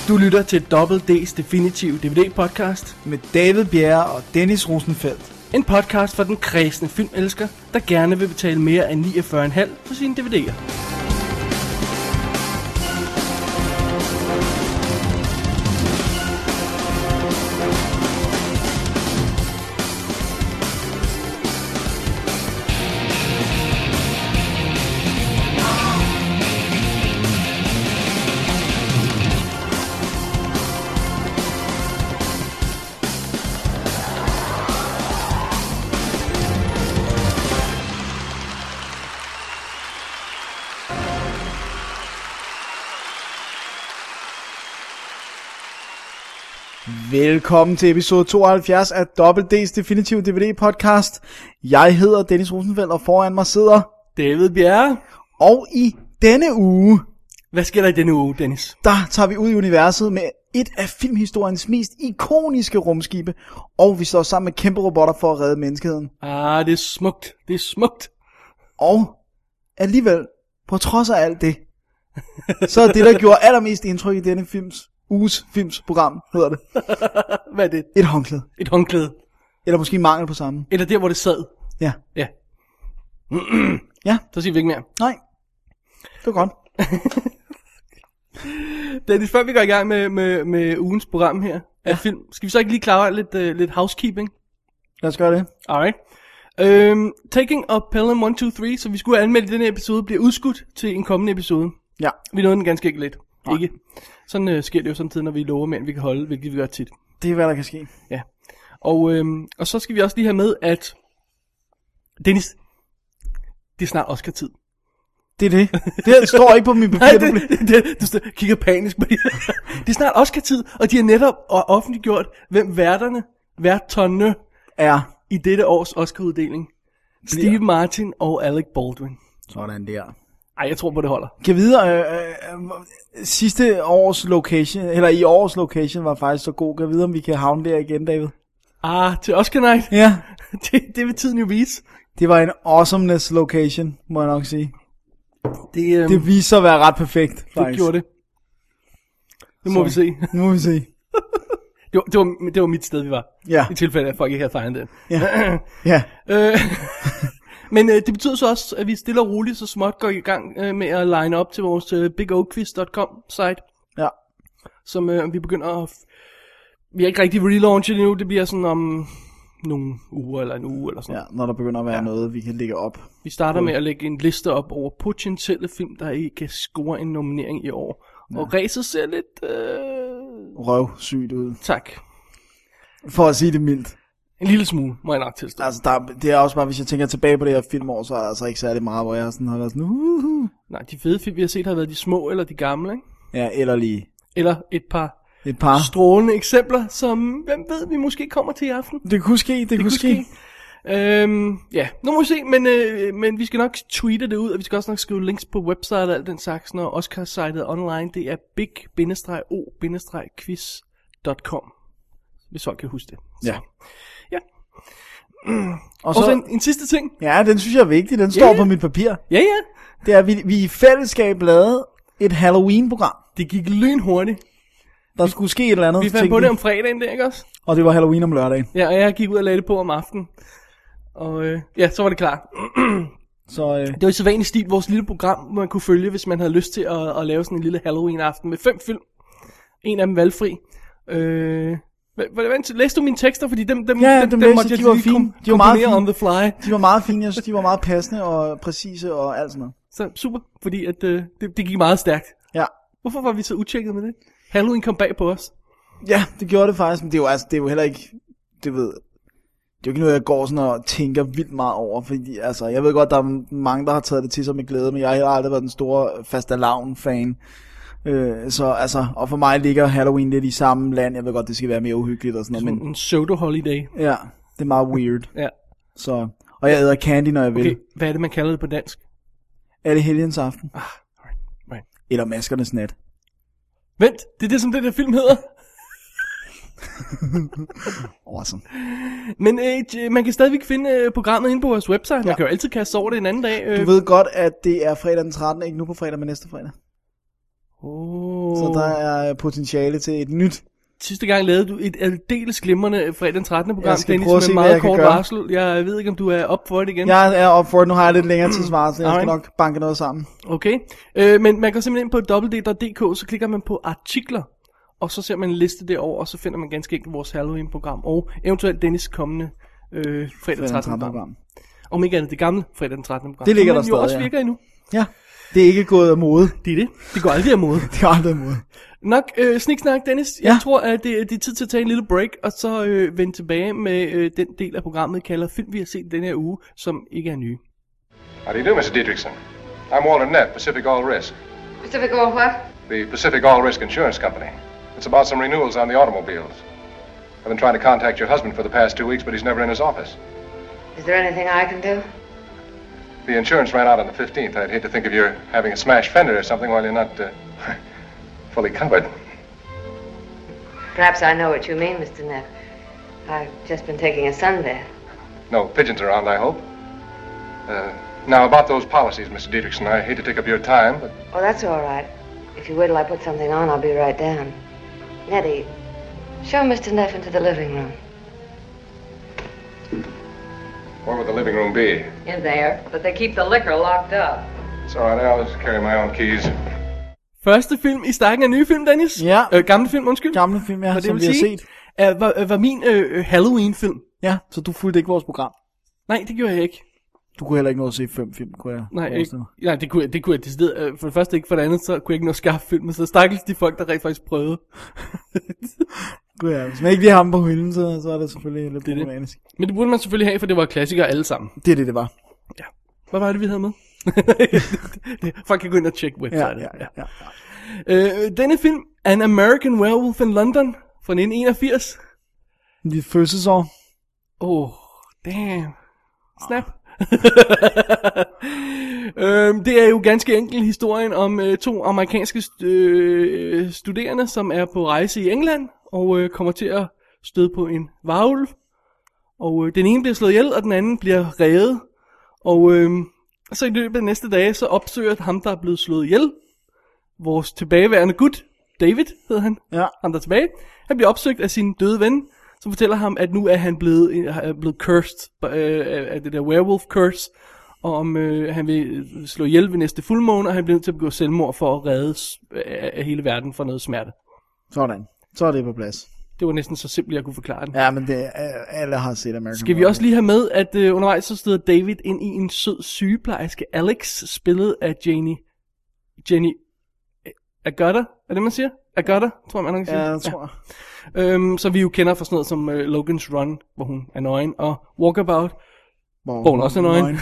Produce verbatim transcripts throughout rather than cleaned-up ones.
Du lytter til Double D's Definitive D V D-podcast med David Bjerre og Dennis Rosenfeldt. En podcast for den kredsende filmelsker, der gerne vil betale mere end niogfyrre komma fem for sine D V D'er. Velkommen til episode tooghalvfjerds af Double D's Definitive D V D podcast. Jeg hedder Dennis Rosenfeldt, og foran mig sidder David Bjerre. Og i denne uge, hvad sker der i denne uge, Dennis? Der tager vi ud i universet med et af filmhistoriens mest ikoniske rumskibe, og vi står sammen med kæmpe robotter for at redde menneskeheden. Ah, det er smukt. Det er smukt. Og alligevel, på trods af alt det, så er det, der gjorde allermest indtryk i denne films uges filmsprogram, hedder det. Hvad er det? Et håndklæde. Et håndklæde. Eller måske mangel på samme. Eller der, hvor det sad. Ja. Ja. Ja. Så siger vi ikke mere. Nej. Det var godt. Dennis, før vi går i gang med, med, med ugens program her af ja. film, skal vi så ikke lige klare lidt, uh, lidt housekeeping? Lad os gøre det. Alright. Um, Taking of Pelham et, to, tre, så vi skulle anmelde den her episode, bliver udskudt til en kommende episode. Ja. Vi nåede den ganske ikke lidt. Nej. Ikke? Sådan øh, sker det jo samtidig, når vi lover mere, end vi kan holde, hvilket vi gør tit. Det er, hvad der kan ske. Ja. Og, øhm, og så skal vi også lige have med, at Dennis, det er snart Oscar-tid. Det er det. Det står ikke på min papir. Nej, det, det, det, du kigger panisk på det. Det er snart Oscar-tid, og de har netop offentliggjort, hvem værterne, værterne er i dette års Oscar-uddeling. Steve Martin og Alec Baldwin. Sådan der. Ej, jeg tror på, det holder. Kan videre, øh, øh, sidste års location, eller i års location var faktisk så god. Kan videre, om vi kan havne der igen, David? Ah, til Oscar Night? Ja. det, det vil tiden jo vise. Det var en awesomeness location, må jeg nok sige. Det, øhm, det viste sig at være ret perfekt, faktisk. Det gjorde det. Nu må så, vi se. Nu må vi se. det, var, det, var, det var mit sted, vi var. Ja. I tilfælde, at folk ikke havde tegnet det. Ja. Ja. øh, Men øh, det betyder så også, at vi stille og roligt så småt går i gang øh, med at line op til vores øh, big o quiz punktum com site. Ja. Som øh, vi begynder at... F- vi har ikke rigtig relaunchet endnu, det bliver sådan om nogle uger eller en uge eller sådan. Ja, når der begynder at være ja. noget, vi kan lægge op. Vi starter med at lægge en liste op over potentielle film, der ikke kan score en nominering i år. Ja. Og ræset ser lidt... Øh... røvsygt ud. Tak. For at sige det mildt. En lille smule, må jeg nok tilstå. Altså, der, det er også bare, hvis jeg tænker tilbage på det her filmår, så er der altså ikke særlig meget, hvor jeg sådan har været sådan, uh-huh. Nej, de fede film, vi har set, har været de små eller de gamle, ikke? Ja, eller lige. Eller et par, et par strålende eksempler, som, hvem ved, vi måske kommer til i aften. Det kunne ske, det, det kunne ske. ske. Øhm, ja, nu må vi se, men, øh, men vi skal nok tweete det ud, og vi skal også nok skrive links på website og alt den slags, når Oscar-sitet online, det er big o quiz punktum com, hvis folk kan huske det. Så. Ja. Ja. Mm. Og, og så, så en, en sidste ting. Ja, den synes jeg er vigtig. Den står yeah. på mit papir. Ja, ja. Det er, at vi, vi i fællesskab lavede et Halloween-program. Det gik lynhurtigt. Der skulle ske et eller andet. Vi fandt på det om fredagen, der, ikke også? Og det var Halloween om lørdagen. Ja, og jeg gik ud og lagde det på om aftenen. Og øh, ja, så var det klar. så, øh... Det var i sædvanlig stil vores lille program, man kunne følge, hvis man havde lyst til at, at lave sådan en lille Halloween-aften med fem film. En af dem valgfri. Øh... Læste du mine tekster, fordi dem, dem, ja, dem, dem, dem læste, måtte de var jeg fine. De var meget fine. On the fly. De var meget fine, jeg synes, de var meget passende og præcise og alt sådan noget. Så super, fordi at, øh, det, det gik meget stærkt. Ja. Hvorfor var vi så utjekket med det? Halloween kom bag på os. Ja, det gjorde det faktisk, men det er jo, altså, det er jo heller ikke, det ved, det er jo ikke noget, jeg går sådan og tænker vildt meget over, fordi altså, jeg ved godt, der er mange, der har taget det til sig med glæde, men jeg har aldrig været den store fastelavn-fan. Øh, så altså, og for mig ligger Halloween lidt i samme land. Jeg ved godt, det skal være mere uhyggeligt og sådan noget, men en pseudo holiday. Ja, det er meget weird. Ja. Så, og jeg æder candy, når jeg vil. Okay, hvad er det man kalder det på dansk? Er det helgens aften? Ah, right, right. Eller maskernes nat. Vent, det er det som den der film hedder. Awesome. Men øh, man kan stadigvæk finde øh, programmet inde på vores website. Man ja. kan jo altid kaste over det en anden dag. Øh. Du ved godt, at det er fredag den trettende, ikke nu på fredag, men næste fredag. Oh. Så der er potentiale til et nyt. Sidste gang lavede du et aldeles glimrende fredag den trettende program, Jeg skal Dennis, prøve at se, med hvad meget jeg kan kort gøre. varsel. Jeg ved ikke, om du er op for det igen. Jeg er op for det. Nu har jeg lidt længere tidsvarsel, så jeg skal Alright. nok banke noget sammen. Okay, øh, men man går simpelthen ind på w w w punktum d k, så klikker man på artikler, og så ser man en liste derover, og så finder man ganske enkelt vores Halloween-program, og eventuelt Dennis' kommende øh, fredag den trettende program. Om ikke andet det gamle fredag den trettende program. Det ligger der som jo stadig, også ja. virker endnu. Ja, det er ikke gået af mode. Det er det. Det går aldrig af mode. Det er aldrig af mode. Nok øh, sniksnak, Dennis. Jeg Ja. tror, at det, det er tid til at tage en lille break, og så øh, vende tilbage med øh, den del af programmet, kalder film, vi har set denne her uge, som ikke er nye. How do you do, missus Dietrichson? I'm Walter Nett, Pacific All Risk. Pacific All what? The Pacific All Risk Insurance Company. It's about some renewals on the automobiles. I've been trying to contact your husband for the past two weeks, but he's never in his office. Is there anything I can do? The insurance ran out on the fifteenth. I'd hate to think of you having a smashed fender or something while you're not uh, fully covered. Perhaps I know what you mean, Mister Neff. I've just been taking a sunbath. No pigeons around, I hope. Uh, now, about those policies, Mister Dietrichson, I hate to take up your time, but Oh, that's all right. If you wait till I put something on, I'll be right down. Nettie, show Mister Neff into the living room. where would the living room be? In there, but they keep the liquor locked up. It's all right, I'll just carry my own keys. Første film i stakken af nye film, Dennis. Ja. Øh, gamle film, undskyld. Gamle film, ja, Hvad det som vil vi har sige, set. Er, var, var min øh, Halloween-film. Ja, så du fulgte ikke vores program. Nej, det gjorde jeg ikke. Du kunne heller ikke nå at se fem film, kunne jeg Nej, ikke. forestille mig. Nej, det kunne jeg, det kunne jeg decideret, øh, for det første ikke, for det andet, så kunne jeg ikke nå at skaffe filmen, så stakkels de folk, der rent faktisk prøvede. Kunne jeg. Hvis man ikke lige har ham på hylden, så, så er det selvfølgelig lidt Det er det. problematisk. Men det burde man selvfølgelig have, for det var klassikere alle sammen. Det er det, det var. Ja. Hvad var det, vi havde med? det, folk kan gå ind og tjekke Ja, websitet. ja, ja, ja. ja. Øh, denne film, An American Werewolf in London, fra nitten enogfirs. Dit fødselsår. Oh, damn. Snap. øhm, det er jo ganske enkelt historien om øh, to amerikanske st- øh, studerende, som er på rejse i England, og øh, kommer til at støde på en varulv. Og øh, den ene bliver slået ihjel, og den anden bliver revet. Og øh, så i løbet af næste dage, så opsøger ham, der er blevet slået ihjel, vores tilbageværende gut, David hedder han, Ja. ham der er tilbage. Han bliver opsøgt af sin døde ven, som fortæller ham, at nu er han blevet, er blevet cursed øh, af det der werewolf curse, og om øh, han vil slå ihjel ved næste fuldmåne, og han bliver nødt til at begå selvmord for at redde af, af hele verden fra noget smerte. Sådan. Så er det på plads. Det var næsten så simpelt, jeg kunne forklare den. Ja, men det er, alle har set American Skal vi også lige have med, at øh, undervejs så støder David ind i en sød sygeplejerske, Alex, spillet af Jenny, Jenny Agutter, er det man siger? Agutter, tror jeg man kan sige. Ja, jeg tror jeg. Øhm, så vi jo kender fra sådan noget som uh, Logan's Run, hvor hun er nøgen, og Walkabout, Hvor, hvor hun også er nøgen.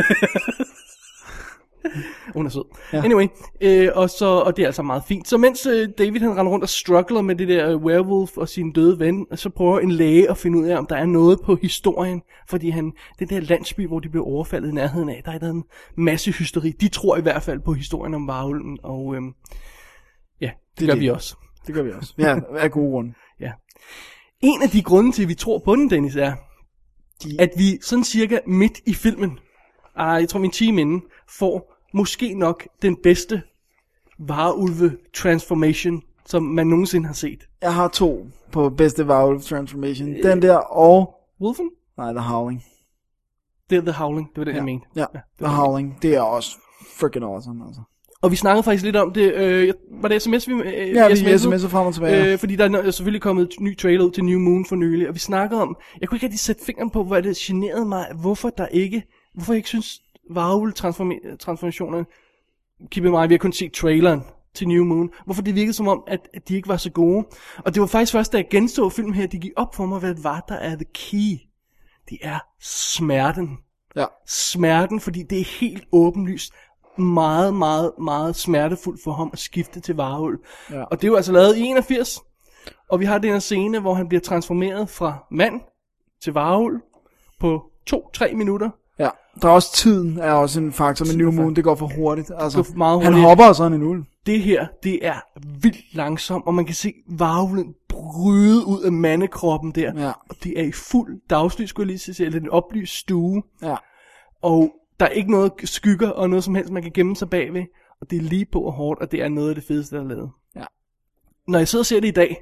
Hun er sød. Ja. Anyway, øh, og, så, og det er altså meget fint. Så mens øh, David han render rundt og struggler med det der øh, werewolf og sin døde ven, så prøver en læge at finde ud af, om der er noget på historien. Fordi han, den der landsby, hvor de blev overfaldet i nærheden af, der er der en masse hysteri. De tror i hvert fald på historien om varulven, og øh, ja, det, det gør det. vi også. Det gør vi også. Ja, af gode grunde. Ja. En af de grunde til, at vi tror på den, Dennis, er, De- at vi sådan cirka midt i filmen, ah, jeg tror min time inden, får måske nok den bedste varulve-transformation, som man nogensinde har set. Jeg har to på bedste Werewolf Transformation. Den der og... Wolfen? Nej, The Howling. Det er The Howling, det var det, ja. jeg mente. Ja, det The var det. Howling. Det er også freaking awesome, altså. Og vi snakkede faktisk lidt om det, øh, var det sms, vi øh, Ja, vi sms'ede? sms'ede frem og tilbage. Øh, fordi der er selvfølgelig kommet et ny trailer ud til New Moon for nylig, og vi snakkede om, jeg kunne ikke rigtig sætte fingeren på, hvor det generede mig, hvorfor der ikke, hvorfor jeg ikke synes, varulve-transformationerne, keep in mind, vi har kun set traileren til New Moon, hvorfor det virkede som om, at, at de ikke var så gode. Og det var faktisk først, da jeg genså filmen her, det gik op for mig, hvad det var, der er the key. Det er smerten. Ja. Smerten, fordi det er helt åbenlyst meget, meget, meget smertefuldt for ham at skifte til varulv. Ja. Og det er jo altså lavet i enogfirs, og vi har den her scene, hvor han bliver transformeret fra mand til varulv på to-tre minutter. Ja, der er også tiden, er også en faktor med New Moon, det går for hurtigt. Altså, Det går meget han hurtigt. hopper og sådan en ulv. Det her, det er vildt langsomt, og man kan se varulven bryde ud af mandekroppen der. Ja. Og det er i fuld dagslys, skulle jeg lige sige, eller en oplyst stue. Ja. Og der er ikke noget skygger og noget som helst, man kan gemme sig bagved. og det er lige på og hårdt, og det er noget af det fedeste, der er lavet. Ja. Når jeg sidder og ser det i dag,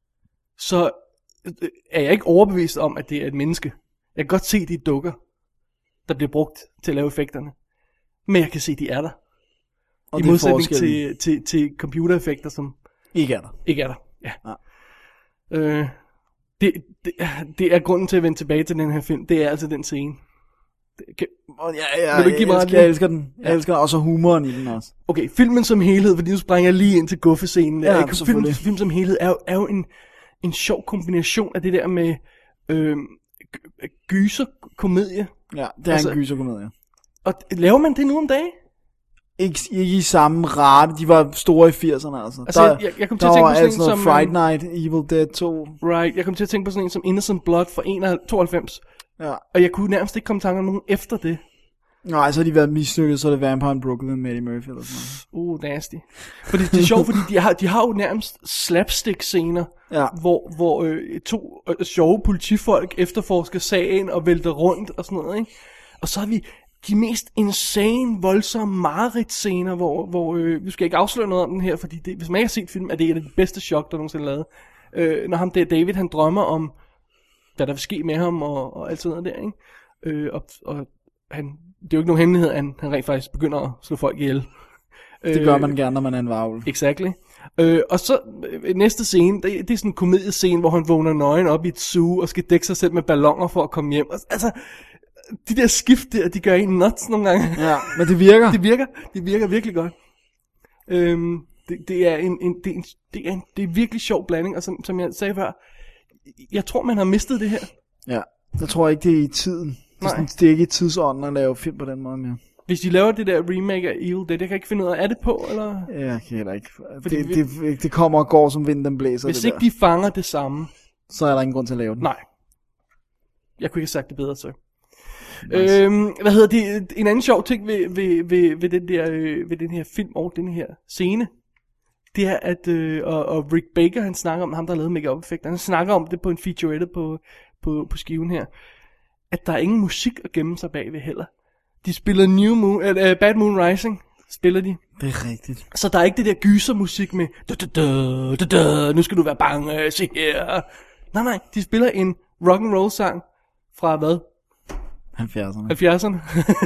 så er jeg ikke overbevist om, at det er et menneske. Jeg kan godt se, at de dukker, der bliver brugt til at lave effekterne. Men jeg kan se, at de er der. Og I det er modsætning forskellen. til, til, til computereffekter, som Ikke er der. ikke er der. Ja. Ja. Øh, det, det, det er grunden til at vende tilbage til den her film. Det er altså den scene. Det, kan, Og ja, ja, Vil du jeg, give mig jeg, ret elsker, i? jeg elsker den. Jeg Ja. elsker den. Og så humoren i den også. okay, filmen som helhed, fordi nu springer jeg lige ind til guffescenen. Ja, ikke? film, selvfølgelig. film som helhed er jo, er jo en, en sjov kombination af det der med øh, gyser-komedie. Ja, det er Altså- en gyserkomedie. Og laver man det nu om dagen? Ikke, ikke i samme rate. De var store i firserne, altså. Altså, der, jeg- jeg- jeg kom til der at tænke var på sådan alt en noget som, Friday øhm, Night, Evil Dead to. Right, jeg kom til at tænke på sådan en som Innocent Blood fra tooghalvfems. Ja. Og jeg kunne nærmest ikke komme i tanke om nogen efter det. Nej, så har de været mislykket, så er det Vampire in Brooklyn med Eddie Murphy eller sådan noget. Uh, nasty. Fordi det er sjovt, fordi de har, de har jo nærmest slapstick-scener, Ja. hvor, hvor øh, to øh, sjove politifolk efterforsker sagen og vælter rundt og sådan noget, ikke? Og så har vi de mest insane, voldsomme mareridtscener, hvor, hvor øh, vi skal ikke afsløre noget om den her, fordi det, hvis man ikke har set film, er det et af de bedste chok, der nogensinde er lavet. Øh, når ham der David, han drømmer om, hvad der vil ske med ham og, og alt sådan noget der, ikke? Øh, og, og han, det er jo ikke nogen hemmelighed, at han, han rent faktisk begynder at slå folk ihjel. Det gør man gerne, når man er en varvel. Exactly. Øh, og så øh, næste scene, det, det er sådan en komediescene, hvor han vågner nøgen op i et zoo og skal dække sig selv med balloner for at komme hjem. Altså, de der skift der, de gør en nuts nogle gange. Ja, men det virker. Det virker, det virker virkelig godt. Øhm, det, det, er en, en, det, er en, det, er en, det er en virkelig sjov blanding, og som, som jeg sagde før, jeg tror, man har mistet det her. Ja, jeg tror ikke, det er i tiden. Det er, Nej. sådan, det er ikke i tidsånden at lave film på den måde mere. Hvis de laver det der remake af Evil Dead, det kan jeg ikke finde ud af, er det på, eller? Ja, jeg kan heller ikke. Fordi Det, vi- det, det kommer og går, som vinden den blæser. Hvis det ikke der. de fanger det samme, Så er der ingen grund til at lave den. nej. Jeg kunne ikke have sagt det bedre, så. Nice. Øhm, hvad hedder det? En anden sjov ting ved, ved, ved, ved, den, der, øh, ved den her film og den her scene, det er, at, øh, og, og Rick Baker, han snakker om, ham der har lavet make-up-effekter, han snakker om det på en featurette på, på, på skiven her, at der er ingen musik at gemme sig bagved heller. De spiller New Moon, uh, Bad Moon Rising, spiller de. Det er rigtigt. Så der er ikke det der gysermusik med, da, da, da, da, da, nu skal du være bange, se her. Nej, nej, de spiller en rock and roll sang fra hvad? halvfjerdserne. halvfjerdserne.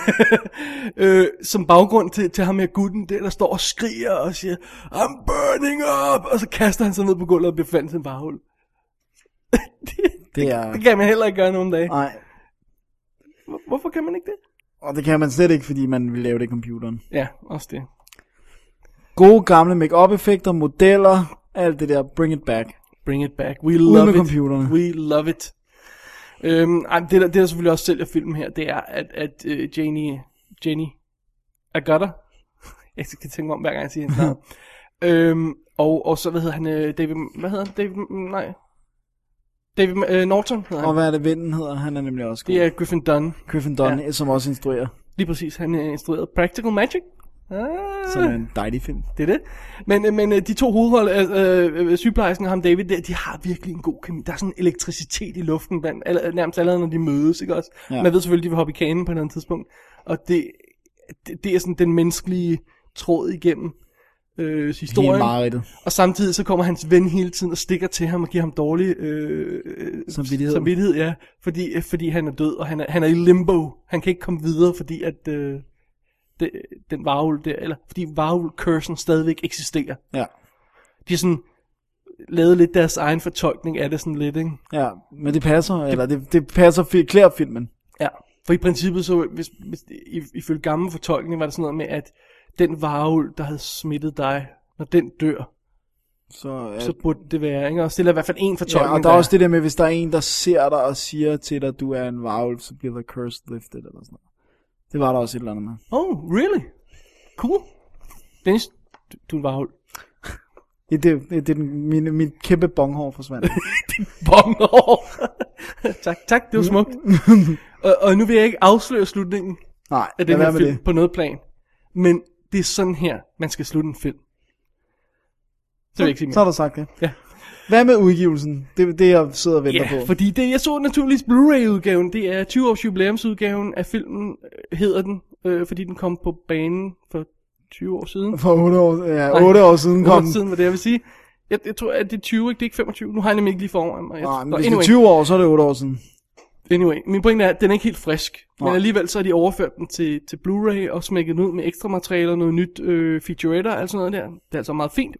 øh, som baggrund til, til ham her gutten, der, der står og skriger og siger, I'm burning up, og så kaster han sig ned på gulvet og befandt sin varehul. det, Det er... det kan man heller ikke gøre nogen dage. Nej, Hvor- Hvorfor kan man ikke det? og det kan man slet ikke, fordi man vil lave det i computeren. Ja, også det. Gode gamle make-up effekter, modeller, alt det der, bring it back. Bring it back. We Uden love med it. computerne. We love it. Øhm, ej, det, der, det der selvfølgelig også sælger filmen her, det er, at, at uh, Janie, Jenny Agutter, jeg skal tænke mig om, hver gang jeg siger hendes navn, øhm, og, og så, hvad hedder han, øh, David, hvad hedder han, David, nej, David øh, Norton hedder Og han. hvad er det, vinden hedder? Han er nemlig også god. Det er Griffin Dunn, Griffin Dunn, ja. Som også instruerer. lige præcis, han er instrueret Practical Magic. Ah. Som er en dejlig film. Det er det. Men, øh, men øh, de to hovedhold, øh, øh, sygeplejersken og ham David, der, de har virkelig en god kemi. Der er sådan en elektricitet i luften, blandt, alle, nærmest allerede når de mødes, ikke også? Ja. Man ved selvfølgelig, at de vil hoppe i kanen på et eller andet tidspunkt. Og det, det, det er sådan den menneskelige tråd igennem øh, Helt historien. mareridtet. Og samtidig så kommer hans ven hele tiden og stikker til ham og giver ham dårlig øh, øh, Samvittighed. samvittighed, ja. Fordi, øh, fordi han er død, og han er, han er i limbo. Han kan ikke komme videre, fordi at... Øh, det, den varulv der, eller fordi varulv-cursen stadigvæk eksisterer. Ja. De har sådan lavet lidt deres egen fortolkning af det sådan lidt, ikke? Ja, men det passer, eller det, det passer fi- klæder filmen. Ja, for i princippet så, hvis, hvis i, ifølge gammel fortolkning, var det sådan noget med, at den varulv, der havde smittet dig, når den dør, Så, ja, så burde det være, ikke? Og stiller i hvert fald en fortolkning. ja, og der er også det der med, hvis der er en, der ser dig og siger til dig, at du er en varulv, så bliver the curse lifted, eller sådan noget. Det var der også et eller andet med. Oh, really? Cool. Dennis, du, du er en varulv. Det, det, det, det min, min kæmpe bonghår forsvandt. Bonghår. tak, tak, det var smukt. og, og nu vil jeg ikke afsløre slutningen Nej, af den lad her være med film det. på noget plan. Men det er sådan her, man skal slutte en film. Så vil jeg ikke sige mere. Så har du sagt det. Ja. Hvad med udgivelsen? Det er det, jeg sidder og venter Ja, på. fordi det, jeg så naturligvis Blu-ray-udgaven. Det er tyve års jubilæumsudgaven af filmen, øh, hedder den, øh, fordi den kom på banen for tyve år siden. For otte år, ja, otte år siden kom. otte år siden var det, jeg vil sige. Jeg, jeg tror, at det er tyve, ikke? Det er ikke femogtyve. Nu har jeg nemlig ikke lige foran mig. Jeg, Nej, men Nå, hvis anyway. det er tyve år, så er det otte år siden. Anyway, min pointe er, at den er ikke helt frisk. Men Nej. alligevel så har de overført den til, til Blu-ray og smækket den ud med ekstra materialer, noget nyt øh, featurette og alt sådan noget der. Det er altså meget fint.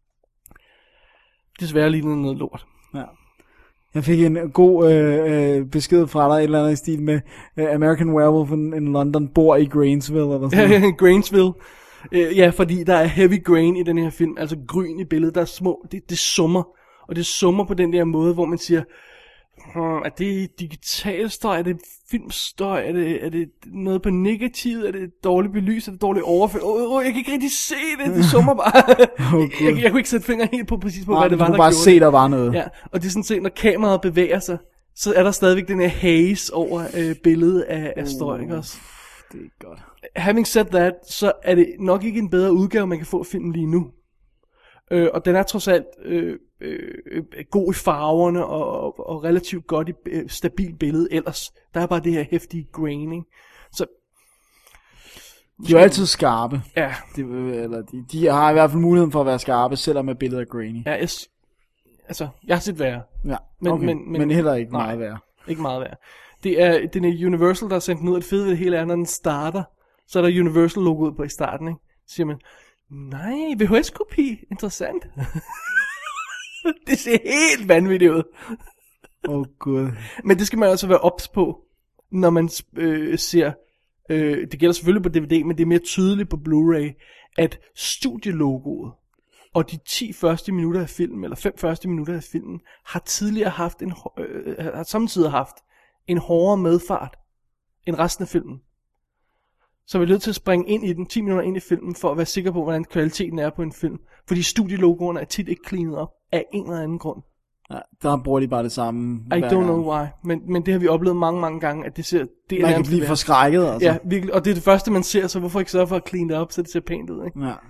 Desværre lignede noget lort. Ja. Jeg fik en god øh, øh, besked fra dig, et eller andet i stil med uh, American Werewolf in, in London bor i Grainsville, eller sådan noget. Grainsville. Øh, ja, fordi der er heavy grain i den her film, altså gryn i billedet, der er små, det, det summer, og det summer på den der måde, hvor man siger, hmm, er det digital støj, er det filmstøj, er det, er det noget på negativt, er det dårligt belys, er det dårligt overført, åh, oh, oh, jeg kan ikke rigtig se det, det summer bare. Okay. jeg, jeg kunne ikke sætte fingeren helt på præcis på, Nej, hvad det var, du der kunne bare gjorde se, det. der var noget. Ja, og det er sådan set, når kameraet bevæger sig, så er der stadigvæk den her haze over øh, billedet af, af støj, ikke også? Det er godt. Having said that, så er det nok ikke en bedre udgave, man kan få af filmen lige nu. Øh, og den er trods alt øh, øh, god i farverne og, og, og relativt godt i øh, stabilt billede ellers. Der er bare det her heftige graining. Så de er jo altid skarpe. ja, De, eller de, de har i hvert fald muligheden for at være skarpe, selvom med billedet er grainy. ja jeg, s- altså, jeg har set værre. Ja, Men- okay. men- men, men- men heller ikke nej. meget værre. Ikke meget værd. Det er, den er Universal, der har sendt den ud. Det fede ved det hele er, når den starter, så er der Universal-logoet på i starten, ikke? Så siger man, nej, V H S-kopi, interessant. Det ser helt vanvittigt ud. Åh oh, gud. Men det skal man altså være ops på, når man øh, ser, øh, det gælder selvfølgelig på D V D, men det er mere tydeligt på Blu-ray, at studielogoet og de ti første minutter af filmen, eller fem første minutter af filmen, har tidligere haft en, øh, har samtidig haft en hårdere medfart end resten af filmen. Så vi er nødt til at springe ind i den, ti minutter ind i filmen, for at være sikker på, hvordan kvaliteten er på en film. Fordi studielogoerne er tit ikke cleanet op af en eller anden grund. Ja, der bruger de bare det samme. I don't know why, men, men det har vi oplevet mange, mange gange, at det ser... Det er Man kan nærmest blive værd. forskrækket, altså. Ja, virkelig, og det er det første, man ser, så hvorfor ikke sørge for at clean det op, så det ser pænt ud, ikke? Ja.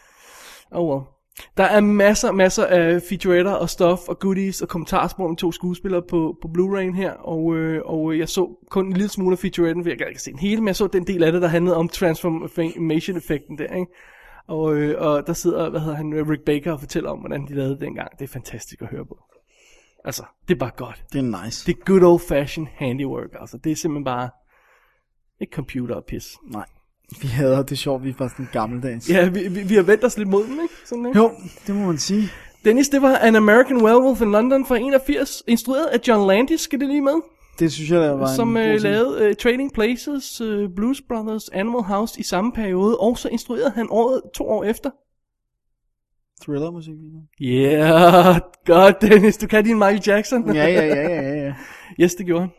Oh well. Der er masser, masser af featuretter og stuff og goodies og kommentarspor med to skuespillere på, på Blu-ray'en her, og, øh, og jeg så kun en lille smule af featuretten, for jeg kan ikke se den hele, men jeg så den del af det, der handlede om transformation-effekten der, ikke? Og, øh, og der sidder, hvad hedder han, Rick Baker og fortæller om, hvordan de lavede det dengang. Det er fantastisk at høre på. Altså, det er bare godt. Det er nice. Det er good old fashioned handiwork, altså. Det er simpelthen bare ikke computer og pis. Nej. Vi hader det sjovt, vi er faktisk en gammeldags. Ja, vi, vi, vi har vendt os lidt mod dem, ikke? Sådan, ikke? Jo, det må man sige. Dennis, det var An American Werewolf in London fra enogfirs, instrueret af John Landis, skal det lige med? Det synes jeg, der var Som en god uh, ting. lavede uh, Trading Places, uh, Blues Brothers, Animal House i samme periode, og så instruerede han året to år efter. Thriller-musik. Yeah, godt Dennis, du kan din Michael Jackson. Ja, ja, ja, ja, ja. Yes, det gjorde han.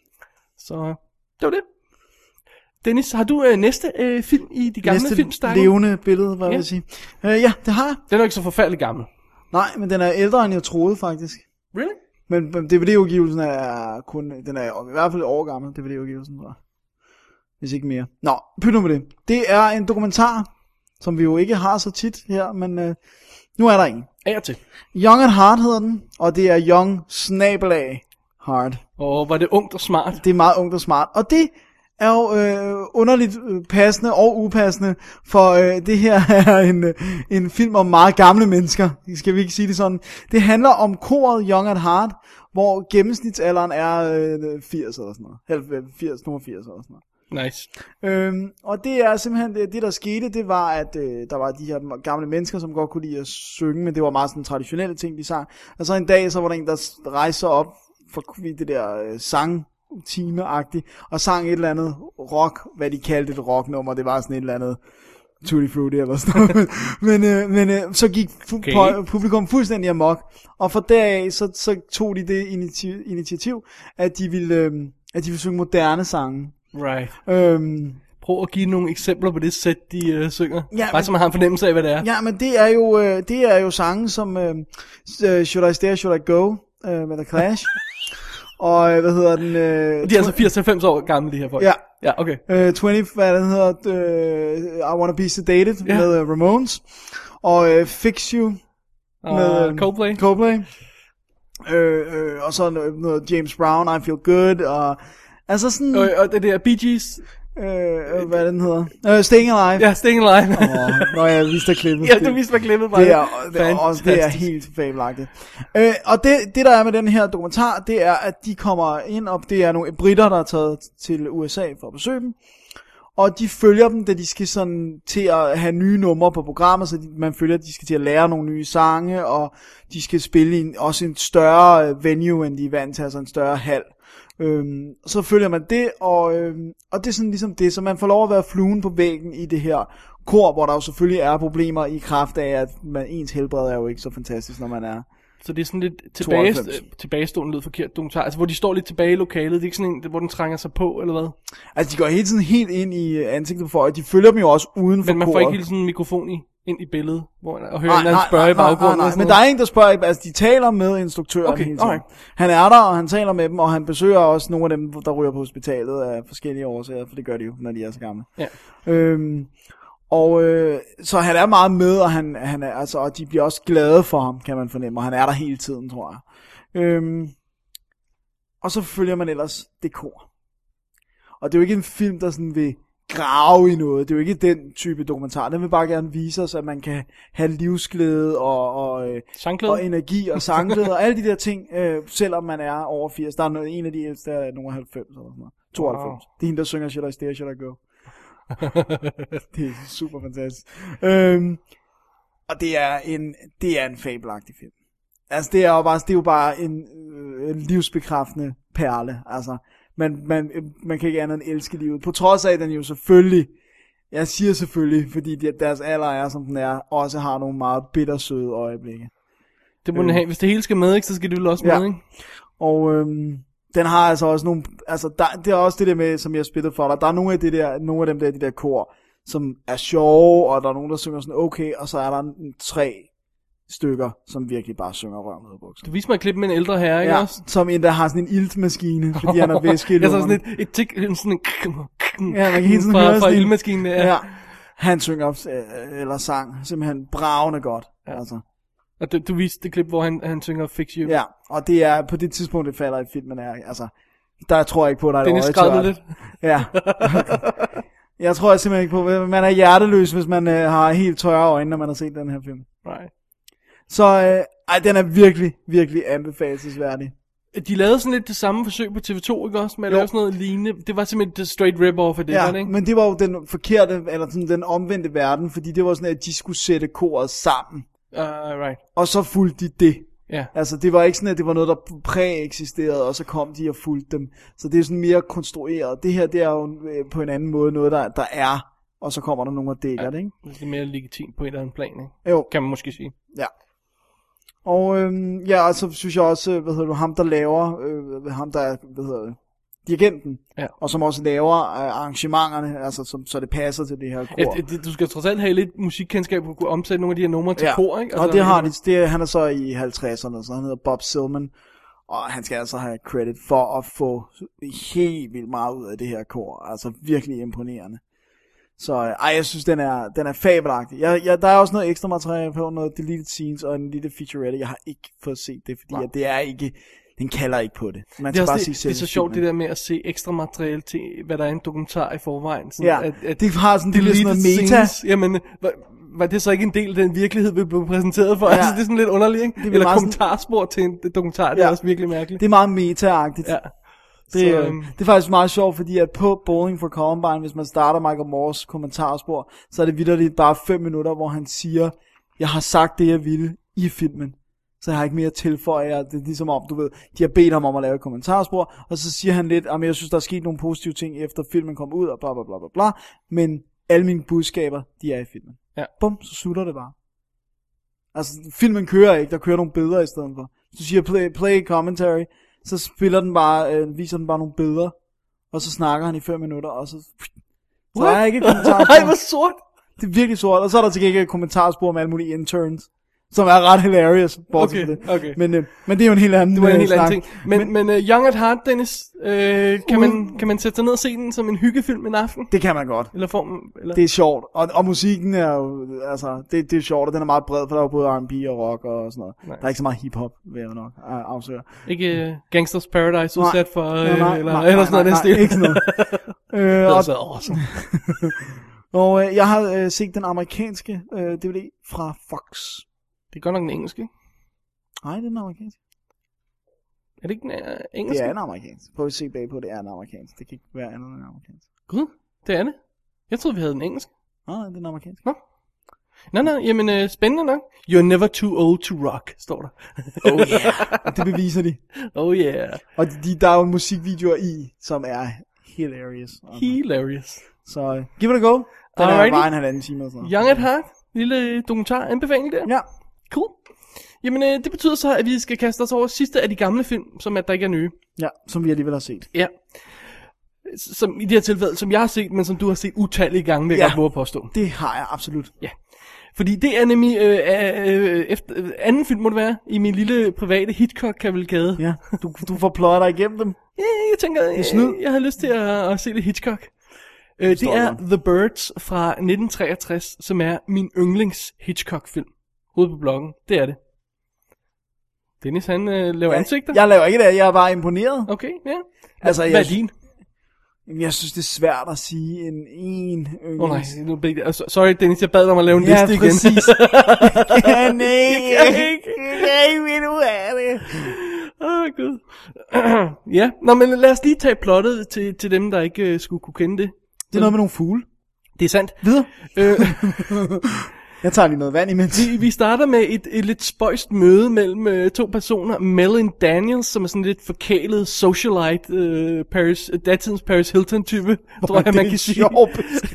Så det var det. Dennis, har du uh, næste uh, film i de gamle Næste filmstakker? levende billede, hvad Ja. jeg vil sige. Uh, ja, det har jeg. Den er jo ikke så forfærdelig gammel. Nej, men den er ældre, end jeg troede, faktisk. Really? Men, men D V D-udgivelsen er kun, den er i hvert fald et år gammel, D V D-udgivelsen, tror jeg. Hvis ikke mere. Nå, pyt nu med det. Det er en dokumentar, som vi jo ikke har så tit her, men øh, nu er der en. Af og til. Young at Heart hedder den, og det er Young Snabelag Heart. Og var det ungt og smart? Det er meget ungt og smart, og det er jo øh, underligt øh, passende og upassende, for øh, det her er en, øh, en film om meget gamle mennesker, skal vi ikke sige det sådan. Det handler om koret Young at Heart, hvor gennemsnitsalderen er øh, firs eller sådan noget. Eller firs, nummer firs eller sådan noget. Nice. Øhm, og det er simpelthen det, det der skete, det var at øh, der var de her gamle mennesker, som godt kunne lide at synge, men det var meget sådan traditionelle ting, de sang. Og så en dag, så var der en, der rejste sig op for det der øh, sang time-agtigt, og sang et eller andet rock, hvad de kaldte et rocknummer, det var sådan et eller andet Tutti Frutti eller sådan noget. men øh, men øh, så gik fu- Okay. pu- publikum fuldstændig amok, og fra deraf, så, så tog de det initi- initiativ, at de ville, øh, at de ville synge moderne sange. Right. Øhm, Prøv at give nogle eksempler på det sæt, de uh, synger. Ja, Bare men- så man har en fornemmelse af, hvad det er. Ja, men det er jo øh, det er jo sange som øh, Should I Stay, Should I Go øh, med The Clash. Og øh, hvad hedder den? Øh, De er altså firs til halvfems år gamle, de her folk. Ja. Ja, okay. øh, tyve, hvad den hedder? Øh, I Wanna Be Sedated Ja. med øh, Ramones. Og øh, Fix You med Uh, Coldplay. Coldplay. Øh, øh, og så noget, noget James Brown, I Feel Good. Og altså sådan. Og, og det der Bee Gees. Øh, hvad den hedder? Øh, Staying Alive. Ja, Staying Alive. oh, Nå, jeg viste dig klippet. Ja, du viste mig klippet bare. Det er, det er, også, det er helt fabelagtigt. Øh, og det, det, der er med den her dokumentar, det er, at de kommer ind, og det er nogle britter, der er taget til U S A for at besøge dem. Og de følger dem, da de skal sådan til at have nye numre på programmet, så de, man følger, at de skal til at lære nogle nye sange, og de skal spille i en, også en større venue, end de er vant til, altså en større hal. Øhm, så følger man det, og, øhm, og det er sådan ligesom det, så man får lov at være fluen på væggen i det her kor, hvor der jo selvfølgelig er problemer i kraft af, at man, ens helbred er jo ikke så fantastisk, når man er Så det er sådan lidt tilbage, tilbagestående lyd forkert dokumentar, altså hvor de står lidt tilbage i lokalet, det er ikke sådan en, hvor den trænger sig på, eller hvad? Altså de går hele tiden helt ind i ansigtet for, og de følger dem jo også uden for koret. Men man får ikke hele sådan en mikrofon i, ind i billedet, hvor og hører en anden spørge i baggrunden. Nej, nej, men der er ingen, der spørger, altså de taler med instruktøren okay, hele tiden. Okay. Han er der, og han taler med dem, og han besøger også nogle af dem, der ryger på hospitalet af forskellige årsager, for det gør de jo, når de er så gamle. Ja. Øhm, og øh, så han er meget med, og han, han er, altså, og de bliver også glade for ham, kan man fornemme, og han er der hele tiden, tror jeg. Øhm, og så følger man ellers det kor. Og det er jo ikke en film, der sådan vil grave i noget. Det er jo ikke den type dokumentar. Den vil bare gerne vise os, at man kan have livsglæde og, og, og energi og sangglæde og alle de der ting, øh, selvom man er over firs. Der er noget, en af de ældste, der er nogen halvfems eller sådan noget. tooghalvfems. Wow. Det er hende, der synger Should I Stay or Should I Go? Det er super fantastisk. Øhm, og det er en det er en fabelagtig film. Altså det er jo bare det er jo bare en øh, livsbekræftende perle. Altså man man man kan ikke andet end elske livet. På trods af at den jo selvfølgelig, jeg siger selvfølgelig, fordi de, deres alder er som den er, også har nogle meget bittersøde øjeblikke. Det må den have. Hvis det hele skal med, ikke, så skal det jo også ja. med, ikke? Og øhm, den har altså også nogle, altså der, det er også det der med, som jeg spillede for dig, der er nogle af, det der, nogle af dem der, de der kor, som er sjove, og der er nogen, der synger sådan okay, og så er der en, tre stykker, som virkelig bare synger røven ud af bukserne. Du viser mig et klip med en ældre herre, ikke ja, også? som en, der har sådan en iltmaskine, fordi han har væske i lungerne. Ja, så sådan et, et tik, sådan en ja, man kan hele tiden fra, høre fra sådan ildmaskinen, ja. ja. Han synger, øh, eller sang, simpelthen bravende godt, ja. Altså. Og du, du viste det klip, hvor han, han synger Fix You. Ja, og det er på det tidspunkt, det falder i filmen er, altså, der tror jeg ikke på, der er et øje tørt. Den er skrevet lidt. Ja. Jeg tror jeg simpelthen ikke på, man er hjerteløs, hvis man øh, har helt tørre øjne, når man har set den her film. Right. Så, øh, ej, den er virkelig, virkelig anbefalesværdig. De lavede sådan lidt det samme forsøg på T V to, ikke også? Med at lave sådan noget lignende. Det var simpelthen et straight rip-off af det, ja, var det, ikke? men det var jo den forkerte, eller sådan den omvendte verden, fordi det var sådan, at de skulle sætte koret sammen. Uh, right. Og så fulgte de det. Ja. Altså det var ikke sådan, at det var noget, der præeksisterede, og så kom de og fulgte dem. Så det er sådan mere konstrueret. Det her, det er jo på en anden måde noget, der, der er, og så kommer der nogen og dækker ja, det, ikke? Det er mere legitimt på et eller andet plan, ikke? Jo. Kan man måske sige. Ja. Og øhm, ja, og så synes jeg også, hvad hedder du, ham der laver, øh, ham der er, hvad hedder det, dirigenten, ja. Og som også laver øh, arrangementerne, altså som, så det passer til det her kor. Ja, det, du skal trods alt have lidt musikkendskab for at kunne omsætte nogle af de her numre til ja. kor, ikke? Altså, og det har de, det, han er så i halvtredserne, så han hedder Bob Silman, og han skal altså have credit for at få helt vildt meget ud af det her kor, altså virkelig imponerende. Så ej, jeg synes, den er, den er fabelagtig. Jeg, jeg, der er også noget ekstra materiale på, noget deleted scenes og en lille featurette. Jeg har ikke fået set det, fordi ja. Det er ikke, den kalder ikke på det. Man det, er bare det, sige det er så sjovt det der med at se ekstra materiale til, hvad der er en dokumentar i forvejen. Sådan, ja, at, at det har sådan, det bliver sådan noget meta. Scenes, jamen, var, var det så ikke en del af den virkelighed, vi blev præsenteret for? Ja. Altså, det er sådan lidt underligt, ikke? Eller kommentarspor sådan, til en dokumentar, det ja. Er også virkelig mærkeligt. Det er meget meta-agtigt. Ja. Det, så, øhm, det er faktisk meget sjovt, fordi at på Bowling for Columbine, hvis man starter Michael Moores kommentarspor, så er det vitterligt bare fem minutter, hvor han siger, jeg har sagt det, jeg ville i filmen. Så jeg har ikke mere at tilføje. Det er ligesom om, du ved, de har bedt ham om at lave et kommentarspor, og så siger han lidt, at jeg synes, der er sket nogle positive ting, efter filmen kom ud, og bla bla bla bla bla, men alle mine budskaber, de er i filmen. Ja. Bum, så slutter det bare. Altså, filmen kører ikke, der kører nogle billeder i stedet for. Så siger play, play commentary, så spiller den bare, øh, viser den bare nogle billeder, og så snakker han i fem minutter, og så... Så er jeg ikke et kommentarspor. Ej, hvor sort! Det er virkelig sort, og så er der til gengæld et kommentarspor med alle mulige interns, som er ret hilarious. Okay, det. okay. Men, øh, men det er jo en helt anden Det var en helt snak. anden ting. Men, men, men uh, Young at Heart, Dennis, øh, kan, man, kan man sætte sig ned og se den som en hyggefilm en aften? Det kan man godt. Eller form, eller? Det er sjovt, og, og musikken er jo, altså, det, det er sjovt, og den er meget bred, for der er jo både R and B og rock og sådan noget. Nej. Der er ikke så meget hiphop, vil jeg nok afsløre. Ikke uh, Gangsters Paradise udsat for, øh, nej, nej, eller, nej, eller sådan noget nej, den stil? Nej, ikke sådan noget. øh, det og, så awesome. og øh, jeg har øh, set den amerikanske øh, D V D fra Fox. Det er godt nok den engelske, ikke? Nej, det er den amerikanske. Er det ikke den uh, engelske? Det er en amerikansk. Prøv at se bagpå, det er en amerikansk. Det kan ikke være andet end en amerikansk. Gud, det er det. Jeg troede, vi havde den engelske. Nej, det er den amerikanske. Nå. Nå, nå, jamen uh, spændende nok. You're never too old to rock, står der. Oh yeah. Og det beviser de. Oh yeah. Og de, der er jo musikvideoer i, som er hilarious. Hilarious. Så uh, give it a go. Den Alrighty. er bare en halvanden time og sådan. Young at Heart. Lille dokumentar anbefaling der. Ja. Cool. Jamen, øh, det betyder så, at vi skal kaste os over sidste af de gamle film, som at der ikke er nye. Ja, som vi alligevel har set. Ja. Som i det her tilfælde, som jeg har set, men som du har set utallige gange, vil jeg Ja. godt våge at påstå. Det har jeg absolut. Ja. Fordi det er nemlig øh, øh, efter, øh, anden film må det være, i min lille private Hitchcock-kavalkade. Ja, du, du får pløjet dig igennem dem. Ja, jeg tænker, jeg, jeg havde lyst til at, at se lidt Hitchcock. Øh, det er godt. The Birds fra nitten treogtres, som er min yndlings Hitchcock-film. Hovedet på bloggen, det er det. Dennis, han øh, laver Ja, ansigter. jeg laver ikke det, jeg er bare imponeret. Okay, ja. Altså, Hvad jeg, er din? Jeg synes, det er svært at sige en en Åh oh, nej, nu bed jeg, sorry Dennis, jeg bad dig om at lave en ja, liste igen. præcis. ja, nej, Jeg kan ikke. jeg kan ikke ud af det. Åh, oh, gud. Ja, nå, men lad os lige tage plottet til, til dem, der ikke uh, skulle kunne kende det. Det er noget med nogle fugle. Det er sandt. Videre. Øh, Jeg tager lige noget vand imens. vi, vi starter med et, et lidt spøjst møde mellem uh, to personer. Melanie Daniels, som er sådan lidt forkælet socialite, uh, Paris, datidens Paris Hilton-type, tror jeg, man kan sige. Sjov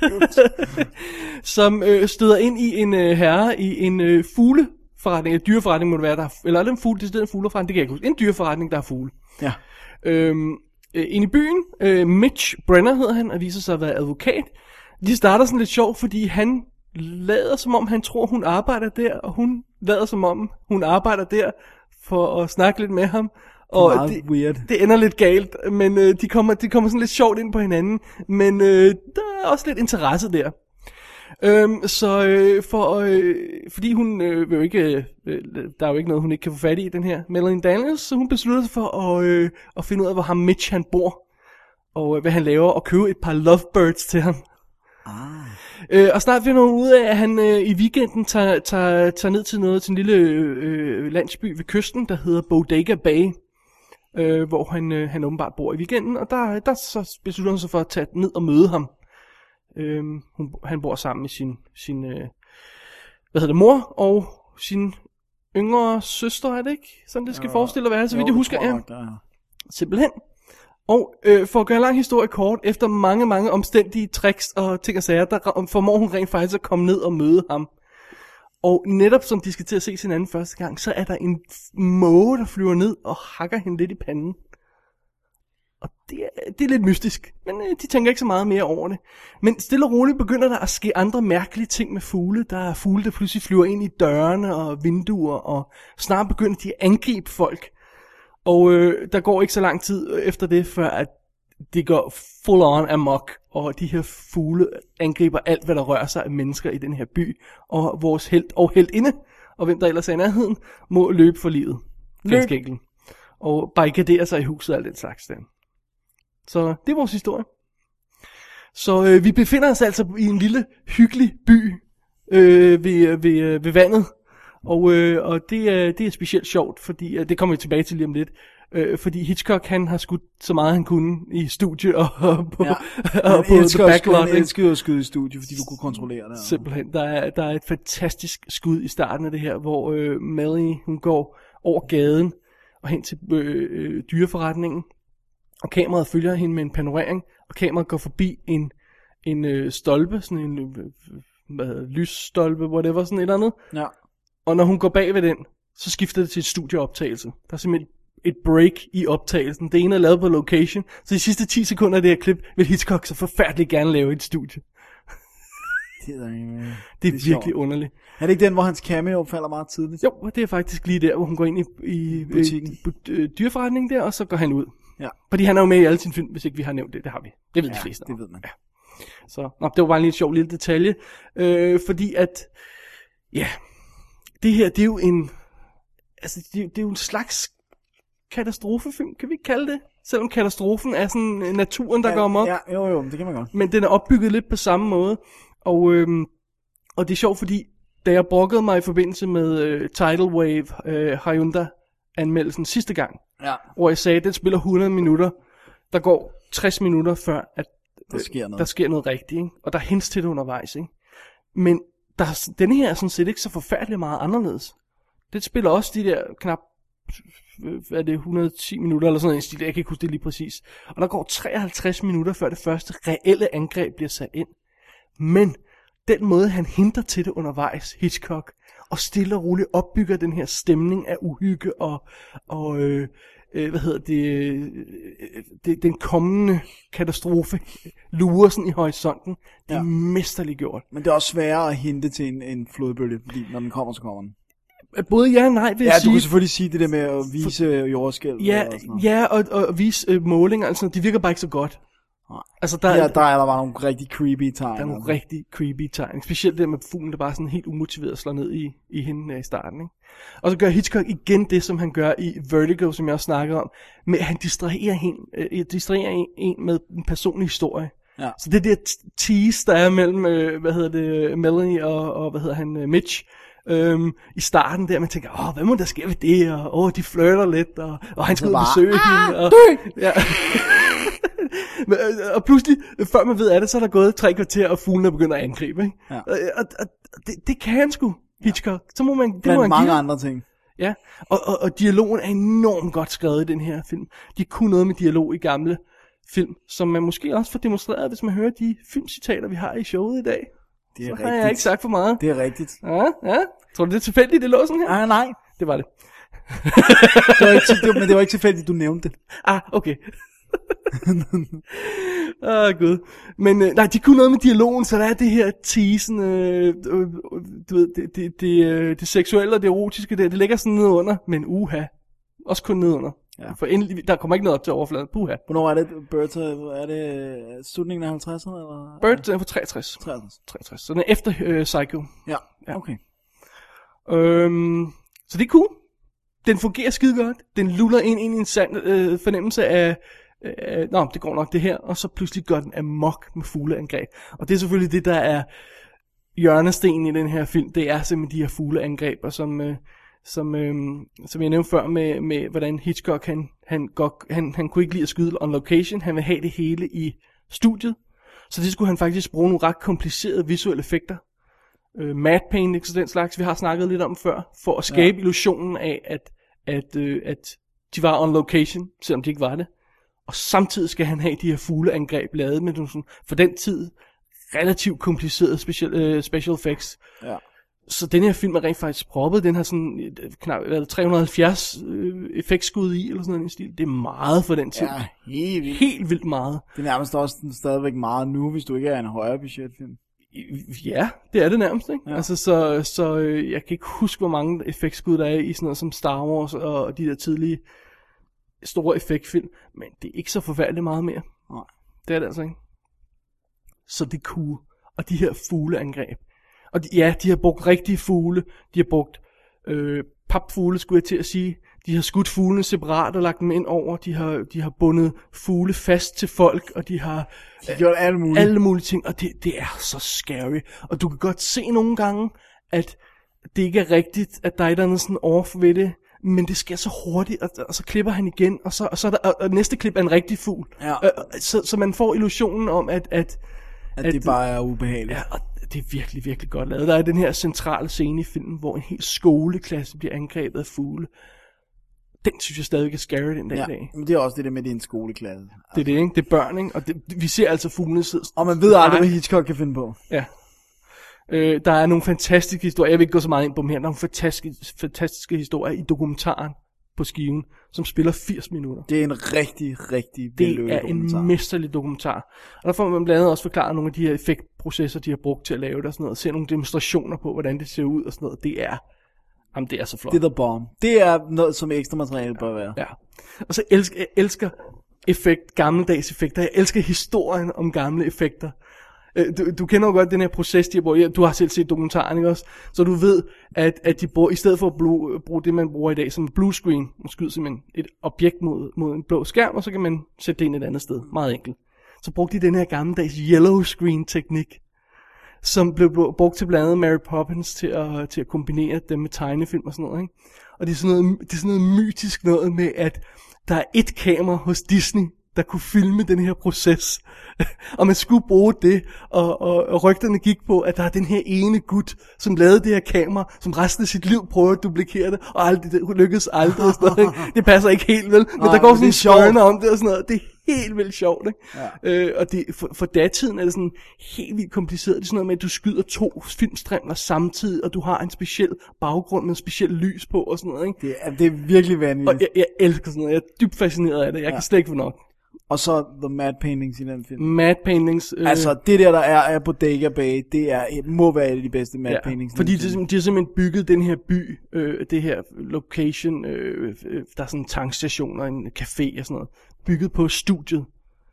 som øh, støder ind i en øh, herre i en øh, fugleforretning, en dyreforretning må det være, der er, eller er det en fugle, det er en fugleforretning, det kan jeg ikke huske, en dyreforretning, der er fugle. Ja. Øhm, øh, inde i byen, øh, Mitch Brenner hedder han, og viser sig at være advokat. De starter sådan lidt sjovt, fordi han lader som om, han tror, hun arbejder der, og hun lader som om, hun arbejder der, for at snakke lidt med ham. Og meget det, weird. det ender lidt galt, men øh, de, kommer, de kommer sådan lidt sjovt ind på hinanden, men øh, der er også lidt interesse der. Øhm, så øh, for, øh, fordi hun øh, vil jo ikke, øh, der er jo ikke noget, hun ikke kan få fat i, den her Melanie Daniels, så hun beslutter sig for at, øh, at finde ud af, hvor ham Mitch han bor, og øh, hvad han laver, og købe et par lovebirds til ham. Ah. Øh, og snart finder hun ud af, at han øh, i weekenden tager, tager, tager ned til noget til en lille øh, landsby ved kysten, der hedder Bodega Bay, øh, hvor han, øh, han åbenbart bor i weekenden, og der, der så beslutter hun sig for at tage ned og møde ham. Øh, hun, han bor sammen med sin, sin øh, hvad hedder det, mor og sin yngre søster, er det ikke? Sådan det skal ja, forestille at være, så vidt jeg husker. Ja. Ja. Simpelthen. Og øh, for at gøre en lang historie kort, efter mange, mange omstændige tricks og ting og sager, der formår hun rent faktisk at komme ned og møde ham. Og netop som de skal til at se sin anden første gang, så er der en måge, der flyver ned og hakker hende lidt i panden. Og det er, det er lidt mystisk, men øh, de tænker ikke så meget mere over det. Men stille og roligt begynder der at ske andre mærkelige ting med fugle. Der er fugle, der pludselig flyver ind i dørene og vinduer, og snart begynder de at angribe folk. Og øh, der går ikke så lang tid efter det, før at det går full on amok, og de her fugle angriber alt, hvad der rører sig af mennesker i den her by, og vores helt og heltinde, og hvem der ellers er i nærheden, må løbe for livet. Ganske enkelt. Og barrikadere sig i huset og alt den slags der. Så det er vores historie. Så øh, vi befinder os altså i en lille, hyggelig by øh, ved, ved, ved vandet. Og, øh, og det, er, det er specielt sjovt, fordi øh, det kommer vi tilbage til lige om lidt. Øh, fordi Hitchcock, han har skudt så meget han kunne i studiet og, og på, ja. og på the backlot. Han elsker jo at skyde i studiet, fordi du kunne kontrollere det. Simpelthen. Der er, der er et fantastisk skud i starten af det her, hvor øh, Melanie, hun går over gaden og hen til øh, øh, dyreforretningen. Og kameraet følger hende med en panorering, og kameraet går forbi en, en øh, stolpe, sådan en øh, hvad hedder, lysstolpe, whatever, sådan et eller andet. Ja. Og når hun går bag ved den, så skifter det til et studieoptagelse. Der er simpelthen et break i optagelsen. Det ene er lavet på location, så de sidste ti sekunder af det her klip vil Hitchcock så forfærdeligt gerne lave et studie. Det er, øh, det er, det er virkelig sjovt. underligt. Er det ikke den, hvor hans cameo falder meget tidligt? Jo, det er faktisk lige der, hvor hun går ind i, i Butikken. øh, dyreforretningen der, og så går han ud. Ja. Fordi han er jo med i alle sine film, hvis ikke vi har nævnt det. Det har vi. Det ved Ja, de fleste. det ved man. Ja. Så, nå, det var bare en lille sjov lille detalje. Øh, fordi at, ja, det her, det er jo en, altså, det, det er jo en slags katastrofefilm, kan vi ikke kalde det? Selvom katastrofen er sådan naturen, der ja, går amok. Ja, jo, jo, det kan man godt. Men den er opbygget lidt på samme måde. Og, øhm, og det er sjovt, fordi da jeg brokkede mig i forbindelse med øh, Tidal Wave øh, Hyundai-anmeldelsen sidste gang, Ja. hvor jeg sagde, at den spiller hundrede minutter, der går tres minutter før, at Der sker noget. der sker noget rigtigt, ikke? Og der er hints til det undervejs, ikke? Men der, denne her er sådan set ikke så forfærdeligt meget anderledes. Det spiller også de der knap, hvad er det, et hundrede og ti minutter eller sådan en stil, jeg kan ikke huske det lige præcis. Og der går treoghalvtreds minutter før det første reelle angreb bliver sat ind. Men den måde han henter til det undervejs, Hitchcock, og stille og roligt opbygger den her stemning af uhygge og, og øh, øh, hvad hedder det, øh, det, den kommende katastrofe lurer sådan i horisonten. Det er Ja. mesterligt gjort. Men det er også sværere at hente til en, en flodbølge, fordi når den kommer, så kommer den. Både ja og nej, vil Ja, jeg du sige. kan selvfølgelig sige det der med at vise jordskælv. Ja, og sådan noget. ja og, og vise øh, målinger, altså, de virker bare ikke så godt. Nej. Altså, der, Ja, der, der er der bare nogle rigtig creepy tegn. der er nogle altså. rigtig creepy tegn. Specielt det med fuglen, der bare sådan helt umotiveret slår ned i, i hende i starten. Ikke? Og så gør Hitchcock igen det, som han gør i Vertigo, som jeg også snakkede om, med at han distraherer, hende, øh, distraherer en, en med en personlig historie. Ja. Så det der tease, der er mellem, øh, hvad hedder det, Melanie og, og hvad hedder han, øh, Mitch, øhm, i starten der, man tænker, åh, hvad må der ske ved det, og åh, de flirter lidt, og, og han skal ud og bare, besøge hende, og, ja. Men, øh, og pludselig, før man ved af det, så er der gået tre kvarter, og fuglen er begyndt at angribe, ikke? Ja. Og, og, og det, det kan han sgu, Hitchcock. Så må man, det må Blandt han mange give. andre ting. Ja, og, og, og dialogen er enormt godt skrevet i den her film. De kunne noget med dialog i gamle film, som man måske også får demonstreret, hvis man hører de filmcitater, vi har i showet i dag. Det er Så rigtigt. har jeg ikke sagt for meget. Det er rigtigt. Ja, ja. Tror du, det er tilfældigt, det lå sådan her? Nej, nej. Det var det. Det var ikke, til- det var, men det var ikke tilfældigt, du nævnte det. Ah, okay. Åh, oh, gud. Men øh, nej, de kunne noget med dialogen, så der er det her teasen, øh, øh, du ved, det, det, det, øh, det seksuelle og det erotiske der, det ligger sådan ned under, men uha. Også kun ned under. Ja. For endelig, der kommer ikke noget op til overfladen. Puha. Hvornår er det, Birds, er det slutningen af halvtredserne? Eller? Bird er på treogtres. treogtres. treogtres. Så den er efter øh, Psycho. Ja, Ja. okay. Øhm, så det er cool. Den fungerer skide godt. Den luller ind, ind i en sand øh, fornemmelse af, øh, nå, det går nok det her, og så pludselig går den amok med fugleangreb. Og det er selvfølgelig det, der er hjørnestenen i den her film. Det er simpelthen de her fugleangreb, og som, øh, som, øh, som jeg nævnte før med, med hvordan Hitchcock, han, han, går, han, han kunne ikke lide at skyde on location. Han vil have det hele i studiet. Så det skulle han faktisk bruge nogle ret komplicerede visuelle effekter. Øh, matte painting og den slags, vi har snakket lidt om før, for at skabe ja. illusionen af, at, at, øh, at de var on location, selvom de ikke var det. Og samtidig skal han have de her fugleangreb lavet med nogle sådan, for den tid, relativt komplicerede special, øh, special effects. Ja. Så den her film er rent faktisk proppet. Den har sådan øh, knap hvad, tre hundrede og halvfjerds øh, effektskud i, eller sådan noget i stil. Det er meget for den tid. Ja, helt vildt. Helt vildt meget. Det er nærmest også stadigvæk meget nu, hvis du ikke er en højere budgetfilm. Ja, det er det nærmest, ikke? Ja. Altså, så, så øh, jeg kan ikke huske, hvor mange effektskud der er i sådan noget som Star Wars og de der tidlige store effektfilm, men det er ikke så forfærdeligt meget mere. Nej. Det er det altså ikke. Så det er cool. Og de her fugleangreb. Og de, ja, de har brugt rigtige fugle. De har brugt øh, papfugle, skulle jeg til at sige. De har skudt fuglene separat og lagt dem ind over. De har, de har bundet fugle fast til folk, og de har De har gjort alle mulige. alle mulige ting. Og det, det er så scary. Og du kan godt se nogle gange, at det ikke er rigtigt, at der er et eller andet sådan off ved det. Men det sker så hurtigt, og, og så klipper han igen, og så, og så er der, og, og næste klip er en rigtig fugl. Ja. Øh, så, så man får illusionen om, at... at At, at det bare er ubehageligt. Ja, og det er virkelig, virkelig godt lavet. Der er den her centrale scene i filmen, hvor en hel skoleklasse bliver angrebet af fugle. Den synes jeg stadig er scary den dag i Ja, dag. men det er også det der med, din skoleklasse. Det er det, ikke? Det er børn, ikke? Og det, vi ser altså fuglene sidde. Og man ved aldrig, Nej. hvad Hitchcock kan finde på. Ja. Øh, der er nogle fantastiske historier. Jeg vil ikke gå så meget ind på dem her. Der er nogle fantastiske, fantastiske historier i dokumentaren på skiven, som spiller firs minutter. Det er en rigtig, rigtig Det vellykket er dokumentar. en mesterlig dokumentar. Og der får man blandt andet også forklaret nogle af de her effektprocesser, de har brugt til at lave det og sådan noget. Se nogle demonstrationer på, hvordan det ser ud og sådan noget. Det er, jamen det er så flot. Det er the bomb. Det er noget, som ekstra materiale bør være. Ja. Og så elsker jeg elsker effekt, gammeldags effekter. Jeg elsker historien om gamle effekter. Du, du kender jo godt den her proces, de har brugt. Du har selv set dokumentaren, ikke også? Så du ved, at, at de bruger, i stedet for at bruge, bruge det, man bruger i dag som blue screen, man skyder simpelthen et objekt mod, mod en blå skærm, og så kan man sætte det ind et andet sted. Meget enkelt. Så brugte de den her gammeldags yellow screen teknik, som blev brugt til blandt andet Mary Poppins til at, til at kombinere dem med tegnefilm og sådan noget, ikke? Og det er sådan noget, det er sådan noget mytisk noget med, at der er et kamera hos Disney, der kunne filme den her proces. Og man skulle bruge det, og, og, og rygterne gik på, at der er den her ene gut, som lavede det her kamera, som resten af sit liv prøver at duplikere det, og aldrig, det lykkedes aldrig. Og sådan noget, ikke? Det passer ikke helt vel, men Nej, der går men sådan en det er spørner om det og sådan noget. Det er helt vildt sjovt, ikke? Ja. Øh, og det, for, for datiden er det sådan helt vildt kompliceret. Det er sådan noget med, at du skyder to filmstrimler samtidig, og du har en speciel baggrund med en speciel lys på og sådan noget, ikke? Det er, det er virkelig vanvittigt. Og jeg, jeg elsker sådan noget. Jeg er dybt fascineret af det. Jeg ja. kan slet ikke få nok. Og så The Mad Paintings i den film. Mad Paintings. Øh, Altså, det der, der er, er på Bodega Bay, det er, må være et af de bedste Mad ja, Paintings. fordi de, de har simpelthen bygget den her by, øh, det her location, øh, øh, der er sådan en tankstation og en café og sådan noget, bygget på studiet.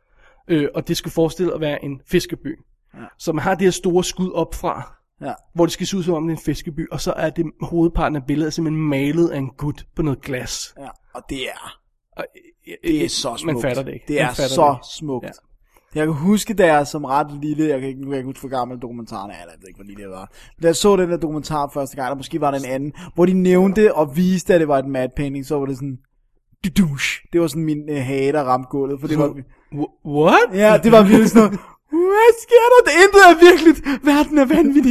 Øh, og det skulle forestille at være en fiskeby. Ja. Så man har det her store skud op fra, ja. hvor det skal se ud som om det er en fiskeby, og så er det hovedparten af billedet simpelthen malet af en gut på noget glas. Ja, og det er... Og, Det er så smukt. Man fatter det ikke. Det er så det. smukt. Ja. Jeg kan huske, da jeg som ret lille, jeg kan ikke, nu kan jeg ikke huske for gammel dokumentaren er, jeg ved ikke, hvor lille jeg var. Da jeg så den der dokumentar første gang, eller måske var det en anden, hvor de nævnte og viste, at det var et mad painting, så var det sådan, dudush. Det var sådan min uh, hage, der ramte gulvet, for det var... What? Ja, det var virkelig sådan noget, hvad sker der? Det intet er virkeligt. Verden er vanvittig.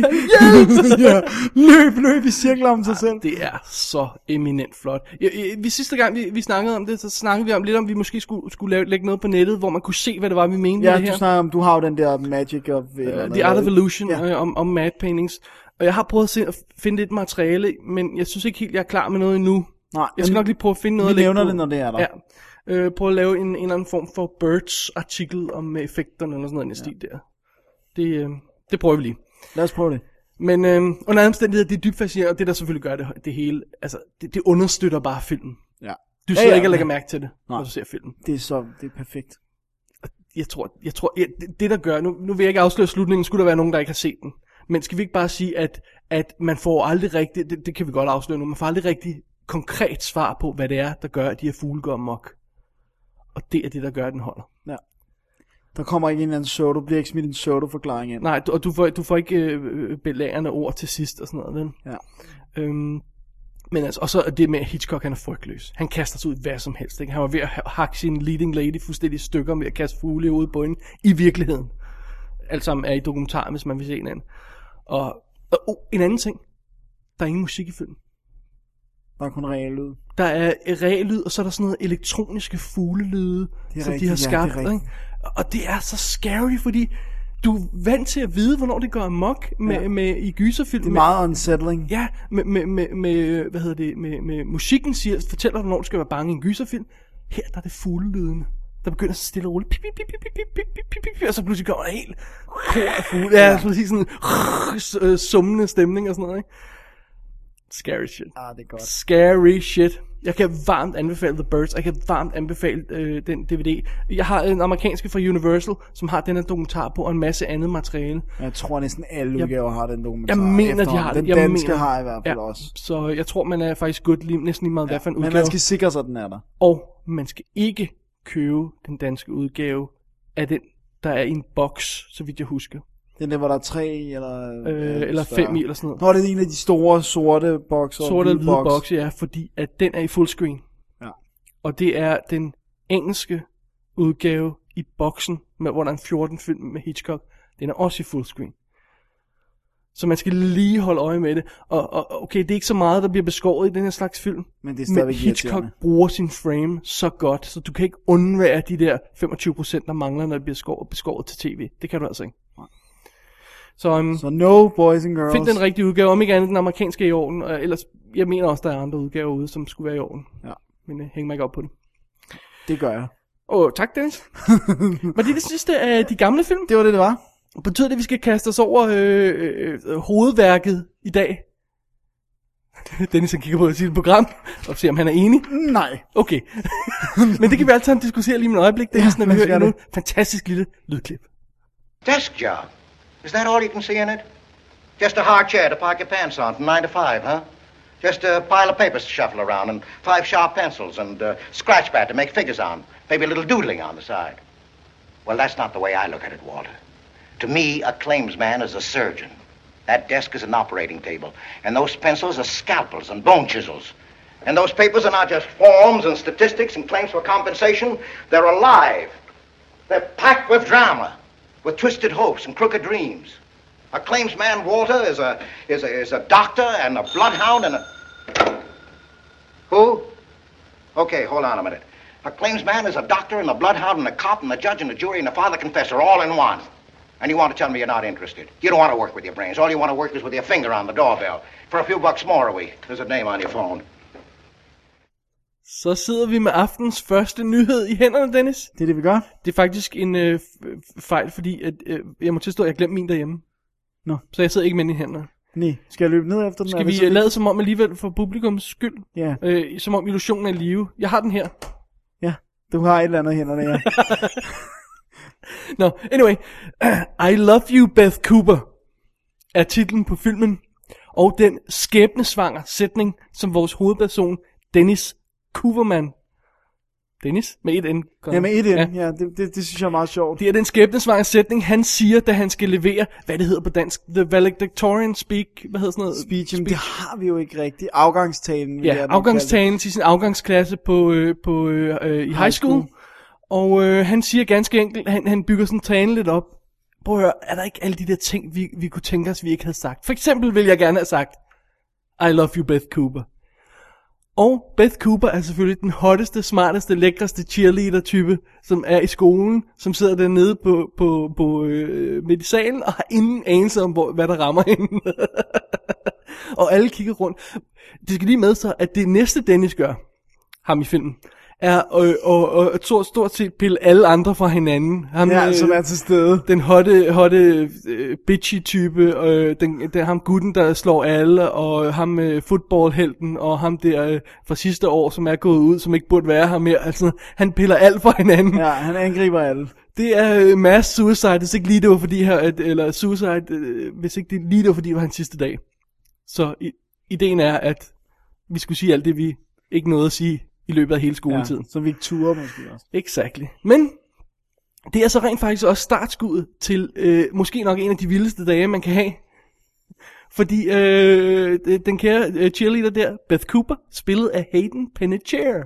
Ja, løb, løb i cirkler om sig ja, selv. Det er så eminent flot. Jeg, jeg, vi sidste gang, vi, vi snakkede om det, så snakkede vi om lidt om, vi måske skulle, skulle lave, lægge noget på nettet, hvor man kunne se, hvad det var, vi mente ja, med det her. Ja, du snakker om, du har jo den der Magic of... Uh, The Art of Illusion ja. øh, om, om mad paintings. Og jeg har prøvet at, se, at finde lidt materiale, men jeg synes ikke helt, jeg er klar med noget endnu. Nej, jeg skal nok lige prøve at finde noget. Vi nævner det, når det er der. Ja. Øh, prøve at lave en, en eller anden form for Birds artikel om effekterne eller sådan noget i ja. stil der. Det, øh, det prøver vi lige. Lad os prøve det. Men øh, under omstændigheder, det er dybt fascinerende, og det der selvfølgelig gør det, det hele, altså det, det understøtter bare filmen. Ja. Du sidder ja, ja, ikke og lægger mærke til det, nej. når du ser filmen. Det er så, det er perfekt. Jeg tror, jeg tror ja, det, det der gør, nu, nu vil jeg ikke afsløre slutningen, skulle der være nogen, der ikke har set den. Men skal vi ikke bare sige, at, at man får aldrig rigtig, det, det kan vi godt afsløre nu, man får aldrig rigtig konkret svar på, hvad det er, der gør, at de her fugle går amok. Og det er det, der gør, at den holder. Ja. Der kommer ikke en eller anden show, du bliver ikke smidt en pseudo-forklaring ind. Nej, du, og du får, du får ikke øh, belærende ord til sidst og sådan noget, vel? Ja. Øhm, men altså, og så er det med, at Hitchcock, han er frygtløs. Han kaster sig ud hvad som helst, ikke? Han var ved at hakke sin leading lady fuldstændig i stykker med at kaste fugle i hovedet på hende i virkeligheden. Alt sammen er i dokumentaren, hvis man vil se en anden. Og, og oh, en anden ting. Der er ingen musik i filmen. Der er kun real lyd. Der er real lyd, og så er der sådan noget elektroniske fuglelyde, som rigtigt, de har skabt. Ja, det ikke? Og det er så scary, fordi du er vant til at vide, hvornår det går amok med, ja. med, i gyserfilm. Det er meget unsettling. Ja, med, med, med, med, hvad hedder det, med, med musikken siger, fortæller dig, hvornår du skal være bange i en gyserfilm. Her der er det fuglelydene, der begynder så stille og roligt, pip, pip, pip, pip, pip, pip, pip, pip, pip, og så pludselig kommer der helt kor af fugle. Ja, ja. Så sådan en summende stemning og sådan noget, ikke? Scary shit. Ah, det er godt. Scary shit. Jeg kan varmt anbefale The Birds. Jeg kan varmt anbefale øh, den D V D. Jeg har en amerikanske fra Universal, som har den her dokumentar på, og en masse andet materiale. Jeg tror næsten alle udgaver har den dokumentar. Jeg mener, de har den. Den danske mener, har i hvert fald ja, også. Så jeg tror, man er faktisk godt lige, næsten lige meget, ja, hvad for en udgave. Men man skal sikre sig, den er der. Og man skal ikke købe den danske udgave af den, der er i en boks, så vidt jeg husker. Den der, hvor der er tre eller... Øh, eller fem i, eller sådan noget. Nå, det er en af de store sorte bokser. Sorte og hvide bokse, ja, fordi at den er i fullscreen. Ja. Og det er den engelske udgave i boksen, med, hvor der er en fjorten film med Hitchcock. Den er også i fullscreen. Så man skal lige holde øje med det. Og, og okay, det er ikke så meget, der bliver beskåret i den her slags film. Men det er stadigvæk Men Hitchcock bruger sin frame så godt, så du kan ikke undvære de der femogtyve procent, der mangler, når det bliver beskåret, beskåret til tv. Det kan du altså ikke. Nej. Så, um, så no boys and girls. Find den rigtige udgave, om ikke andet den amerikanske i orden. Og ellers, jeg mener også, der er andre udgaver ude, som skulle være i orden. Ja. Men uh, hæng mig ikke op på det. Det gør jeg. Åh, oh, tak Dennis. Var det det sidste af de gamle film? Det var det, det var. Betyder det, at vi skal kaste os over øh, øh, hovedværket i dag? Dennis han kigger på sit program og ser, om han er enig. Nej. Okay. Men det kan vi altid diskutere lige med et øjeblik. Det er Ja, sådan, at vi lad os hører gøre nu et fantastisk lille lydklip. Desk job. Is that all you can see in it? Just a hard chair to park your pants on from nine to five, huh? Just a pile of papers to shuffle around and five sharp pencils and a scratch pad to make figures on. Maybe a little doodling on the side. Well, that's not the way I look at it, Walter. To me, a claims man is a surgeon. That desk is an operating table. And those pencils are scalpels and bone chisels. And those papers are not just forms and statistics and claims for compensation. They're alive. They're packed with drama, with twisted hopes and crooked dreams. A claims man, Walter, is a is a is a doctor and a bloodhound and a who? Okay, hold on a minute. A claims man is a doctor and a bloodhound and a cop and a judge and a jury and a father confessor all in one. And you want to tell me you're not interested? You don't want to work with your brains. All you want to work is with your finger on the doorbell. For a few bucks more a week. There's a name on your phone. Så sidder vi med aftens første nyhed i hænderne, Dennis. Det er det, vi gør. Det er faktisk en øh, fejl, fordi at, øh, jeg må tilstå, at jeg glemte min derhjemme. Nå. Så jeg sidder ikke med den i hænderne. Nej. Skal jeg løbe ned efter den? Skal vi uh, lade som om alligevel for publikums skyld? Ja. Øh, som om illusionen er i live. Jeg har den her. Ja, du har et eller andet i hænderne, ja. Nå, no, anyway. I Love You, Beth Cooper er titlen på filmen. Og den skæbnesvanger sætning, som vores hovedperson, Dennis Cooverman. Dennis? Med et N. Ja, med et N. Ja, ja det, det, det synes jeg er meget sjovt. Det er den skæbnesvanger sætning, han siger, da han skal levere, hvad det hedder på dansk, the valedictorian speak, hvad hedder sådan noget? Speech, speech. Det har vi jo ikke rigtigt. Afgangstalen. Ja, afgangstalen til sin afgangsklasse på, øh, på, øh, øh, i high, high school. school. Og øh, han siger ganske enkelt, han, han bygger sådan talen lidt op. Prøv at høre, er der ikke alle de der ting, vi, vi kunne tænke os, vi ikke havde sagt? For eksempel vil jeg gerne have sagt, I love you, Beth Cooper. Og Beth Cooper er selvfølgelig den hotteste, smarteste, lækreste cheerleader-type, som er i skolen, som sidder dernede på, på, på, øh, midt i salen, og har ingen anelse om, hvor, hvad der rammer hende. Og alle kigger rundt. Det skal lige med så, at det næste Dennis gør, ham i filmen, er øh, og, og, og stort set pille alle andre fra hinanden. Ham, ja, øh, som er til stede. Den hotte, hotte øh, bitchy type, øh, den, den, ham gutten, der slår alle, og ham øh, footballhelten, og ham der øh, fra sidste år, som er gået ud, som ikke burde være her mere. Altså, han piller alt fra hinanden. Ja, han angriber alle. Det er øh, mass suicide, hvis ikke lige det var fordi her, at, eller suicide, øh, hvis ikke det lige det var fordi det var hans sidste dag. Så i, ideen er, at vi skulle sige alt det, vi ikke nåede at sige i løbet af hele skoletiden. Ja, som vi ikke turer måske også. Exactly. Men det er så rent faktisk også startskuddet til øh, måske nok en af de vildeste dage, man kan have. Fordi øh, den kære øh, cheerleader der, Beth Cooper, spillet af Hayden Panettiere.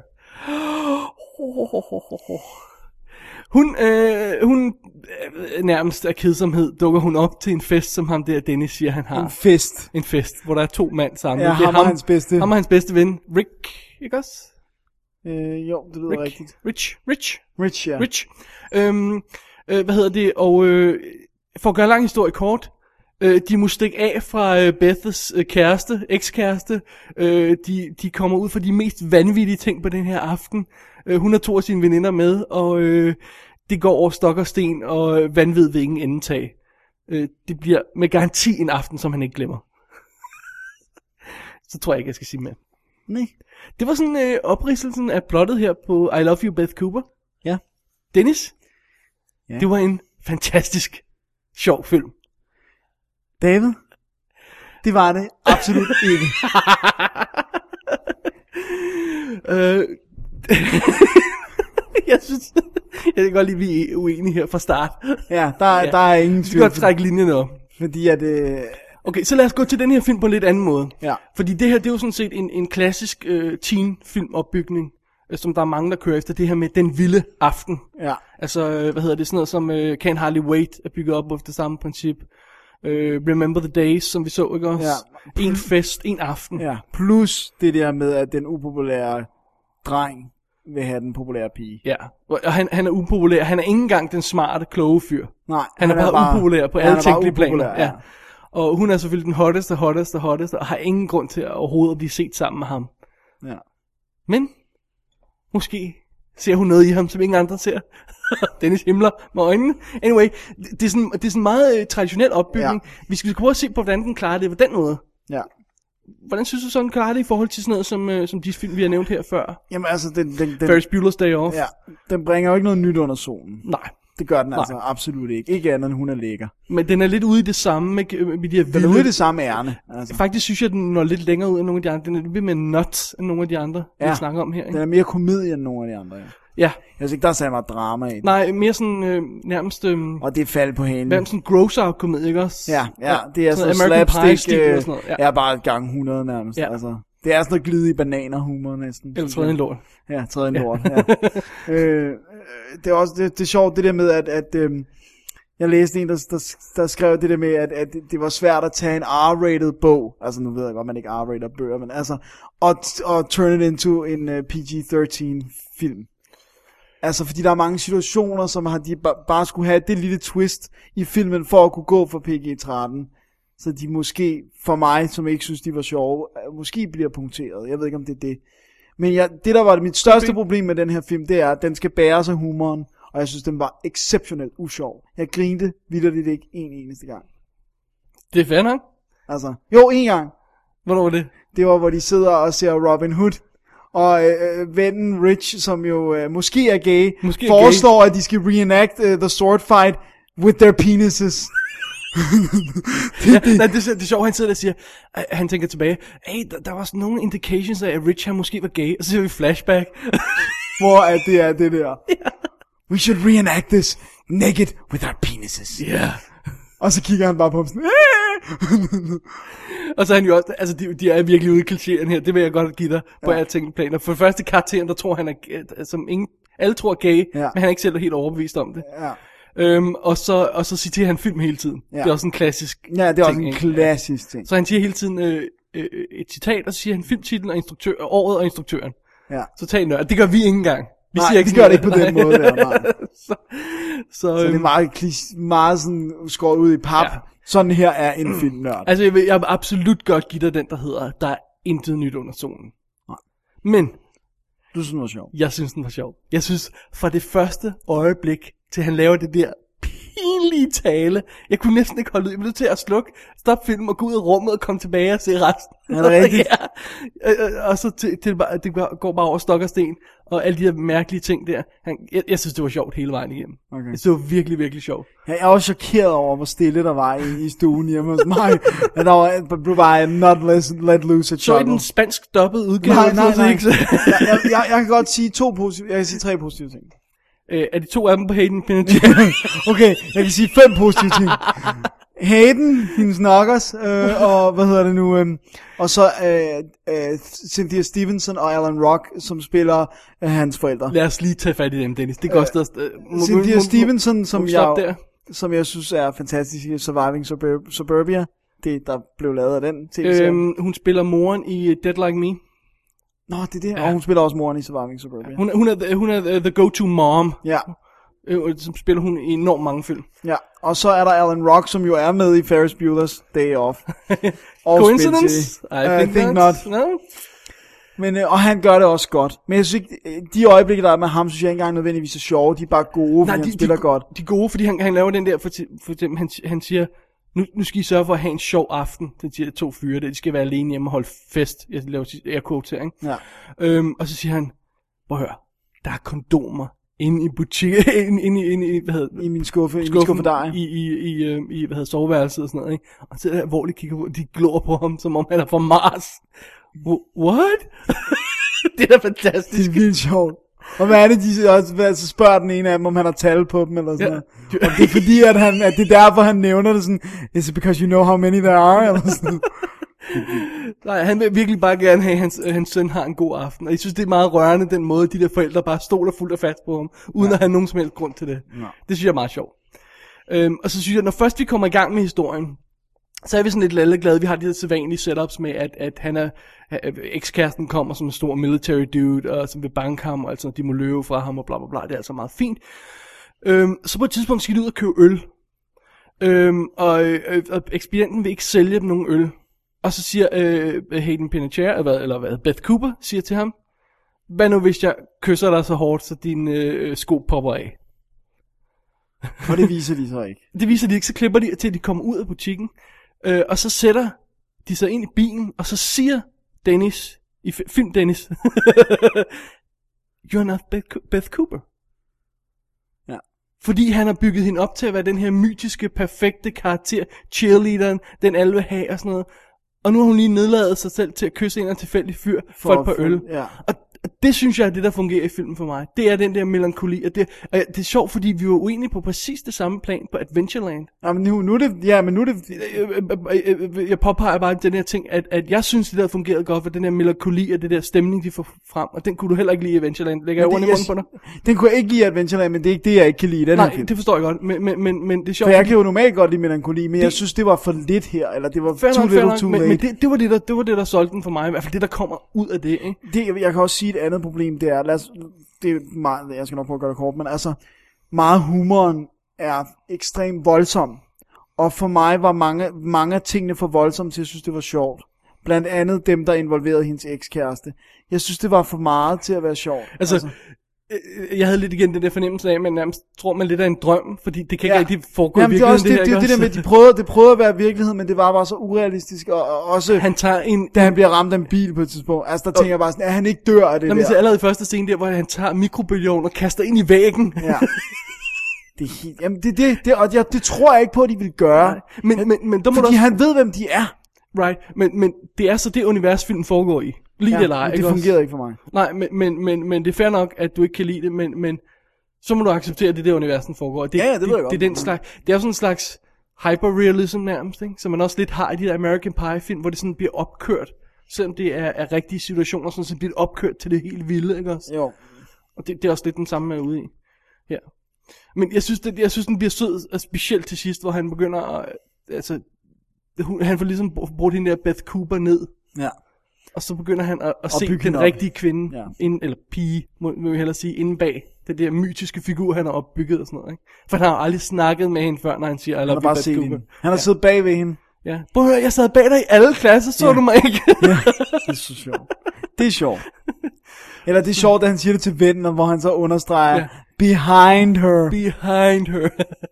Hun, øh, hun øh, nærmest af kedsomhed dukker hun op til en fest, som ham der Dennis siger, han har. En fest. En fest, hvor der er to mand sammen. Ja, det er ham og hans bedste. Ham og hans bedste ven, Rick, ikke også? Øh, jo, det lyder Rick, rigtigt. Rich, Rich. Rich, ja. Rich. Øhm, øh, hvad hedder det? Og øh, for at gøre lang historie kort, øh, de må stikke af fra øh, Beths øh, kæreste, ekskæreste. Øh, de, de kommer ud for de mest vanvittige ting på den her aften. Øh, hun har to af sine veninder med, og øh, det går over stok og sten, og øh, vanvid ved ingen endetag. Øh, det bliver med garanti en aften, som han ikke glemmer. Så tror jeg ikke, jeg skal sige mere. Nej. Det var sådan øh, opridselsen af plottet her på I Love You, Beth Cooper. Ja. Dennis, ja. Det var en fantastisk sjov film. David, det var det absolut ikke. øh, jeg synes, jeg kan godt lide, vi er uenige her fra start. Ja, der, ja. der er ingen tvivl. Vi skal godt trække linjen op. Fordi at det... Øh... Okay, så lad os gå til den her film på en lidt anden måde. Ja. Fordi det her, det er jo sådan set en, en klassisk øh, teen-filmopbygning, øh, som der er mange, der kører efter. Det her med den vilde aften. Ja. Altså, øh, hvad hedder det, sådan noget som øh, Can't Hardly Wait er bygget op efter samme princip. Øh, Remember the Days, som vi så, ikke også? Ja. En fest, en aften. Ja. Plus det der med, at den upopulære dreng vil have den populære pige. Ja, og han, han er upopulær. Han er ikke engang den smarte, kloge fyr. Nej. Han, han er, bare, bare upopulær på alle tænkelige planer. Ja. Ja. Og hun er selvfølgelig den hotteste, hotteste, hotteste, og har ingen grund til at overhovedet at blive set sammen med ham. Ja. Men Måske ser hun noget i ham, som ingen andre ser. Dennis himler med øjnene. Anyway, det, det er sådan, det er sådan en meget øh, traditionel opbygning. Ja. Vi skal prøve at se på, hvordan den klarer det på den måde. Ja. Hvordan synes du sådan klarer det i forhold til sådan noget som, øh, som de film, vi har nævnt her før? Jamen altså, den... den, den Ferris Bueller's Day Off. Ja, den bringer jo ikke noget nyt under solen. Nej. Det gør den Nej. altså absolut ikke. Ikke andet end hun er lækker. Men den er lidt ude i det samme med, med de her vilde... Den er ude i det samme ærne. Altså. Faktisk synes jeg, den når lidt længere ud end nogle af de andre. Den er lidt mere nuts end nogle af de andre, ja. vi snakker om her. Ikke? Den er mere komedie end nogle af de andre, ja. Ja. Jeg synes ikke, der er så meget drama i den. Nej, mere sådan øh, nærmest... Øh, og det er fald på hende. Nærmest sådan gross-out komedie, ikke også? Ja, ja, det er sådan, sådan slapstick. Øh, og sådan noget. Ja. Er bare gang hundrede nærmest. Ja. Altså. Det er sådan noget glide i bananer-humor næsten. Eller træde en lort. Ja, træde en lort, ja. øh, det er også det, det er sjovt det der med, at... at øh, jeg læste en, der, der, der skrev det der med, at, at det var svært at tage en R-rated bog, altså nu ved jeg godt, man ikke R-rated bøger, men altså, og, og turn it into en uh, P G tretten film. Altså, fordi der er mange situationer, som har de ba- bare skulle have det lille twist i filmen, for at kunne gå for P G tretten. Så de måske, for mig, som ikke synes, de var sjove, måske bliver punkteret. Jeg ved ikke, om det er det. Men jeg, det, der var mit største problem med den her film, det er, at den skal bære sig humoren. Og jeg synes, den var exceptionelt usjov. Jeg grinte vitterligt ikke en eneste gang. Det er fair nok. Altså, jo, en gang. Hvornår var det? Det var, hvor de sidder og ser Robin Hood. Og øh, vennen Rich, som jo øh, måske er gay, måske er foreslår, gay. At de skal reenact uh, the sword fight with their penises. det, ja, det, nej, det, det er sjovt, han sidder der og siger, uh, han tænker tilbage, hey, der, der var sådan nogle indications af, at Rich han måske var gay, og så ser vi flashback. Hvor at det er det der. Ja. We should reenact this naked with our penises. Ja. Yeah. Og så kigger han bare på ham sådan. Og så er han jo også, altså de, de er virkelig ude i klichéen her, det vil jeg godt give dig på ja. alle tænkelige planer. For det første karakteren, der tror han er, som ingen, alle tror er gay, ja. Men han er ikke selv helt overbevist om det. Ja. Øhm, og, så, og så citerer han film hele tiden. Ja. Det er også en klassisk Ja, det er ting, også en klassisk ting. Så han siger hele tiden øh, øh, et citat, og så siger han filmtitlen og instruktør, året og instruktøren. Ja. Så tag nørd. Det gør vi ikke engang. Vi nej, siger ikke vi gør det ikke på den måde der, nej. så, så, så det er meget, klis, meget sådan skåret ud i pap. Ja. Sådan her er en filmnørd. Altså jeg vil, jeg vil absolut godt give dig den, der hedder, der er intet nyt under solen. Nej. Men du synes den var sjov. Jeg synes den var sjov. Jeg synes fra det første øjeblik til han laver det der pinlige tale, jeg kunne næsten ikke holde ud. Jeg blev nødt til at slukke, stoppe filmen og gå ud af rummet og komme tilbage og se resten. Er det rigtigt? Ja. Og så til, til, det går bare over stok og sten og alle de her mærkelige ting der. Han, jeg, jeg synes det var sjovt hele vejen igennem. Okay. Jeg synes det var virkelig virkelig sjovt. Jeg er også chokeret over hvor stille der var i, i stuen hjemme hos mig. At der var blev bare not let, let loose at så i den spansk dobbede udgave. Nej nej nej. jeg, jeg, jeg, jeg kan godt sige to positive. Jeg kan sige tre positive ting. Øh, er de to af dem på Hayden Panettiere? Okay, jeg kan sige fem positive ting. Hayden, hendes knockers, øh, og hvad hedder det nu, øh, og så øh, øh, Cynthia Stevenson og Alan Rock, som spiller øh, hans forældre. Lad os lige tage fat i dem, Dennis. Det går stadig... Øh, Cynthia Stevenson, som jeg, som jeg synes er fantastisk i Surviving Suburb- Suburbia. Det, der blev lavet af den tv-serie. Øhm, hun spiller moren i Dead Like Me. Nå, det er det. Ja. Og hun spiller også moren i Surviving Suburbia. Hun, hun, er, hun er the go-to mom. Ja. Øh, som spiller hun i enormt mange film. Ja, og så er der Alan Rock, som jo er med i Ferris Bueller's Day Off. Coincidence? I uh, think, think not. not. No. Men, øh, og han gør det også godt. Men jeg synes ikke, de øjeblikke, der er med ham, synes jeg ikke engang nødvendigvis er sjove. De er bare gode, fordi Nej, de, han spiller de, godt. De er gode, fordi han, han laver den der, for, for eksempel, han, han siger, nu, nu skal I sørge for at have en sjov aften. Det siger to fyre, de skal være alene hjemme og holde fest. Jeg laver air quote her, ikke? Ja. Øhm, og så siger han, prøv at høre, der er kondomer inde i butikken, inde, inde, inde, inde, hvad hedder det? I min skuffe, i min skuffe dig. I, i, i, øh, i, hvad hedder soveværelset og sådan noget, ikke? Og så er det alvorligt kigger på, de glor på ham, som om han er fra Mars. What? Det er da fantastisk. Det er vildt sjovt. Og hvad er det, de også, så spørger den ene af dem, om han har tal på dem, eller sådan noget. Ja. Og det er fordi, at, han, at det er derfor, han nævner det sådan, is it because you know how many there are, eller sådan. Nej, han vil virkelig bare gerne have, at hans, hans søn har en god aften. Og jeg synes, det er meget rørende, den måde, de der forældre bare stoler fuldt og fast på ham, uden ja. At have nogen som helst grund til det. Ja. Det synes jeg er meget sjovt. Øhm, og så synes jeg, når først vi kommer i gang med historien, så er vi sådan lidt lalleglade. Vi har de her sædvanlige setups med, at, at han er, ekskæresten kommer som en stor military dude, og som vil banke ham, og altså, de må løbe fra ham, og bla bla bla. Det er altså meget fint. Øhm, så på et tidspunkt skal de ud og købe øl. Øhm, og, øh, og ekspedienten vil ikke sælge dem nogen øl. Og så siger øh, Hayden Panettiere, eller, eller hvad, Beth Cooper, siger til ham, hvad nu hvis jeg kysser dig så hårdt, så dine øh, sko popper af? Og det viser de så ikke. Det viser de ikke, så klipper de til, at de kommer ud af butikken. Øh, og så sætter de sig ind i bilen, og så siger Dennis, i film Dennis, You're not Beth, Beth Cooper. Ja. Fordi han har bygget hende op til at være den her mytiske, perfekte karakter, cheerleaderen, den alle vil have og sådan noget. Og nu har hun lige nedladet sig selv til at kysse en af en tilfældig fyr for, for et par øl. Ja. Og det synes jeg er det, der fungerer i filmen for mig. Det er den der melankoli. Og det, og det er sjovt, fordi vi var uenige på præcis det samme plan på Adventureland. Ja, men nu, nu er det... Ja, men nu er det... Jeg påpeger bare den her ting, at, at jeg synes, det der fungerede godt, for den her melankoli og det der stemning, de får frem. Og den kunne du heller ikke lide i Adventureland. Lægger jeg ordene i munden på dig? Den kunne jeg ikke lide i Adventureland, men det er ikke det, jeg ikke kan lide i den Nej, her film. det forstår jeg godt. Men, men, men, men det er sjovt. For jeg kan jo normalt godt lide melankoli, men det, jeg synes, det var for lidt her. Eller det var fair too nok, little nok, too men, late. men det, det, var det, der, det var det, der solgte den for mig. I hvert fald det, der kommer ud af det, ikke? Det, jeg kan også sige et andet problem, det er, lad os, det er meget, jeg skal nok prøve at gøre det kort, men altså, meget humoren er ekstremt voldsom, og for mig var mange, mange af tingene for voldsomme til, at jeg synes, det var sjovt. Blandt andet dem, der involverede hendes ekskæreste. Jeg synes, det var for meget til at være sjovt. Altså, altså. Jeg havde lidt igen den der fornemmelse af, at man nærmest tror, man lidt er en drøm, fordi det kan ikke ja. rigtig foregå Jamen, i virkeligheden. Det er også det, det, det, det der med, de prøvede, det prøvede at være virkelighed, men det var bare så urealistisk, og, og også, han tager en, da han bliver ramt af en bil på et tidspunkt, altså der og, tænker jeg bare sådan, at han ikke dør af det når der. Man allerede i første scene der, hvor han tager mikrobølgeovnen og kaster ind i væggen. Ja. Det er helt, jamen det, det, det, og det, det tror jeg ikke på, at de vil gøre. Nej, men, men, men, der må fordi også, han ved, hvem de er. Right, men, men det er så det univers, filmen foregår i. Lige ja, eller ej. det fungerede ikke for mig. Nej, men, men, men, men det er fair nok, at du ikke kan lide det, men, men så må du acceptere, at det er det univers, den foregår. Det, ja, ja, det ved jeg det, godt. Det er, den slags, det er sådan en slags hyperrealism nærmest, ikke? Som man også lidt har i de der American Pie-film, hvor det sådan bliver opkørt, selvom det er, er rigtige situationer, sådan, så bliver det opkørt til det helt vilde, ikke også? Jo. Og det, det er også lidt den samme, man er ude i. Ja. Men jeg synes, det, jeg synes, den bliver sød, og specielt til sidst, hvor han begynder at, altså, hun, han får ligesom brugt den der Beth Cooper ned. Ja. Og så begynder han at, at se den op. rigtige kvinde, ja. ind, eller pige, må, må vi hellere sige, inde bag den der mytiske figur, han har opbygget og sådan noget, ikke? For han har aldrig snakket med hende før, når han siger, I love you, Beth Cooper. Hende. Han har ja. siddet bag ved hende. Ja. Prøv at høre, jeg sad bag dig i alle klasser, så ja. du mig ikke? Ja, det er så sjovt. Det er sjovt. Eller det er sjovt, at han siger det til vennen, hvor han så understreger, ja. behind her. Behind her.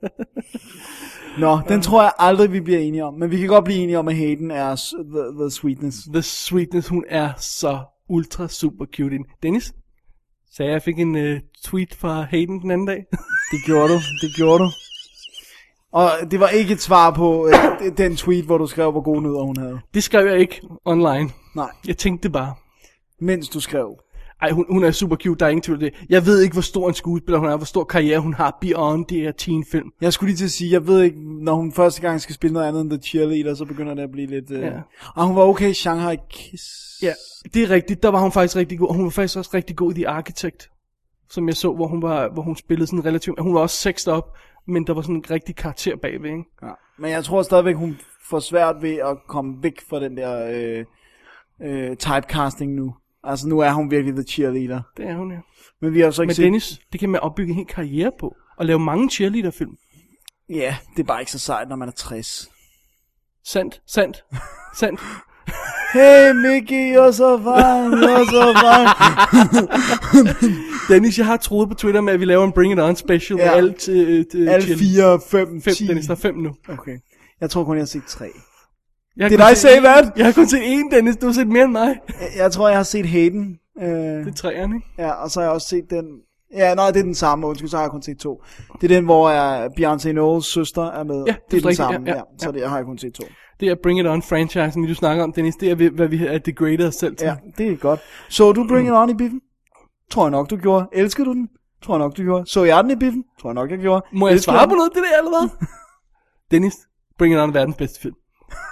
Nå, den tror jeg aldrig, vi bliver enige om. Men vi kan godt blive enige om, at Hayden er the, the sweetness. The sweetness, hun er så ultra super cute. Dennis, så jeg fik en uh, tweet fra Hayden den anden dag. Det gjorde du, det gjorde du. Og det var ikke et svar på uh, den tweet, hvor du skrev, hvor gode nødder hun havde. Det skrev jeg ikke online. Nej. Jeg tænkte det bare. Mens du skrev. Ej, hun, hun er super cute, der er ingen tvivl det. Jeg ved ikke, hvor stor en skuespiller hun er, hvor stor karriere hun har beyond det her teen-film. Jeg skulle lige til at sige, jeg ved ikke, når hun første gang skal spille noget andet end The Cheerleader, så begynder det at blive lidt... Uh... Ja. Og hun var okay i Shanghai Kiss. Ja, det er rigtigt. Der var hun faktisk rigtig god. Hun var faktisk også rigtig god i The Architect, som jeg så, hvor hun, var, hvor hun spillede sådan relativt... Hun var også sexed up, men der var sådan en rigtig karakter bagved, ikke? Ja. Men jeg tror stadigvæk, hun får svært ved at komme væk fra den der øh, øh, typecasting nu. Altså nu er hun virkelig the cheerleader. Det er hun, ja. Men vi har så ikke Men set... Dennis, det kan man opbygge en hel karriere på. Og lave mange cheerleader-film. Ja, det er bare ikke så sejt, når man er tres. Sandt, sandt, sandt. Hey Mickey, you're so fine, you're so fine. Dennis, jeg har troet på Twitter med, at vi laver en Bring It On special. Ja. Med alt, uh, uh, alle fire, fem, fem, ti. Dennis, der er fem nu. Okay. Jeg tror kun, jeg har set tre. Did I say that? Jeg har kun set én, Dennis. Du har set mere end mig. Jeg, jeg tror, jeg har set Hayden. Øh, det er træerne, ikke? Ja, og så har jeg også set den... Ja, nej, det er den samme. Undskyld, så har jeg kun set to. Det er den, hvor jeg, Beyoncé Knowles søster er med. Ja, det er, det er den samme, ja, ja, ja, så det har jeg kun set to. Det er Bring It On-franchisen, vi du snakker om, Dennis. Det er, hvad vi har degradet os selv til. Ja, det er godt. Så du Bring It On i biffen? Tror jeg nok, du gjorde. Elsker du den? Tror jeg nok, du gjorde. Så jeg den i biffen? Tror jeg nok, jeg gjorde. Må jeg Elsker svare på noget af det der, eller hvad? Dennis, Bring It On er verdens bedste film.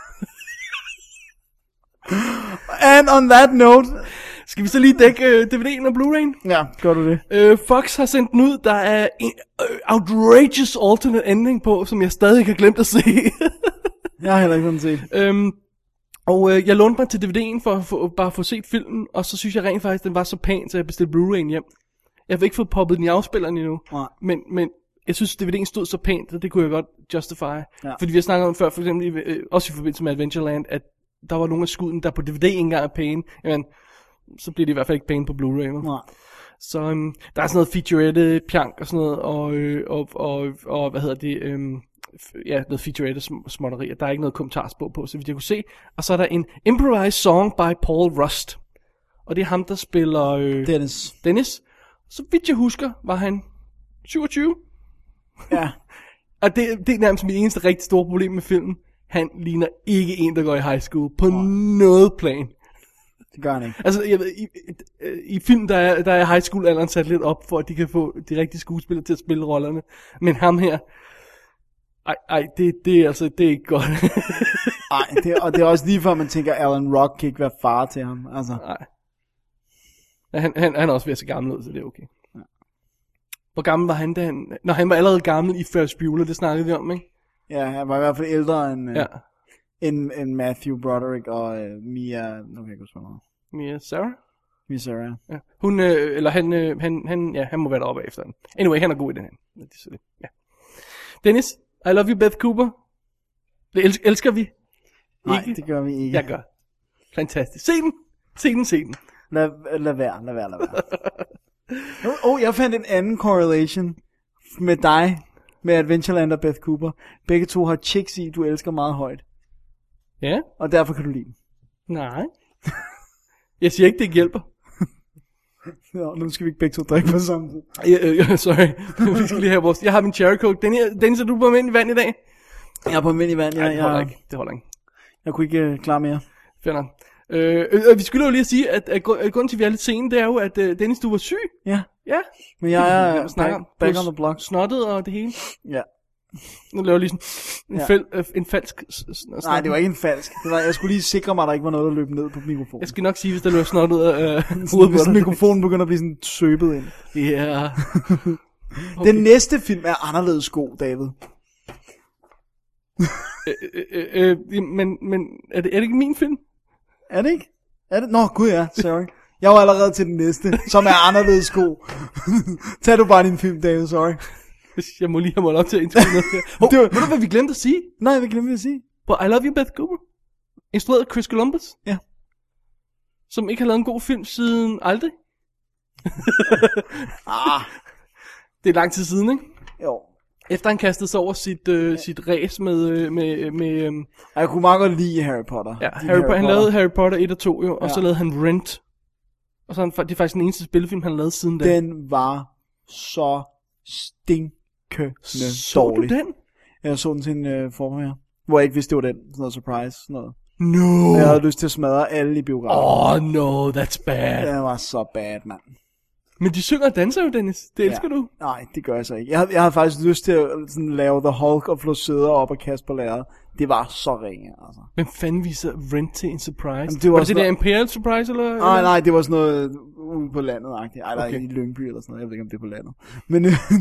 And on that note... Skal vi så lige dække øh, D V D'en og Blu-ray'en? Ja, gør du det. Øh, Fox har sendt den ud. Der er en øh, outrageous alternate ending på, som jeg stadig ikke har glemt at se. Jeg har heller ikke fået set. Øhm, og øh, jeg lånte mig til D V D'en for, for bare at få set filmen, og så synes jeg rent faktisk, den var så pæn, så jeg bestilte Blu-ray'en hjem. Jeg har ikke fået poppet den i afspilleren endnu, Nej. men, men jeg synes, D V D'en stod så pænt, så det kunne jeg godt justify. Ja. Fordi vi har snakket om før, for eksempel øh, også i forbindelse med Adventureland, at der var nogle af skuden, der på D V D ikke engang er pæne. Jamen, så bliver det i hvert fald ikke pæne på Blu-ray. Vel? Nej. Så øhm, der er sådan noget featurette pjank og sådan noget, og, øh, og, og, og hvad hedder det, øhm, ja, noget featurette sm- småtterier. Der er ikke noget kommentarspor på, så vidt jeg kunne se. Og så er der en improvised song by Paul Rust. Og det er ham, der spiller øh, Dennis. Dennis. Så vidt jeg husker, var han syvogtyve. Ja. Og det, det er nærmest mit eneste rigtig store problem med filmen. Han ligner ikke en, der går i high school på oh. noget plan. Det gør han ikke. Altså, jeg ved, i, i, i film, der er, der er high school alderen sat lidt op, for at de kan få de rigtige skuespillere til at spille rollerne. Men ham her, ej, ej det, det er altså, det er ikke godt. Ej, det, og det er også lige før, man tænker, Alan Rock kan ikke være far til ham. Altså. Nej. Han, han, han er også ved at se gammel ud, så det er okay. Ja. Hvor gammel var han, da han... Når han var allerede gammel i Ferris Bueller, det snakkede vi om, ikke? Ja, han var i hvert fald ældre end, ja. end, end Matthew Broderick og uh, Mia... Nu kan jeg ikke huske, hvad Mia Sarah? Mia Sarah. Ja. Hun, øh, eller han, øh, han, han, ja, han må være deroppe efter den. Anyway, han er god i den her. Ja. Dennis, I love you, Beth Cooper. Det elsker, elsker vi. Nej, ikke? Det gør vi ikke. Jeg gør. Fantastisk. Se den. Se den, se den. Lad, lad være, lad være, lad være. Åh, oh, jeg fandt en anden correlation med dig, med Adventureland og Beth Cooper. Begge to har chicks i, du elsker meget højt. Ja. Og derfor kan du lide dem. Nej. Jeg siger ikke, det hjælper. Ja, nu skal vi ikke begge to drikke på samme tid. Ja, ja, sorry. Vi skal lige have vores... Jeg har min cherry coke. Den her, Dennis, er du på mænd i vand i dag? Jeg er på mænd i vand, ja. Nej, det holder jeg... ikke. Det holder ikke. Jeg kunne ikke uh, klare mere. Fænder. Øh, øh, vi skulle jo lige at sige, at, at, at grunden til, at vi er lidt sene, det er jo, at uh, Dennis, du var syg. Ja. Ja. Men jeg er back, back on the block. Snottet og det hele. Ja. Nu laver jeg lige sådan en, ja. fæl, øh, en falsk snot. Nej, det var ikke en falsk. Det var, jeg skulle lige sikre mig, at der ikke var noget, der løb ned på mikrofonen. Jeg skal nok sige, hvis der løber snot ud af øh, hovedet. Hvis mikrofonen begynder at blive sådan søbet ind. Ja. Yeah. Okay. Den næste film er anderledes god, David. øh, øh, øh, øh, men men er, det, er det ikke min film? Er det ikke? Er det? Nå, gud ja, sorry. Jeg var allerede til den næste, som er anderledes god. Tag du bare din film, David, sorry. Jeg må lige have målt op til at indspille noget her. Oh, det var... Ved du, hvad vi glemte at sige? Nej, hvad glemte vi at sige? På I Love You, Beth Cooper. Instrueret af Chris Columbus. Ja. Som ikke har lavet en god film siden aldrig. ah. Det er lang tid siden, ikke? Jo. Efter han kastede sig over sit, øh, ja. sit ræs med... Øh, med, med øh... Jeg kunne meget godt lide Harry Potter. Ja, Harry, Harry Potter. Han lavede Harry Potter et og to, jo. Og ja. Så lavede han Rent. Og så er det faktisk den eneste spillefilm, han lavede siden da. Den var så stinkende så dårlig. Så du den? Jeg så den til en øh, forpremiere, hvor jeg ikke vidste, det var den. Sådan noget surprise, sådan noget. No! Jeg havde lyst til at smadre alle i biografen. Oh no, that's bad. Den var så bad, mand. Men de synger og danser jo, Dennis. Det elsker ja. du. Nej, det gør jeg så ikke. Jeg havde, jeg havde faktisk lyst til at sådan, lave The Hulk og flå sæder op og kaste på lærret. Det var så ringe, altså. Hvem fanden viser Rent til en surprise? Jamen, det var, var det det der Imperial Surprise, eller? Nej, eller? nej, det var sådan noget ude på landet-agtigt. Ej, der okay. er i Lyngby eller sådan noget. Jeg ved ikke, om det er på landet. Men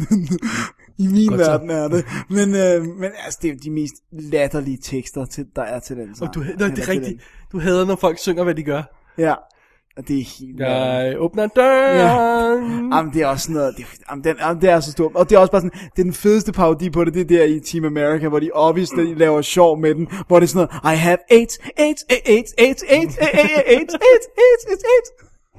i min godt verden så. Er det. Men, øh, men altså, det er jo de mest latterlige tekster, til, der er til den sang. Og du, nej, det er rigtigt. Du hader, når folk synger, hvad de gør. Ja. Og det er helt... Jeg åbner døren. Ja. Jamen, det er også sådan noget... Det, jamen, den, jamen, det er så stort. Og det er også bare sådan... Det er den fedeste parodi på det. Det er der i Team America, hvor de obviously mm. laver sjov med den. Hvor det er sådan noget... I have AIDS, AIDS, AIDS, AIDS, AIDS, AIDS, AIDS, AIDS, AIDS, AIDS.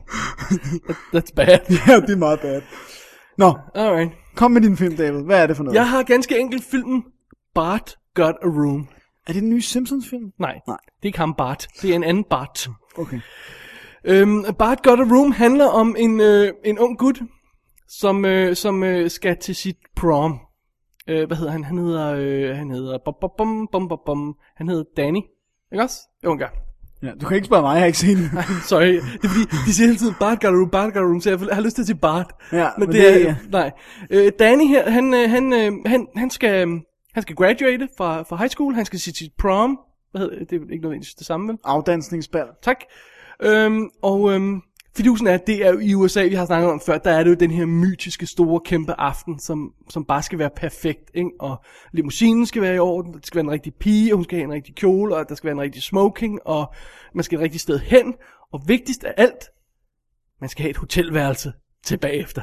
That's bad. Ja, det er meget bad. Nå. Alright. Kom med din film, David. Hvad er det for noget? Jeg har ganske enkelt filmen Bart Got a Room. Er det den nye Simpsons-film? Nej, Nej, det er ikke ham Bart. Det er en anden Bart. Okay. Øhm, Bart Got a Room handler om en, øh, en ung gut, som, øh, som øh, skal til sit prom. Øh, hvad hedder han? Han hedder, øh, han hedder, bom, bom, bom, bom, bom, bom. Han hedder Danny. Ikke også? Jo, en gang. Ja, du kan ikke spørge mig, jeg har ikke set den. Sorry, det er fordi, de siger hele tiden Bart Got a Room, Bart Got a Room, så jeg har lyst til at sige Bart. Ja, men, men det er, ja. Nej. Øh, Danny her, han, han, han, han skal, han skal graduate fra, fra high school, han skal sige sit prom. Hvad hedder det? Det er ikke nødvendigvis det samme, vel? Afdansningsbal. Tak. Øhm, og øhm, fidusen er, at det er jo i U S A, vi har snakket om før, der er det jo den her mytiske, store, kæmpe aften, som, som bare skal være perfekt, ikke? Og limousinen skal være i orden, der skal være en rigtig pige, og hun skal have en rigtig kjole, og der skal være en rigtig smoking, og man skal et rigtigt sted hen, og vigtigst af alt, man skal have et hotelværelse til bagefter.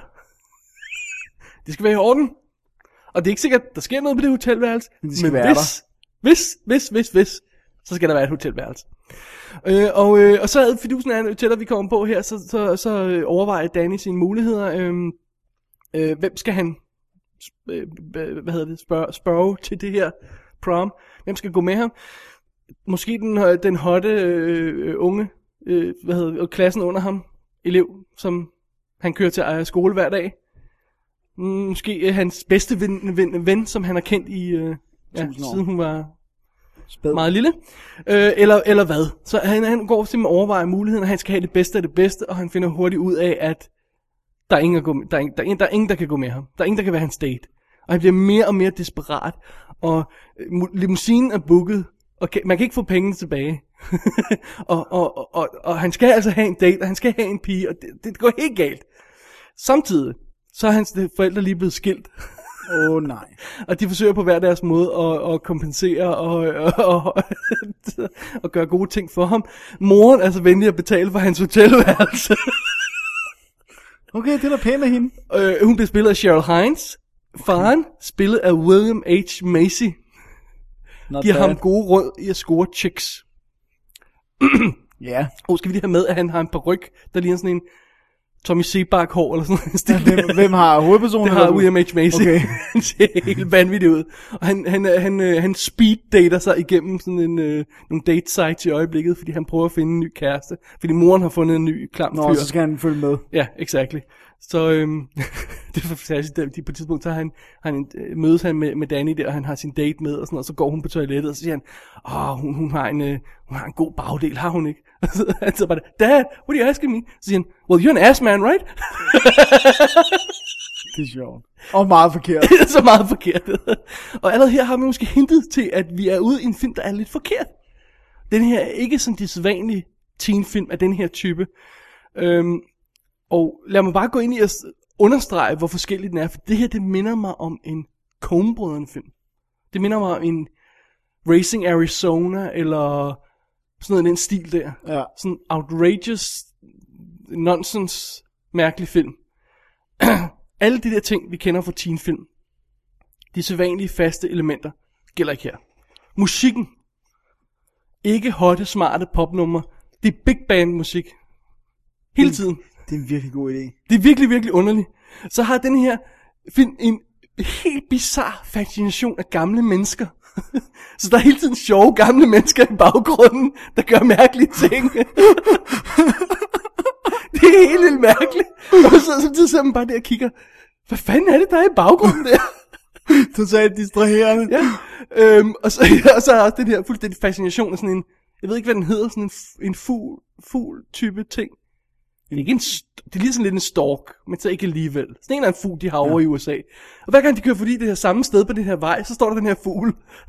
Det skal være i orden, og det er ikke sikkert, at der sker noget på det hotelværelse, men, det skal men være hvis, hvis, hvis, hvis, hvis, så skal der være et hotelværelse. Øh, og, øh, og så fidusen er, jo tættere vi kommer på her, så, så, så overvejer Danny sine muligheder. Øh, øh, hvem skal han øh, hvad hedder det, spørge, spørge til det her prom? Hvem skal gå med ham? Måske den, den hotte øh, unge, øh, hvad hedder det, klassen under ham, elev, som han kører til skole hver dag. Måske øh, hans bedste ven, ven, ven, som han har kendt i, øh, ja, siden hun var Spæd. meget lille. Øh, eller, eller hvad. Så han, han går simpelthen overvejer muligheden, at han skal have det bedste af det bedste, og han finder hurtigt ud af, at der er ingen, der, der, er ingen, der, er ingen, der, er ingen, der kan gå med ham. Der er ingen, der kan være hans date. Og han bliver mere og mere desperat, og øh, limousinen er booket, og kan, man kan ikke få pengene tilbage. og, og, og, og, og han skal altså have en date, og han skal have en pige, og det, det går helt galt. Samtidig, så er hans forældre lige blevet skilt. Åh oh, nej. Og de forsøger på hver deres måde at, at kompensere og, og, og, og gøre gode ting for ham. Moren er så venlig at betale for hans hotelværelse. Okay, det er da pænt af hende. Øh, hun bliver spillet af Cheryl Hines. Faren spillet af William H. Macy. Not giver bad. Ham gode råd i at score chicks. Ja. yeah. Og skal vi lige have med, at han har en paryk, der ligner sådan en Tommy Sebak hår eller sådan noget. Ja, hvem, hvem har hovedpersonen? Det har William H. Macy. Okay. Han ser helt vanvittigt ud. Og han, han, han, han, han speed-dater sig igennem sådan en, øh, nogle date-sites i øjeblikket, fordi han prøver at finde en ny kæreste. Fordi moren har fundet en ny klam fyr. Nå, så skal han følge med. Ja, exactly. Så øhm, det er fantastisk, at på et tidspunkt så han, han, mødes han med, med Danny der, og han har sin date med, og sådan, og så går hun på toilettet, og så siger han, åh, hun, hun, har en, øh, hun har en god bagdel, har hun ikke? Og så han så bare, Dad, what are you asking me? Så siger han, well, you're an ass man, right? Det er sjovt. Og meget forkert. Så meget forkert. Og allerede her har vi måske hintet til, at vi er ude i en film, der er lidt forkert. Den her er ikke sådan de sædvanlige teenfilm af den her type. Øhm, Og lad mig bare gå ind i at understrege, hvor forskellig den er. For det her, det minder mig om en Coen-brødrene film. Det minder mig om en Racing Arizona, eller sådan noget i den stil der. Ja. Sådan outrageous, nonsense, mærkelig film. Alle de der ting, vi kender fra teenfilm, de sædvanlige faste elementer, gælder ikke her. Musikken. Ikke hotte, smarte popnummer. Det er big band musik. Hele tiden. Det er en virkelig god idé. Det er virkelig, virkelig underligt. Så har den her film en helt bizarre fascination af gamle mennesker. Så der er hele tiden sjove gamle mennesker i baggrunden, der gør mærkelige ting. Det er helt vildt mærkeligt. Og så samtidig sidder man bare der og kigger, hvad fanden er det, der er i baggrunden der? Totalt distraherende. Ja. Øhm, og, så, og så er også den her fuldstændig fascination af sådan en, jeg ved ikke hvad den hedder, sådan en, en fugl, fugl type ting. Det er, ikke en, det er lige sådan lidt en stork, men så ikke alligevel. Sådan en eller anden fugl, de har over ja. i U S A. Og hver gang de kører forbi det her samme sted på den her vej, så står der den her fugl.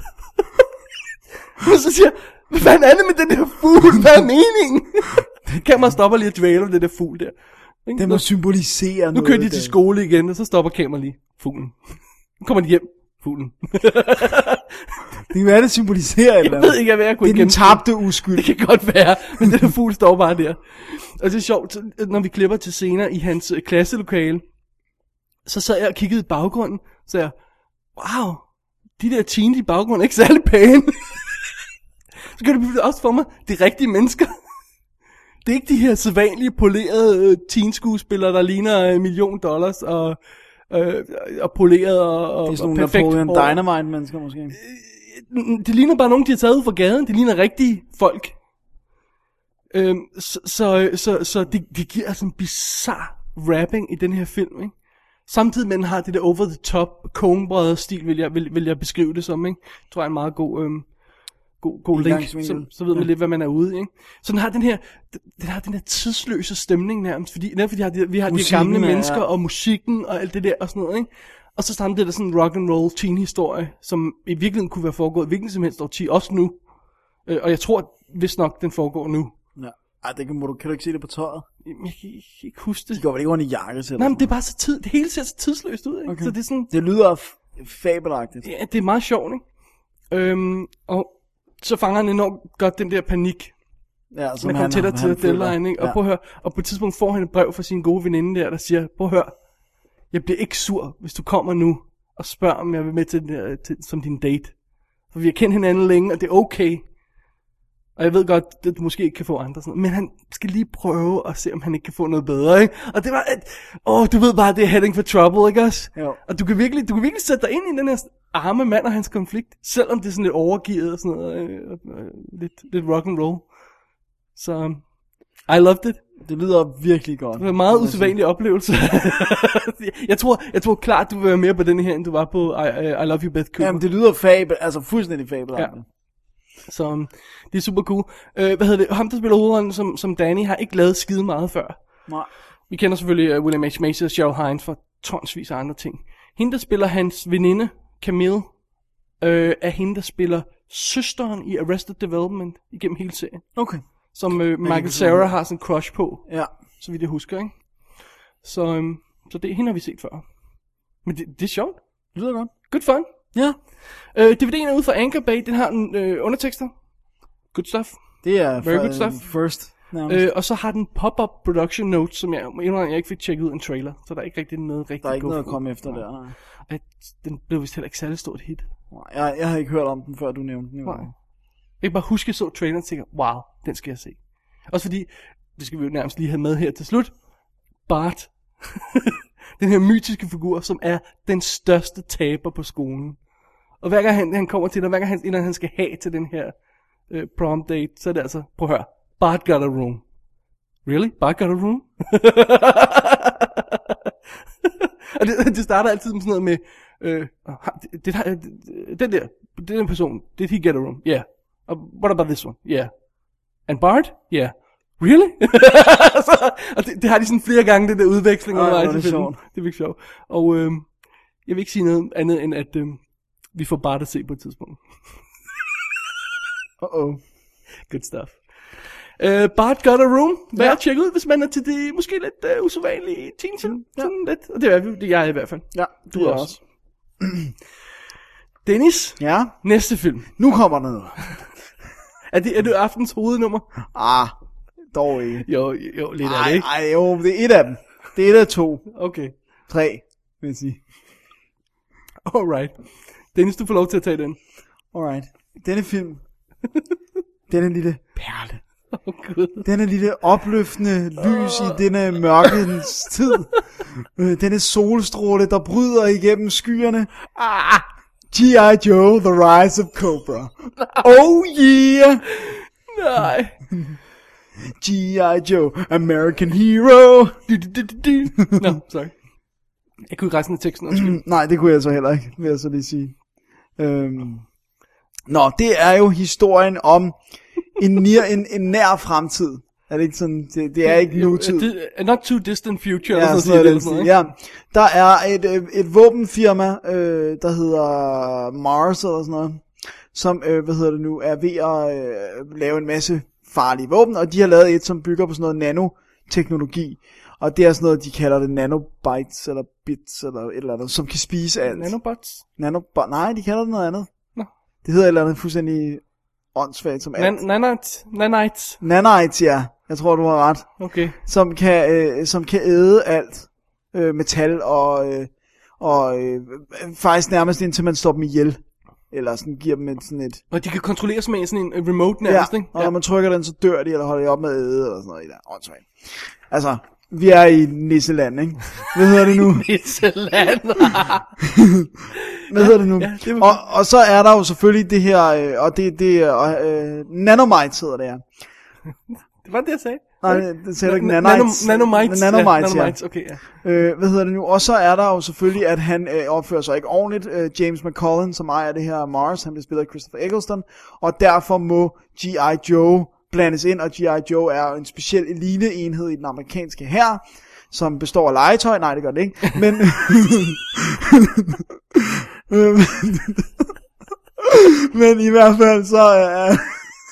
Og så siger jeg, hvad fanden er det med den her fugl? Hvad er meningen? Kameraet stopper lige at dvæle om den der fugl der. Det må symbolisere noget. Nu kører de til skole igen, og så stopper kameraet lige. Fuglen. Nu kommer de hjem. Fuglen. Det kan være, det symboliserer eller Jeg ved ikke, hvad jeg kunne det er den tabte uskyld. Det kan godt være, men den der fugl står bare der. Og det er sjovt, når vi klipper til scener i hans klasselokale, så sad jeg og kiggede i baggrunden, så sagde jeg, wow, de der teen i baggrunden er ikke særlig pæne. Så kan det også for mig, det er rigtige mennesker. Det er ikke de her sædvanlige polerede teen-skuespillere, der ligner en million dollars og... Øh, og poleret og, og, det er sådan og nogle perfekt Napoleon Dynamite mennesker måske. Øh, det ligner bare nogen de har taget ud fra gaden. Det ligner rigtige folk. øh, Så, så, så, så det, det giver altså en bizarre rapping i den her film, ikke? Samtidig med den har det der over the top Coen-brødre stil, vil jeg, vil, vil jeg beskrive det som, ikke? Jeg tror jeg er en meget god øh, God, god link, så, så ved man ja. lidt, hvad man er ude i, ikke? Så den har den her, den har den her tidsløse stemning nærmest, fordi, fordi vi har de, vi har de gamle mennesker, ja. og musikken, og alt det der, og sådan noget, ikke? Og så samtidig er der sådan en rock and roll teen historie, som i virkeligheden kunne være foregået hvilken som helst årti, også nu. Øh, og jeg tror, hvis nok, den foregår nu. Ja. Ej, det kan, må du, kan du ikke se det på tøjet? Jeg kan ikke huske det. Det går vel ikke under jakke til? Nej, men det er bare så tid, det hele ser så tidsløst ud, ikke? Okay. Så det er sådan... Det lyder f- fabelagtigt. Ja, det er meget sjovt, ikke? Øhm, og så fanger han enormt godt den der panik. Ja, som man han, kommer tættere til deadline, ikke? Og ja. prøv at høre, og på et tidspunkt får han et brev fra sin gode veninde der, der siger, prøv at høre, jeg bliver ikke sur, hvis du kommer nu og spørger, om jeg vil med til, der, til som din date. For vi har kendt hinanden længe, og det er okay. Og jeg ved godt, at du måske ikke kan få andre sådan noget, men han skal lige prøve at se, om han ikke kan få noget bedre, ikke? Og det var, at, åh, du ved bare, det er heading for trouble, ikke også? Jo. Og du kan virkelig, du kan virkelig sætte dig ind i den her arme mand og hans konflikt, selvom det er sådan lidt overgivet og sådan noget, øh, øh, lidt, lidt rock and roll. Så, um, I loved it. Det lyder virkelig godt. Det var en meget usædvanlig oplevelse. jeg tror, jeg tror klart, du vil være mere på den her, end du var på I, I, I Love You Beth Cooper. Jamen, det lyder fabel, altså fuldstændig fabel. Ja. Så um, det er super cool. Uh, hvad hedder det? Ham, der spiller hovedrollen som, som Danny, har ikke lavet skide meget før. Nej. Vi kender selvfølgelig uh, William H. Macy og Cheryl Hines for tonsvis af andre ting. Hende, der spiller hans veninde, Camille, uh, er hende, der spiller søsteren i Arrested Development igennem hele serien. Okay. Som uh, Michael Cera har sådan en crush på. Ja. Så vidt jeg husker, ikke? Så, um, så det, hende har vi set før. Men det, det er sjovt. Det lyder godt. Good fun. Ja. Uh, D V D'en er ude fra Anchor Bay. Den har en uh, undertekster. Good stuff. Det er Very good stuff. First. Uh, og så har den pop-up production notes, som jeg, jeg, jeg ikke fik tjekket ud en trailer. Så der er ikke rigtig noget rigtig. Der er ikke noget at for. komme efter der. Nej. At, den blev vist heller ikke særlig stort hit. Jeg, jeg har ikke hørt om den, før du nævnte den. Nej. Jeg kan bare huske, jeg så traileren og tænker, wow, den skal jeg se. Også fordi, det skal vi jo nærmest lige have med her til slut, Bart, den her mytiske figur, som er den største taber på skolen. Og hver gang han, han kommer til, og hver gang han, inden han skal have til den her øh, prom date, så er det altså, prøv at høre, Bart got a room. Really? Bart got a room? Og det, det starter altid med sådan noget med, øh, det, det, det, den der, den person, did he get a room? Yeah. Uh, what about this one? Yeah. And Bart? Yeah. Really? så, og det, det har de sådan flere gange, det der udveksling. Ej, undervejs det er i filmen. sjovt. Det er virkelig sjovt. Og øh, jeg vil ikke sige noget andet, end at øh, vi får Bart at se på et tidspunkt. Uh-oh. Good stuff. Uh, Bart got a room. Værd at tjekke ud, hvis man er til det måske lidt uh, usædvanlige teen film. Ja. Sådan lidt. Og det er det er jeg i hvert fald. Ja, du er også. også. Dennis. Ja? Næste film. Nu kommer der noget. er, det, er det aftens hovednummer? Ah, dog ikke. Jo, jo, lidt ej, af det, ikke? Ej, jo, det er et af dem. Det er et af to. Okay. Tre, vil jeg sige. Alright. Dennis, du får lov til at tage den. Alright. Denne film, denne lille perle. Oh, Gud. Denne lille opløftende lys i denne mørkens tid. Øh, denne solstråle, der bryder igennem skyerne. Ah! G I. Joe, The Rise of Cobra. Oh yeah! Nej. G I. Joe, American Hero. Du, du, du, du. No, sorry. Jeg kunne ikke resten af teksten. Undskyld. Nej, det kunne jeg så heller ikke, vil jeg så lige sige. Øhm. Nå, det er jo historien om en, nær, en, en nær fremtid. Er det ikke sådan? Det, det er ikke nutid. Not too distant future. Ja, eller sådan noget, sådan noget, ja. Der er et, et våbenfirma, øh, der hedder Mars eller sådan noget, som, øh, hvad hedder det nu, er ved at øh, lave en masse farlige våben, og de har lavet et, som bygger på sådan noget nanoteknologi. Og det er sådan noget, de kalder det nanobytes, eller bits, eller et eller andet, som kan spise alt. Nanobots? Nanobot? Nej, de kalder det noget andet. Nå. Det hedder et eller andet fuldstændig åndssvagt som alt. Nan- nanites? Nanites? Nanites, ja. Jeg tror, du har ret. Okay. Som kan, øh, som kan æde alt. Øh, metal og, øh, og øh, faktisk nærmest indtil man står dem ihjel. Eller sådan giver dem sådan et... Og de kan kontrolleres med sådan en remote nærmest, ja, ikke? og når man trykker den, så dør de, eller holder de op med at æde, eller sådan noget i der. Åndssvagt. Altså, vi er i Nisseland, ikke? Hvad hedder det nu? Nisseland. Hvad hedder det nu? Ja, det og, og så er der jo selvfølgelig det her, øh, og det, det øh, nanomites hedder det her. Det var det, jeg sagde. Nej, det sagde du ikke. Nanites. Nanomites. Nanomites, ja. Nanomites, okay, ja. Øh, hvad hedder det nu? Og så er der jo selvfølgelig, at han øh, opfører sig ikke ordentligt. Øh, James McCullen, som ejer det her Mars, han bliver spillet af Christopher Eccleston, og derfor må G I. Joe blandes ind, og G I. Joe er en speciel eliteenhed i den amerikanske hær, som består af legetøj. Nej, det gør det ikke. Men... Men i hvert fald så er... Øh...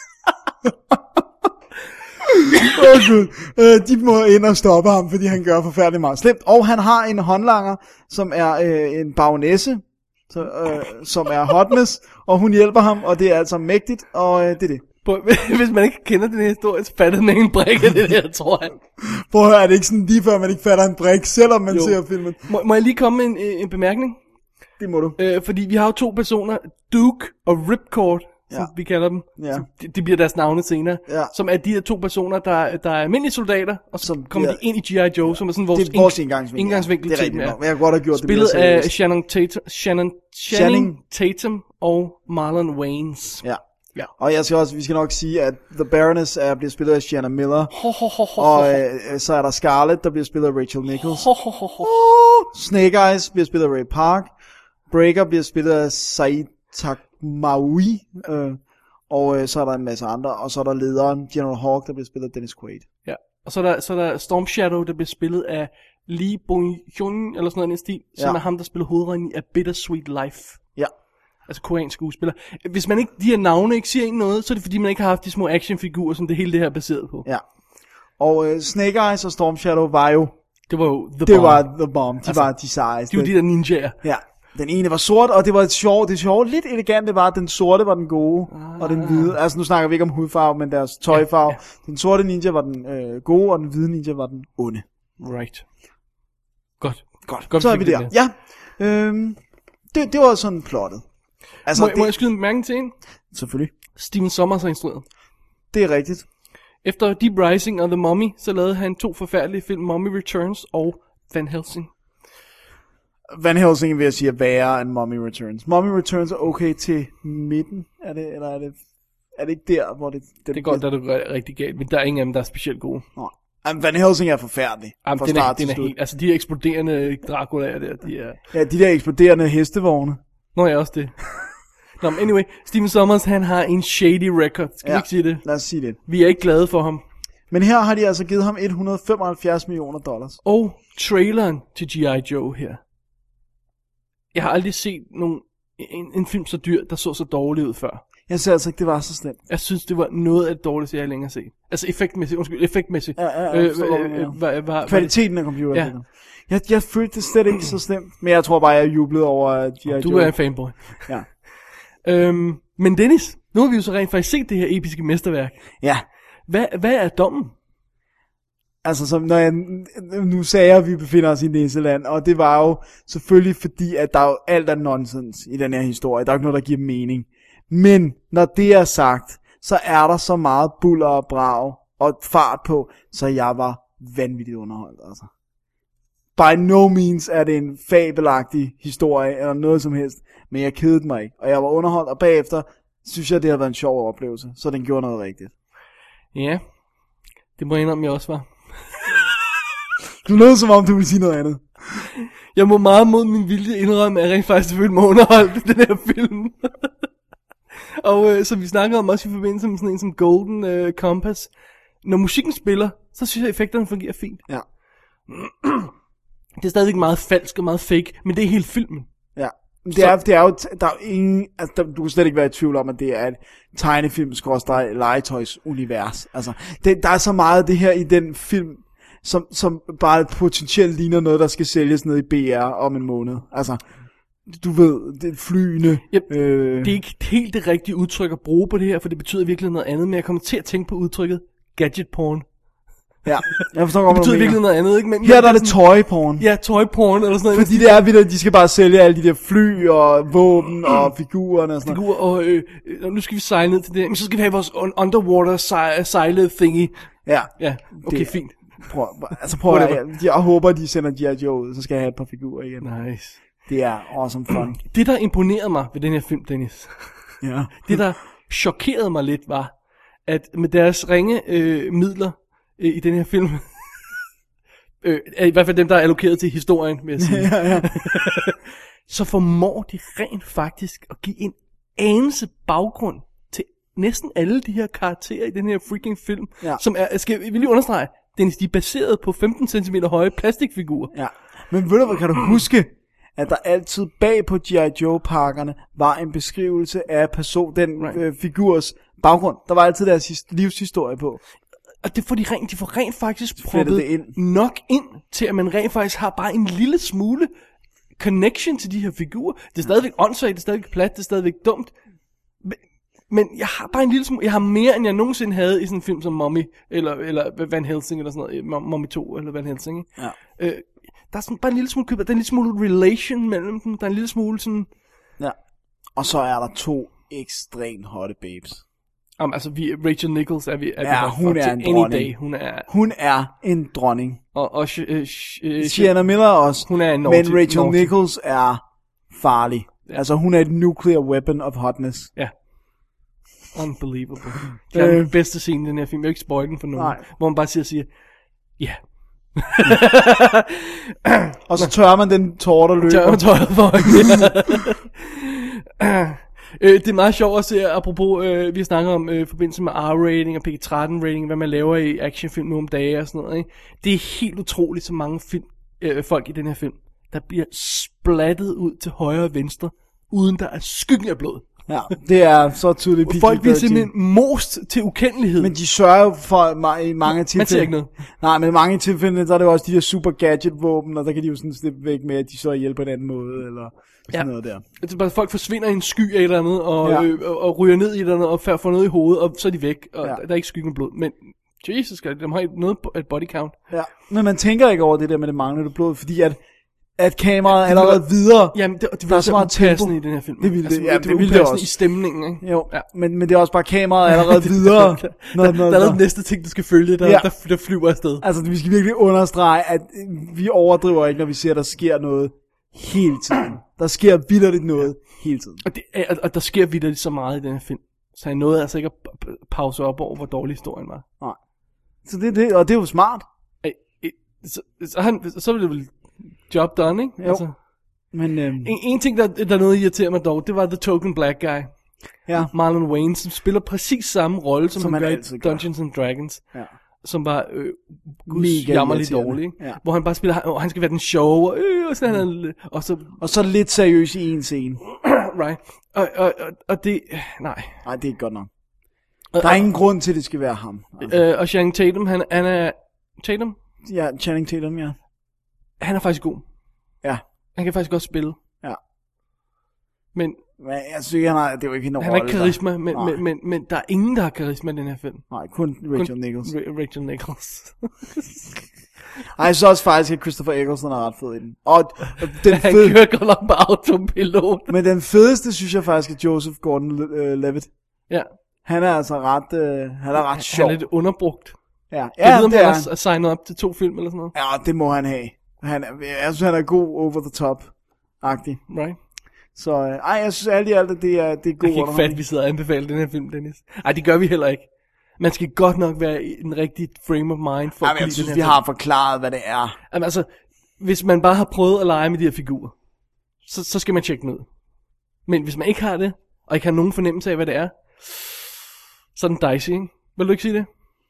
Åh oh, gud, øh, de må ind og stoppe ham, fordi han gør forfærdeligt meget slemt. Og han har en håndlanger, som er øh, en baronesse, så, øh, som er hotness, og hun hjælper ham, og det er altså mægtigt, og øh, det er det. Hvis man ikke kender den her historie, så fatter den ikke en brik af det der, tror jeg. Prøv at høre, er det ikke sådan lige før, man ikke fatter en brik, selvom man jo. ser filmen? Må, må jeg lige komme med en, en bemærkning? Det må du. Øh, fordi vi har jo to personer, Duke og Ripcord, som Ja. vi kalder dem. Ja. Som, de, de bliver deres navne senere. Ja. Som er de her to personer, der, der er almindelige soldater, og så Som kommer bliver- de ind i G I. Joe, som er sådan vores, Det er vores indgangsvinkel. indgangsvinkel Det er til rigtigt dem, nok. Jeg kan godt have gjort Spillet det mere af seriøst. Shannon Tatum, Shannon, Channing Tatum og Marlon Wayans. Ja. Ja. Og jeg skal også, vi skal nok sige, at The Baroness er blevet spillet af Sienna Miller. Ho, ho, ho, ho, Og ho. øh, så er der Scarlett, der bliver spillet af Rachel Nichols. Ho, ho, ho, ho. Snake Eyes bliver spillet af Ray Park. Breaker bliver spillet af Saeed Taghmaoui. Øh, og øh, så er der en masse andre. Og så er der lederen, General Hawk, der bliver spillet af Dennis Quaid. Ja. Og så er, der, så er der Storm Shadow, der bliver spillet af Lee Bong-joon, eller sådan noget i den stil, som Ja. er ham, der spiller hovedrollen i A Bittersweet Life. Ja. Altså koreansk skuespiller. Hvis man ikke, de her navne ikke siger en noget, så er det fordi, man ikke har haft de små actionfigurer, som det hele det her er baseret på. Ja. Og øh, Snake Eyes og Storm Shadow var jo, Det var jo The det Bomb. var The Bomb. De Altså, var de sejeste. De var de der ninjaer. Ja. Den ene var sort, og det var sjovt. Det sjove, lidt elegant, det var, at den sorte var den gode, ah. og den hvide. Altså nu snakker vi ikke om hudfarve, men deres tøjfarve. Ja, ja. Den sorte ninja var den øh, gode, og den hvide ninja var den onde. Right. Godt. Godt, Godt så er fik vi det der. med. Ja, øhm, det, det var sådan plottet. Altså, Må, det, må jeg skyde en bemærkning til en? selvfølgelig. Steven Sommers har instrueret. Det er rigtigt. Efter Deep Rising og The Mummy, så lavede han to forfærdelige film, Mummy Returns og Van Helsing. Van Helsing vil jeg sige er værre end Mummy Returns. Mummy Returns er okay til midten, er det, eller er det, er det ikke der, hvor det... Det er godt, der er det rigtig galt, men der er ingen af dem, der er specielt gode. Nå. Jamen, Van Helsing er forfærdelig. Jamen, fra den er, start den til er slut. helt, altså de her eksploderende Draculaer der, de er... Ja, de der eksploderende hestevogne. Nå, jeg også det. Nå, men anyway, Steven Sommers, han har en shady record. Skal Ja, vi ikke sige det? lad os sige det. Vi er ikke glade for ham. Men her har de altså givet ham et hundrede og femoghalvfjerds millioner dollars. Og traileren til G I. Joe her. Jeg har aldrig set nogen, en, en film så dyr, der så så dårlig ud før. Jeg synes altså ikke, det var så slemt. Jeg synes, det var noget af det dårligste, jeg har længere set. Altså effektmæssigt, undskyld, effektmæssigt. Ja, ja, ja, forstår, hvad du mener. var, var, Kvaliteten af computer. Ja. Jeg, jeg følte det slet ikke så slemt. Men jeg tror bare, jeg jublede over at G I. Du Joe. er en fanboy. Ja. Øhm, men Dennis, nu har vi jo så rent faktisk set det her episke mesterværk. Ja. Hvad, hvad er dommen? Altså, som når jeg, nu sagde jeg, at vi befinder os i Næseland, og det var jo selvfølgelig fordi, at der er jo alt er nonsens i den her historie. Der er jo ikke noget, der giver mening. Men når det er sagt, så er der så meget buller og brag og fart på, så jeg var vanvittigt underholdt, altså. By no means er det en fabelagtig historie eller noget som helst, men jeg kedede mig ikke, og jeg var underholdt, og bagefter synes jeg, det har været en sjov oplevelse, så den gjorde noget rigtigt. Ja, det må jeg indrømme, jeg også var. Du lød som om, du ville sige noget andet. Jeg må meget mod min vilje indrømme, at jeg rent faktisk følte mig underholdt i den her film. Og øh, som vi snakkede om også i forbindelse med sådan en som Golden øh, Compass. Når musikken spiller, så synes jeg, at effekterne fungerer fint. Ja. Det er stadigvæk meget falsk og meget fake, men det er hele filmen. Ja, det er, det er jo, der er jo ingen, altså der, du kan slet ikke være i tvivl om, at det er et tegnefilm-legetøjs-univers. Altså, det, der er så meget af det her i den film, som, som bare potentielt ligner noget, der skal sælges ned i B R om en måned. Altså, du ved, det er flyene. Yep. Øh, Det er ikke helt det rigtige udtryk at bruge på det her, for det betyder virkelig noget andet, men jeg kommer til at tænke på udtrykket gadget porn. ja, jeg forstår godt, Det betyder hvad du virkelig mener. noget andet, ikke? Men Her der er det det toy-porn. Ja, toy porn eller sådan noget. Fordi det er vildt, at de skal bare sælge alle de der fly og våben og figurerne og sådan noget. Figur, og øh, øh, nu skal vi sejle ned til det, men så skal vi have vores un- underwater sej- sejlet thingy. Ja, Ja, okay, Det- fint. prøv, altså prøv at, Whatever. jeg, jeg håber, de sender G I. Joe ud, så skal jeg have et par figurer igen. Nice. Det er awesome fun. Det, der imponerede mig ved den her film, Dennis, Ja. det, der chokerede mig lidt, var, at med deres ringe øh, midler øh, i den her film, øh, i hvert fald dem, der er allokeret til historien, vil jeg sige, ja, ja. så formår de rent faktisk at give en anelse baggrund til næsten alle de her karakterer i den her freaking film, Ja. som er, skal vi lige understrege, Dennis, de er baseret på femten centimeter høje plastikfigurer. Ja. Men ved du hvad, kan du huske, at der altid bag på G I. Joe-pakkerne var en beskrivelse af person, den Right. øh, figurs baggrund. Der var altid deres his- livshistorie på. Og det får de rent, de får rent faktisk Flettet proppet det ind. nok ind, til at man rent faktisk har bare en lille smule connection til de her figurer. Det er stadigvæk åndssvagt, det er stadigvæk plat, det er stadigvæk dumt. Men- Men jeg har bare en lille smule, jeg har mere, end jeg nogensinde havde i sådan en film som Mummy, eller, eller Van Helsing, eller sådan noget, Mummy to, eller Van Helsing, ikke? Ja. Øh, der er sådan bare en lille smule køb, der er en lille smule relation mellem dem, der er en lille smule sådan, Ja. Og så er der to ekstremt hotte babes. Um, altså, vi, Rachel Nichols er vi, er Ja, vi hun er en any dronning. day. Hun er, Hun er en dronning. og, og, uh, uh, Sienna Miller også. Hun er en men naughty- Rachel naughty. Nichols er farlig. Ja. Altså, hun er et nuclear weapon of hotness. Ja. Unbelievable. Det er Øh. den bedste scene i den her film. Jeg vil ikke spoil den for nogen. Nej. Hvor man bare siger, siger ja. Og så tørrer man den tårer, der løber. Tør tøjet for hende. Øh, det er meget sjovt at se, apropos, øh, vi har snakket om øh, forbindelse med R-rating og P G tretten rating, hvad man laver i actionfilm nu om dage og sådan noget, ikke? Det er helt utroligt, så mange film, øh, folk i den her film, der bliver splattet ud til højre og venstre, uden der er skyggen af blod. Ja, det er så tydeligt P G Folk bliver tretten. simpelthen most til ukendelighed. Men de sørger jo for ma- i mange tilfælde. Man ser ikke noget. Nej, men i mange tilfælde, så er det jo også de der super gadget-våben, og der kan de jo sådan slippe væk med, at de så hjælper på en anden måde, eller sådan Ja. noget der. Det er bare, folk forsvinder i en sky af et eller andet, og, Ja. ja. øh, og, og ryger ned i et eller andet, og får noget i hovedet, og så er de væk, og Ja. ja. der, der er ikke skyggen af blod. Men Jesus, de har ikke noget et body count. Ja, men man tænker ikke over det der med det manglende blod, fordi at, at kameraet er allerede videre. Jamen, det, det Der er var så så meget meget upassende tempo. i den her film. Det ville det- ja, det, det var ville det upassende også. i stemningen, ikke? Jo, Ja. men, men det er også bare kameraet er allerede videre. når, når, Der er når, allerede næste ting, der skal følge, der, Ja. ja. der, der flyver afsted. altså, vi skal virkelig understrege, at øh, vi overdriver ikke, når vi ser, at der sker noget hele tiden. Der sker vitterligt noget hele tiden. Og, det, er- og, og der sker vitterligt så meget i den her film. Så jeg nåede altså ikke at p- p- pause op over, hvor dårlig historien var. Nej. Så det, det, og det er jo smart. Ej, øh, Så, så, han, så var det vel job done, ikke? Jo. Men øhm, en, en ting, der, der noget irriterer mig dog, det var The Token Black Guy. ja, Marlon Wayne, som spiller præcis samme rolle, som, Som som han han gør i altid gør. Dungeons and Dragons. ja. Som var øh, guds Mega jammerligt irriterende. dårlig, ikke? Ja. Hvor han bare spiller, og han skal være den sjove, og, øh, og, sådan, mm. og så, Og så lidt seriøs i en scene. right, og, og, og, og det, nej. Nej, det er ikke godt nok. Og, Der er ingen grund til, at det skal være ham. Altså, øh, og Channing Tatum, han, han er, Tatum, ja, Channing Tatum, ja. han er faktisk god. Ja, Han kan faktisk godt spille. ja. Men Men jeg synes, han har, det er jo ikke en han har rolle, ikke der- karisma, men, Nej. men, men, men der er ingen, der har karisma i den her film. Nej, kun Rachel Nichols. Ra- Rachel Nichols. Ej, jeg synes også faktisk, at Christopher Eccleston er ret fed i den. Og den Han fede, kører godt nok på autopilot. men den fedeste, synes jeg faktisk, er Joseph Gordon-Levitt. Ja, Han er altså ret, øh, han er ret han sjov. er lidt underbrugt. Ja, Jeg ja ved, om det han er har han. signet op til to film eller sådan noget. Ja, det må han have. Han er, jeg synes, han er god over the top-agtig. Right? Så øh, ej, jeg synes alt i alt, at det er, det er god Jeg kan ikke fatte, underholdning. at vi sidder og anbefaler den her film, Dennis. Ej, det gør vi heller ikke. Man skal godt nok være i en rigtig frame of mind for Ej, at men kunne jeg lide synes, den vi her har film. forklaret, hvad det er. Jamen, altså, hvis man bare har prøvet at lege med de her figurer, så, så skal man tjekke den ud. Men hvis man ikke har det, og ikke har nogen fornemmelse af, hvad det er, så er den dicey, ikke? Vil du ikke sige det?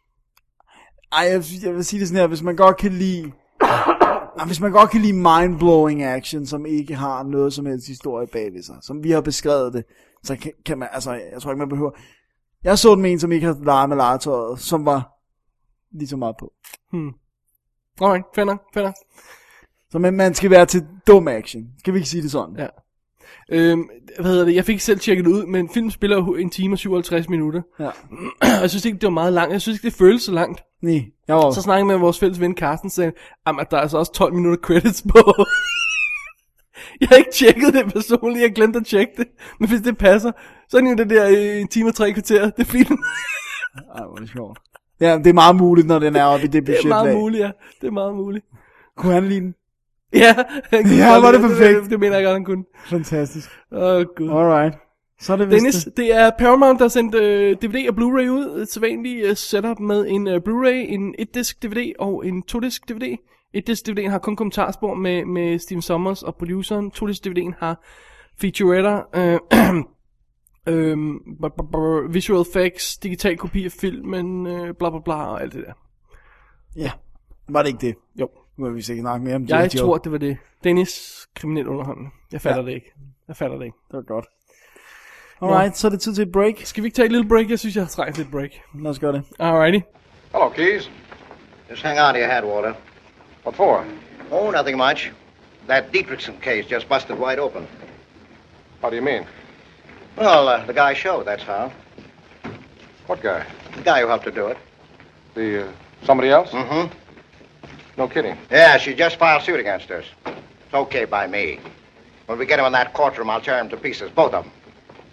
Ej, jeg, jeg vil sige det sådan her, hvis man godt kan lide... Ej, hvis man godt kan lide mind-blowing action, som ikke har noget som helst historie bagved sig, som vi har beskrevet det, så kan, kan man, altså, jeg tror ikke, man behøver... Jeg så den med en, som ikke har leget med legetøjet, som var lige så meget på. Alright, fair nok, fair nok. Så man, man skal være til dum action. Skal vi ikke sige det sådan? Ja. Øhm, hvad hedder det? Jeg fik ikke selv tjekket det ud, men film spiller jo en time og syvoghalvtreds minutter. Ja. Og jeg synes ikke, det var meget langt. Jeg synes ikke, det føles så langt. Nej, jeg var Så snakkede jeg med vores fælles ven Carsten, og sagde, at der er altså også tolv minutter credits på. Jeg har ikke tjekket det personligt, jeg glemte at tjekke det. Men hvis det passer, så er det jo det der øh, en time og tre kvarter, det er fint. Ej, hvor er det sjovt. Ja, det er meget muligt, når den er oppe i det Det budget. er meget muligt, ja. Det er meget muligt. Kunne han lide den? Ja, han kunne Ja, godt var det lide perfekt. Det, det mener jeg godt, han kunne. Fantastisk. Åh, oh, gud. Alright. Så er det vist Dennis, det. det er Paramount, der har sendt øh, D V D og Blu-ray ud. Et sædvanligt øh, setup med en øh, Blu-ray, en et-disk D V D og en to-disk D V D. Et-disk D V D'en har kun kommentarspor med, med Steven Sommers og produceren. To-disk D V D'en har featuretter, øh, øh, b- b- b- visual effects, digital kopi af filmen, øh, bla bla bla og alt det der. Ja, var det ikke det? Jo, Nu må vi sikkert snakke mere om jeg J J. tror, det var det. Dennis, kriminel underholdende. Jeg fatter Ja. det ikke. Jeg fatter det ikke. Det var godt. Alright, så er det tid til et break. Skal vi ikke tage et lille break? Jeg synes, jeg har trængt lidt break. Lad os gøre det. Alrighty. Hello, Keys. Just hang on to your hat, Walter. What for? Oh, nothing much. That Dietrichson case just busted wide open. How do you mean? Well, uh, the guy showed, that's how. What guy? The guy who helped to do it. The, uh, somebody else? Mm-hmm. No kidding. Yeah, she just filed suit against us. It's okay by me. When we get him in that courtroom, I'll tear him to pieces, both of them.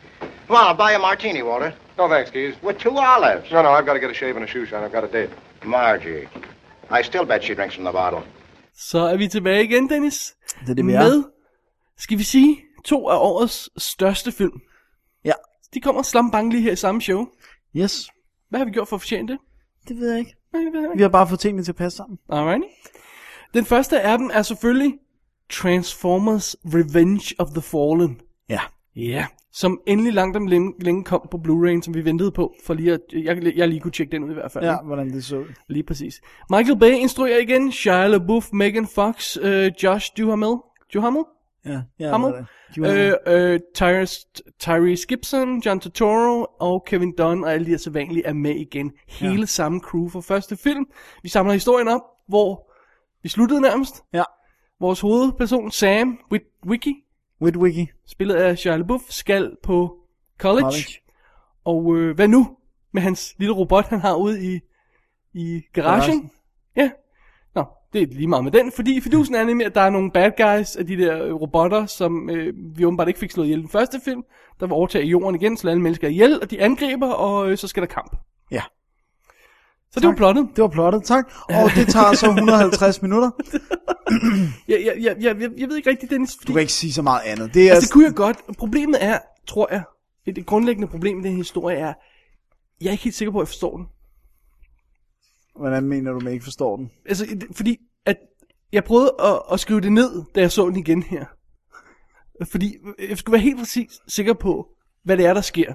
Come on, I'll buy you a martini, Walter. No, thanks, Keys. With two olives. No, no, I've got to get a shave and a shoe shine. I've got a date. Margie. I still bet she drinks from the bottle. Så er vi tilbage igen, Dennis. Det er det, vi er. Med, skal vi sige, to af årets største film. Ja. De kommer slambang lige her i samme show. Yes. Hvad har vi gjort for at fortjene det? Det ved jeg ikke. Nej, det ved jeg Vi ikke. har bare fået tingene til at passe sammen. Alrighty. Den første af dem er selvfølgelig Transformers Revenge of the Fallen. Ja. Ja. Yeah. Som endelig langt om længe, længe kom på Blu-ray, som vi ventede på, for lige at, jeg, jeg lige kunne tjekke den ud i hvert fald. Ja, hvordan det så ud. Lige præcis. Michael Bay instruerer igen, Shia LaBeouf, Megan Fox, øh, Josh Duhamel, Duhamel? Ja, ja. Hamel? Øh, øh, Tyrese, Tyrese Gibson, John Turturro og Kevin Dunn og alle de her sædvanlige er med igen. Hele ja. samme crew for første film. Vi samler historien op, hvor vi sluttede nærmest. Ja. Vores hovedperson, Sam Witwicky, Witwicky. spillet af Shia LaBeouf, skal på college. College. Og øh, hvad nu med hans lille robot, han har ude i, i garagen? Garagen. Ja. Nå, det er lige meget med den, fordi fidusen er nemlig, at der er nogle bad guys af de der øh, robotter, som øh, vi åbenbart ikke fik slået ihjel i den første film, der vil overtage jorden igen, slå alle mennesker ihjel, og de angriber, og øh, så skal der kamp. Ja. Så det var plottet. Det var plottet, tak. Og det tager så et hundrede og halvtreds minutter. jeg, jeg, jeg, jeg, jeg ved ikke rigtigt, Dennis. Fordi... Du kan ikke sige så meget andet. Det er Altså, det kunne jeg godt. Problemet er, tror jeg, et, et grundlæggende problem i den historie er, jeg er ikke helt sikker på, at jeg forstår den. Hvordan mener du, at jeg ikke forstår den? Altså, det- fordi at jeg prøvede at, at skrive det ned, da jeg så den igen her. Fordi jeg skulle være helt præcis sikker på, hvad det er, der sker.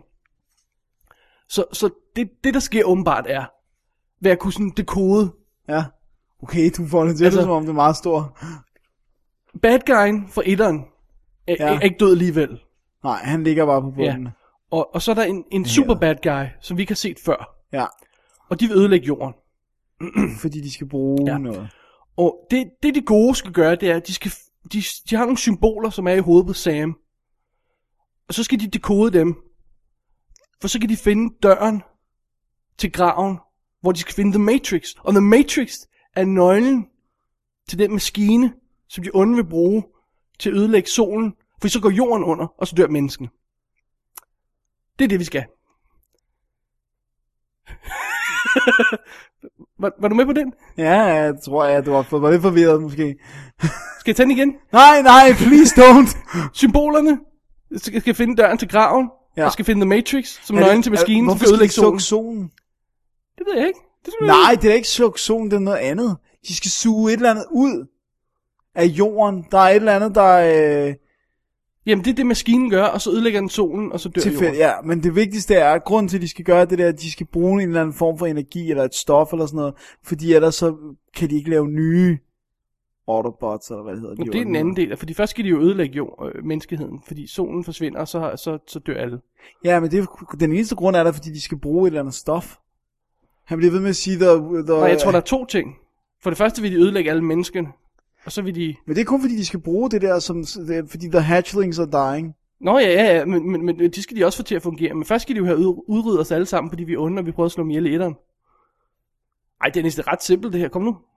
Så, så det, det, der sker åbenbart er, hvad jeg kunne sådan dekode. Ja. Okay, du får det til, Altså- altså, som om det er meget stor. Bad guyen fra etteren er, Ja. er ikke død alligevel. Nej, han ligger bare på Ja. bunden. Og, og så er der en, en super bad guy, som vi ikke har set før. Ja. Og de vil ødelægge jorden. Fordi de skal bruge Ja. ja. noget. Og det, det de gode skal gøre, det er, at de, skal, de, de har nogle symboler, som er i hovedet på Sam. Og så skal de dekode dem. For så kan de finde døren til graven, hvor de skal finde The Matrix. Og The Matrix er nøglen til den maskine, som de onde vil bruge til at ødelægge solen. For så går jorden under, og så dør menneskene. Det er det, vi skal. var, var du med på den? Ja, jeg tror, at du har fået mig lidt forvirret måske. Skal jeg tage den igen? Nej, nej, please don't. Symbolerne skal, skal finde døren til graven, ja. Ja. Og skal finde The Matrix som Er det- nøglen til er- maskinen, som Hvorfor skal skal de ødelægge solen. slukke solen? Det ved jeg ikke. Det skal du Nej, vide. det er da ikke slukke solen, det er noget andet. De skal suge et eller andet ud af jorden. Der er et eller andet, der... Øh, Jamen det er det maskinen gør, og så ødelægger den solen, og så dør tilfælde, jorden. ja, men det vigtigste er, at grunden til, at de skal gøre det der, at de skal bruge en eller anden form for energi, eller et stof, eller sådan noget, fordi ellers så kan de ikke lave nye Autobots, eller hvad det hedder. Men det er den anden del, fordi først skal de jo ødelægge jord, øh, menneskeheden, fordi solen forsvinder, og så, så, så dør alle. Ja, men det er, den eneste grund er der, fordi de skal bruge et eller andet stof. Han bliver ved med at sige, der, der, Og jeg tror, der er to ting. For det første vil de ødelægge alle menneskene, og så vil de... Men det er kun fordi, de skal bruge det der, som, det, fordi the hatchlings are dying. Nå ja, ja, ja, men, men, men de skal de også få til at fungere. Men først skal de jo have ud, udryddet os alle sammen, fordi vi er onde, og vi prøver at slå dem ihjel i etteren. Ej, det er næsten ret simpelt det her. Kom nu.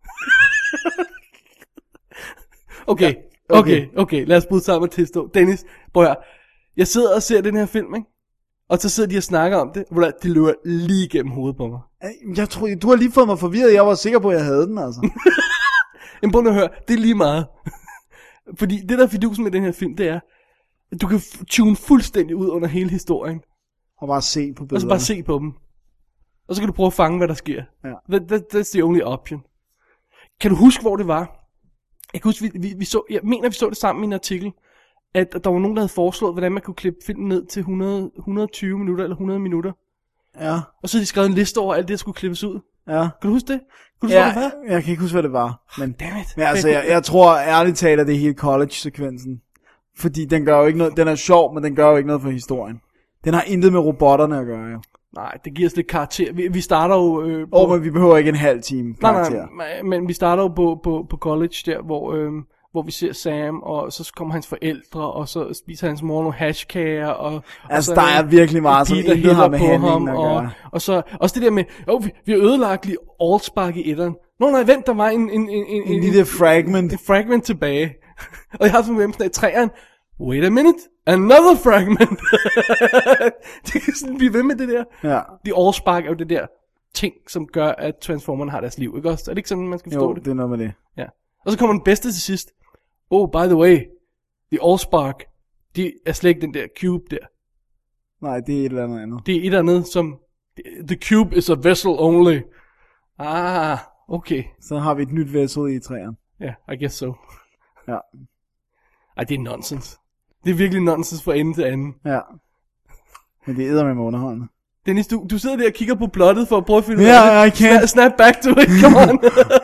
okay, Ja, okay, okay. okay. Lad os bryde sammen og tilstå. Dennis, prøv at høre. Jeg sidder og ser den her film, ikke? Og så sidder de og snakker om det. Hvor det løber lige gennem hovedet på mig. Jeg tror, du har lige fået mig forvirret. Jeg var sikker på, at jeg havde den, altså. Men prøv nu at høre. Det er lige meget. Fordi det der er fidusen med den her film, det er, at du kan f- tune fuldstændig ud under hele historien. Og bare se på Og så billederne. bare se på dem. Og så kan du prøve at fange, hvad der sker. Ja. That, that, that's the only option. Kan du huske, hvor det var? Jeg kan huske, vi, vi, vi så, jeg mener, vi så det sammen i en artikel, at, at der var nogen, der havde foreslået, hvordan man kunne klippe filmen ned til hundrede, et hundrede og tyve minutter eller hundrede minutter. Ja, Og så havde de skrevet en liste over alt det, der skulle klippes ud. ja. Kan du huske det? Kan du huske, Ja, hvor det var? jeg kan ikke huske, hvad det var. Men, Dammit. men altså, jeg, jeg tror ærligt talt, at det er hele college-sekvensen. Fordi den gør jo ikke noget, den er sjov, men den gør jo ikke noget for historien. Den har intet med robotterne at gøre, jo. Nej, det giver os lidt karakter. Vi, vi starter jo... Øh, på... Åh, oh, men vi behøver ikke en halv time Nej, karakter. nej, men vi starter jo på, på, på college der, hvor, øhm, hvor vi ser Sam, og så kommer hans forældre, og så spiser hans mor nogle hashkager, og... Altså, og så der er virkelig meget, som Peter intet har med hælder på handlingen at og, gøre. og så også det der med, oh, vi, vi har ødelagt lige Allspark i etteren. Nå nej, vent, der var en... En, en, en, En lille fragment. en fragment tilbage. Og jeg har fornemmelsen af, at træeren wait a minute, another fragment. Det kan sådan blive ved med det der. Ja. The Allspark er jo det der ting, som gør, at Transformerne har deres liv, ikke også? Er det ikke sådan, man skal forstå Jo, det? det er noget med det. Ja. Og så kommer den bedste til sidst. Oh, by the way, The Allspark, de er slet ikke den der cube der. Nej, det er et eller andet andet. Det er et eller andet, som, the cube is a vessel only. Ah, okay. Så har vi et nyt vessel i træerne. Ja, yeah, I guess so. Ja. Ej, det er nonsens. Det er virkelig nonsens fra ende til anden. Ja. Men det æder med underholdende. Dennis, du, du sidder der og kigger på plottet for at prøve at finde Yeah, ud af I can't. Snap, snap back to it, come on.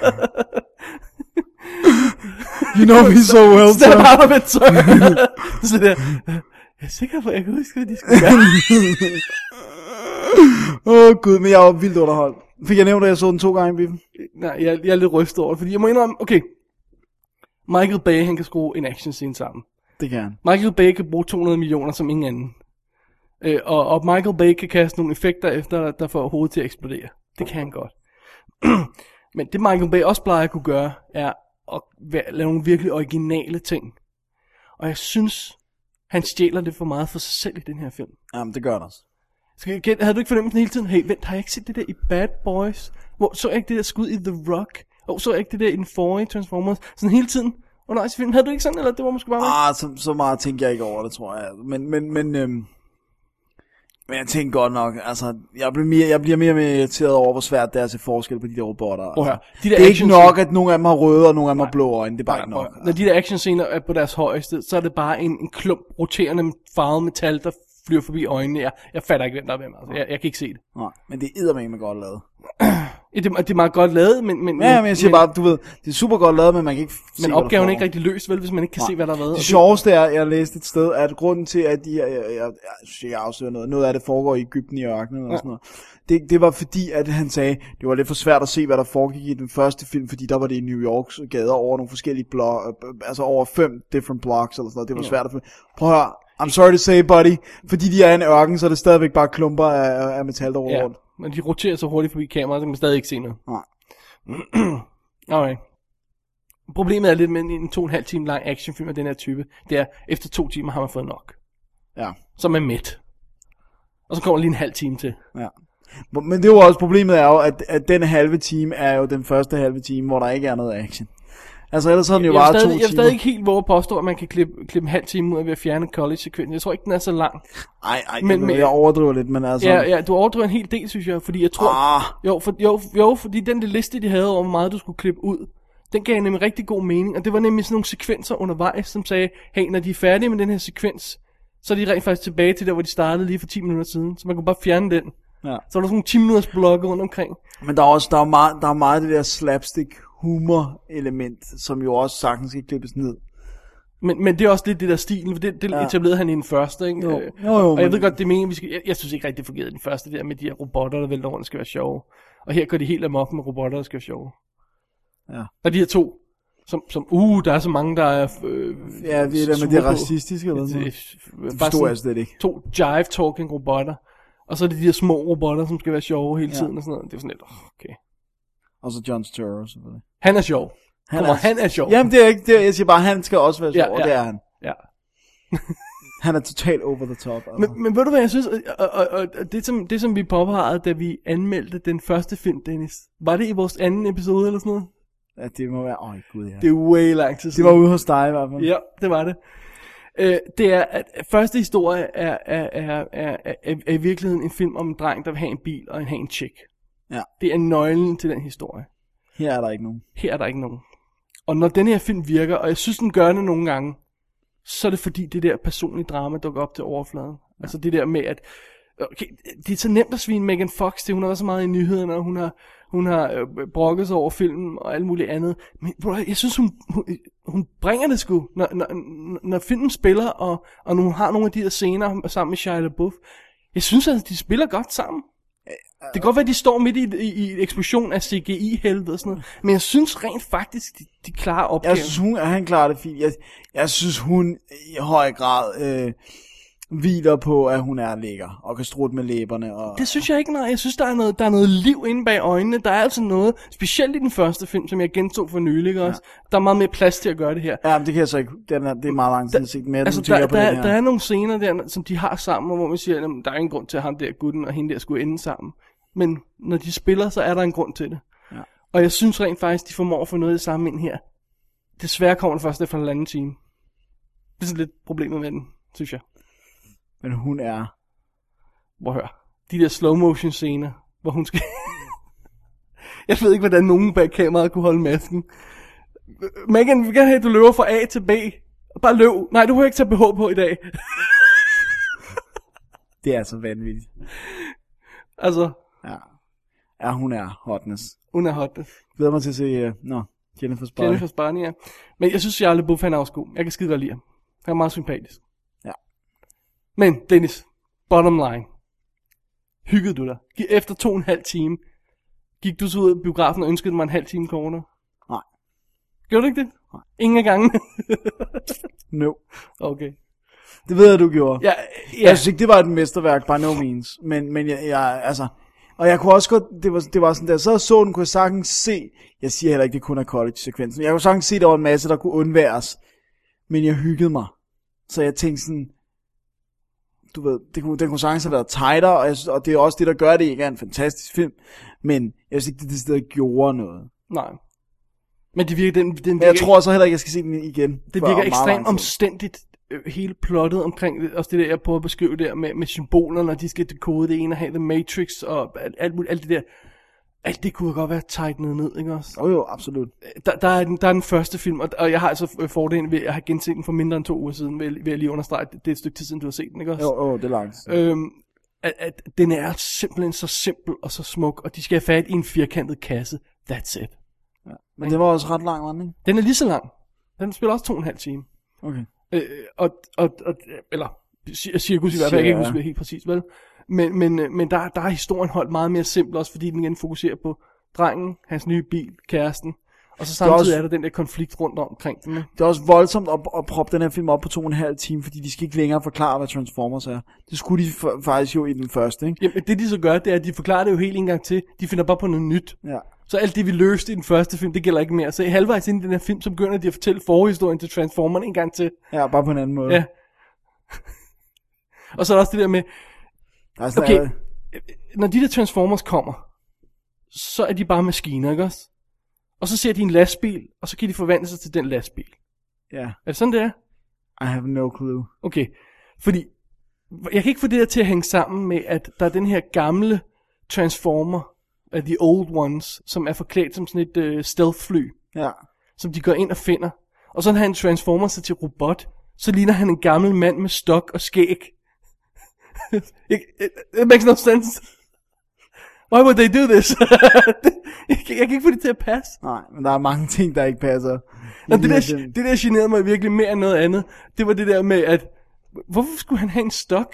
You know me so well, Snap sir. out of it, sir. Så der, jeg er sikker på, at jeg kan huske, hvad de skulle gøre. Åh oh, gud, men jeg var vildt underholdt. Fik jeg nævnt, at jeg så den to gange i biffen? Nej, jeg, jeg er lidt rystet over det, fordi jeg må indrømme, okay. Michael Bay, han kan skrue en action scene sammen. Det kan han. Michael Bay kan bruge to hundrede millioner som ingen anden. Øh, og, og Michael Bay kan kaste nogle effekter efter, der får hovedet til at eksplodere. Det kan han godt. Men det Michael Bay også plejer at kunne gøre, er at være, lave nogle virkelig originale ting. Og jeg synes, han stjæler det for meget for sig selv i den her film. Jamen, det gør det også. Skal jeg, havde du ikke fornemmelsen hele tiden? Hey, vent, har jeg ikke set det der i Bad Boys? Hvor så jeg ikke det der skud i The Rock? Og så jeg ikke det der i den forrige Transformers? Sådan hele tiden undervejs i filmen. Havde du ikke sådan, eller det var måske bare mig? Ah, så, så meget tænker jeg ikke over det, tror jeg. Men, men, men, øhm, men jeg tænker godt nok, altså, jeg bliver mere, jeg bliver mere og mere irriteret over, hvor svært det er at se forskel på de der robotter. Altså. Oh, ja. de der det er ikke nok, at nogle af dem har røde, og nogle af dem har blå øjne. Det er bare Nej, ikke nok. altså. Når de der actionscener er på deres højeste, så er det bare en, en klump roterende farvet metal, der flyver forbi øjnene. Jeg, jeg fatter ikke, hvem der er hvem. Altså. Jeg, jeg kan ikke se det. Nej, men det er eddermame godt lavet. Det, det er meget godt lavet, men... men ja, men jeg siger men, bare, du ved, det er super godt lavet, men man kan ikke se, men opgaven er ikke rigtig løst, vel, hvis man ikke kan Nej. se, hvad der har været. Det sjoveste er, jeg læste et sted, at grunden til, at de her, jeg, jeg, jeg, jeg, jeg afslører noget, noget af det foregår i Egypten i ørkenen og ja. sådan noget. Det, det var fordi, at han sagde, det var lidt for svært at se, hvad der foregik i den første film, fordi der var det i New Yorks gader over nogle forskellige blok, altså over fem different blocks eller sådan noget. Det var ja. svært at finde. Prøv at høre, I'm sorry to say, buddy, fordi de er i en ørken, så er det stadigvæk bare klumper af, af metal, der ja. rundt. Men de roterer så hurtigt forbi kameraet, så kan man stadig ikke se noget. Nej. Okay. Problemet er lidt med en to og en halv time lang actionfilm af den her type. Det er, efter to timer har man fået nok. Ja. Så er man mæt. Og så kommer lige en halv time til. Ja. Men det er jo også, problemet er jo, at, at den halve time er jo den første halve time, hvor der ikke er noget action. Altså ellers havde den jo bare to timer. Jeg vil stadig ikke helt våge at påstå, at man kan klippe, klippe en halv time ud af ved at fjerne college-sekvensen. Jeg tror ikke, den er så lang. Ej, ej, men, men, jeg overdriver lidt, men altså... Ja, ja, du overdriver en hel del, synes jeg, fordi jeg tror... Ah. Jo, for, jo, jo, fordi den liste, de havde over, hvor meget du skulle klippe ud, den gav nemlig rigtig god mening, og det var nemlig sådan nogle sekvenser undervejs, som sagde, hey, når de er færdige med den her sekvens, så er de rent faktisk tilbage til der, hvor de startede lige for ti minutter siden, så man kunne bare fjerne den. Ja. Så var der sådan nogle ti minutters blokke rundt omkring. Men der er også der er meget, der er meget det der slapstick humor element, som jo også sagtens skal klippes ned. Men, men det er også lidt det der stil, for det, det ja. etablerede han i den første, ikke? Jo. Jo, jo, og jeg men... ved godt, det mener vi skal... Jeg, jeg synes ikke rigtig, det fungerede den første der med de her robotter, der vælter rundt, skal være sjove. Og her går de helt amok med robotter, der skal være sjove. Ja. Og de her to, som, som uh, der er så mange, der er... Øh, ja, det er der med det racistiske eller noget. Det forstår jeg slet ikke. To jive-talking robotter. Og så er det de her små robotter, som skal være sjove hele tiden ja. og sådan noget. Det er sådan lidt, okay. Og så John Turturro selvfølgelig. Han er sjov. Han, Kommer, er... han er sjov. Jamen det er ikke det, jeg siger bare, han skal også være sjov, ja, ja. og det er han. Ja. Han er totalt over the top. Altså. Men, men ved du hvad jeg synes, og, og, og, og det, som, det som vi påpegede, da vi anmeldte den første film, Dennis, var det i vores anden episode eller sådan noget? Ja, det må være, åh oh, gud ja. Det er way lang tid siden. Det var ude hos dig i hvert fald. Ja, det var det. Uh, det er, at første historie er, er, er, er, er, er, er i virkeligheden en film om en dreng, der vil have en bil og have en chick. Ja. Det er nøglen til den historie. Her er der ikke nogen. Her er der ikke nogen. Og når den her film virker, og jeg synes den gør det nogle gange, så er det fordi det der personlige drama dukker op til overfladen. Ja. Altså det der med at, okay, det er så nemt at svine Megan Fox til, hun har været så meget i nyhederne, og hun har, hun har øh, brokket sig over filmen og alt muligt andet. Men bro, jeg synes hun, hun, hun bringer det sgu, når, når, når filmen spiller, og, og når hun har nogle af de her scener sammen med Shia LaBeouf. Jeg synes at de spiller godt sammen. Det kan godt være, at de står midt i, i, i en eksplosion af C G I-helvede og sådan noget. Men jeg synes rent faktisk, de, de klarer opgaven. Jeg synes, hun, han klarer det fint. Jeg, jeg synes, hun i høj grad øh, hviler på, at hun er lækker, og kan strutte med læberne. Og... Det synes jeg ikke, nej. Jeg synes, der er noget, der er noget liv inde bag øjnene. Der er altså noget, specielt i den første film, som jeg gentog for nylig også. Ja. Der er meget mere plads til at gøre det her. Ja, men det kan jeg så ikke. Det er, det er meget lang tid, jeg har set mere, altså, der, der, er, der er nogle scener der, som de har sammen, hvor man siger, at der er ingen grund til, at ham der gutten og hende der skulle ende sammen. Men når de spiller, så er der en grund til det. Ja. Og jeg synes rent faktisk, de formår at få noget af det samme ind her. Desværre kommer det først efter en anden time. Det er sådan lidt problemet med den, synes jeg. Men hun er... Hvor hør. De der slow motion scener, hvor hun skal... jeg ved ikke, hvordan nogen bag kameraet kunne holde masken. Megan, vi vil gerne have, at du løber fra A til B. Bare løb. Nej, du har ikke tage B H på i dag. Det er så vanvittigt. Altså... Ja. Ja, hun er hotness. Hun er hotness. Glæder mig til at se... Uh, no, Jennifer Barney. Jennifer Barney, ja. Men jeg synes, Shia LaBeouf er også god. Jeg kan skide godt lide ham. Han er meget sympatisk. Ja. Men, Dennis, bottom line. Hyggede du dig? Efter to og en halv time, gik du så ud af biografen og ønskede mig en halv time kortere? Nej. Gjorde du ikke det? Nej. Ingen af gangene? No. Okay. Det ved jeg, du gjorde. Ja, ja. Jeg synes ikke, det var et mesterværk, by no means. Men, men jeg, jeg, altså... Og jeg kunne også godt, det var, det var sådan der, så så den, kunne jeg sagtens se, jeg siger heller ikke, det kun er college-sekvensen, jeg kunne sagtens se, der var en masse, der kunne undværes, men jeg hyggede mig. Så jeg tænkte sådan, du ved, det kunne, den kunne sagtens have været tightere, og, jeg, og det er også det, der gør det ikke er en fantastisk film, men jeg synes ikke, det er det sted, der gjorde noget. Nej. Men det virker, den, den virker, men jeg tror så heller ikke, jeg skal se den igen. Det virker ekstremt omstændigt, hele plottet omkring, også det der, jeg prøver at beskrive der, med, med symboler, når de skal dekode det ene, og have The Matrix, og alt, alt, alt det der. Alt det kunne godt være tightenet ned, ikke også? Jo jo, absolut. Der, der, er, den, der er den første film, og, og jeg har altså fordelen ved at have genset den for mindre end to uger siden, ved, ved at lige understrege, det er et stykke tid siden, du har set den, ikke også? Jo, jo, det er langt. Øhm, at, at den er simpelthen så simpel og så smuk, og de skal have fat i en firkantet kasse. That's it. Ja. Men det var også ret lang, var den, ikke? Den er lige så lang. Den spiller også to og en halv time. Okay. Øh, og, og, og, eller cirkus i hvert fald, jeg kan ikke huske det helt præcis, vel? Men, men, men der, der er historien holdt meget mere simpel, også fordi den igen fokuserer på drengen, hans nye bil, kæresten, og så samtidig er, også, er der den der konflikt rundt omkring den. Det er også voldsomt at, at proppe den her film op på to og en halv time, fordi de skal ikke længere forklare, hvad Transformers er. Det skulle de f- faktisk jo i den første, ikke? Jamen, det de så gør, det er, at de forklarer det jo helt en gang til. De finder bare på noget nyt. Ja. Så alt det, vi løste i den første film, det gælder ikke mere. Så halvvejs ind i den her film, så begynder de at fortælle forhistorien til Transformers en gang til. Ja, bare på en anden måde. Ja. Og så er der også det der med, altså, okay, er... når de der Transformers kommer, så er de bare maskiner, ikke også? Og så ser de en lastbil, og så kan de forvandle sig til den lastbil. Ja. Er det sådan, det er? I have no clue. Okay, fordi jeg kan ikke få det der til at hænge sammen med, at der er den her gamle Transformer, uh, The Old Ones, som er forklædt som sådan et uh, stealth-fly. Ja. Som de går ind og finder. Og så når han transformer sig til robot, så ligner han en gammel mand med stok og skæg. it, it, it makes no sense. Why would they do this? jeg, kan, jeg kan ikke få det til at passe. Nej, men der er mange ting, der ikke passer. Nå, det, der, det der generede mig virkelig mere end noget andet. Det var det der med, at hvorfor skulle han have en stok?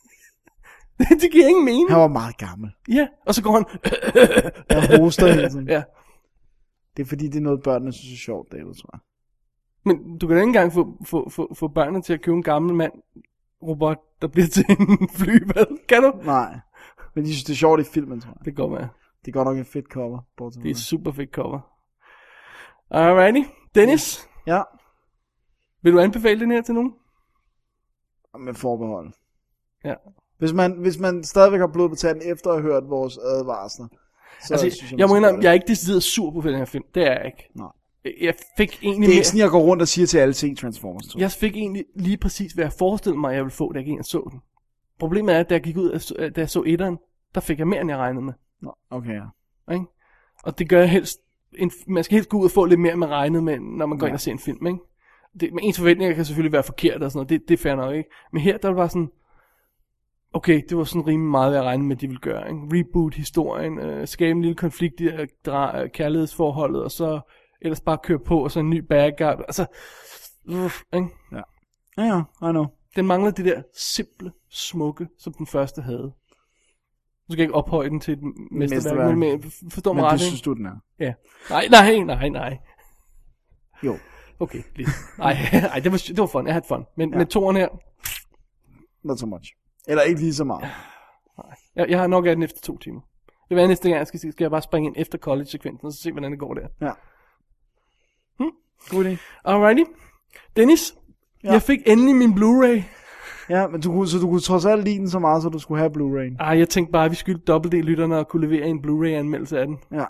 Det giver ingen mening. Han var meget gammel. Ja, og så går han... Jeg hoster hele tiden. Ja. Det er fordi, det er noget, børnene synes er sjovt, David, tror jeg. Men du kan da ikke engang få, få, få, få børnene til at købe en gammel mand robot, der bliver til en flyvalg. Kan du? Nej. Men de synes, det er sjovt i filmen, tror jeg. Det går med. Det er godt nok en fedt cover. Det er et super fedt cover. Alrighty. Dennis? Ja. Vil du anbefale den her til nogen? Med forbehold. Ja. Hvis man, hvis man stadigvæk har blod på tanden efter at have hørt vores advarsler. Så altså, synes jeg, jeg må indrømme, jeg er ikke decideret sur på den her film. Det er jeg ikke. Nej. Jeg fik egentlig det er ikke sådan, jeg går rundt og siger til alle se Transformers. Tror. Jeg fik egentlig lige præcis, hvad jeg forestillede mig, jeg ville få, da jeg gik ind og så den. Problemet er, at da jeg gik ud, da jeg så etteren, der fik jeg mere, end jeg regnede med. Nå, okay, ja. Ikke? Og det gør jeg helst, en, man skal helst gå ud og få lidt mere, end man regnede med, når man går ja. ind og ser en film, ikke? Det, men ens forventninger kan selvfølgelig være forkert og sådan noget, det, det er fair nok, ikke? Men her, der var bare sådan, okay, det var sådan rimelig meget, hvad jeg regnede med, at de ville gøre, ikke? Reboot historien, øh, skabe en lille konflikt i øh, kærlighedsforholdet, og så ellers bare køre på, og så en ny bad guy, altså, uff, ikke? Ja, ja, ja, I know. Den mangler det der simple, smukke, som den første havde. Du skal ikke ophøje den til et mesterværk, men, men forstår mig ret, men det synes du, den er? Ja. Nej, nej, nej, nej. Jo. Okay, lige. Nej, nej, det var, det var fun, jeg havde fun. Men ja. Med toren her, not so much. Eller ikke lige så meget. Jeg, jeg har nok af den efter to timer. Det var næste gang, jeg skal, skal jeg bare springe ind efter college-sekvensen, og så se, hvordan det går der. Ja. Hmm? God idé. Alrighty. Dennis, ja. Jeg fik endelig min Blu-ray. Ja, men du kunne, så du kunne trods alt lide den så meget, så du skulle have Blu-ray'en. Ah, jeg tænkte bare, at vi skyldte dobbelt-D-lytterne og kunne levere en Blu-ray-anmeldelse af den. Ja.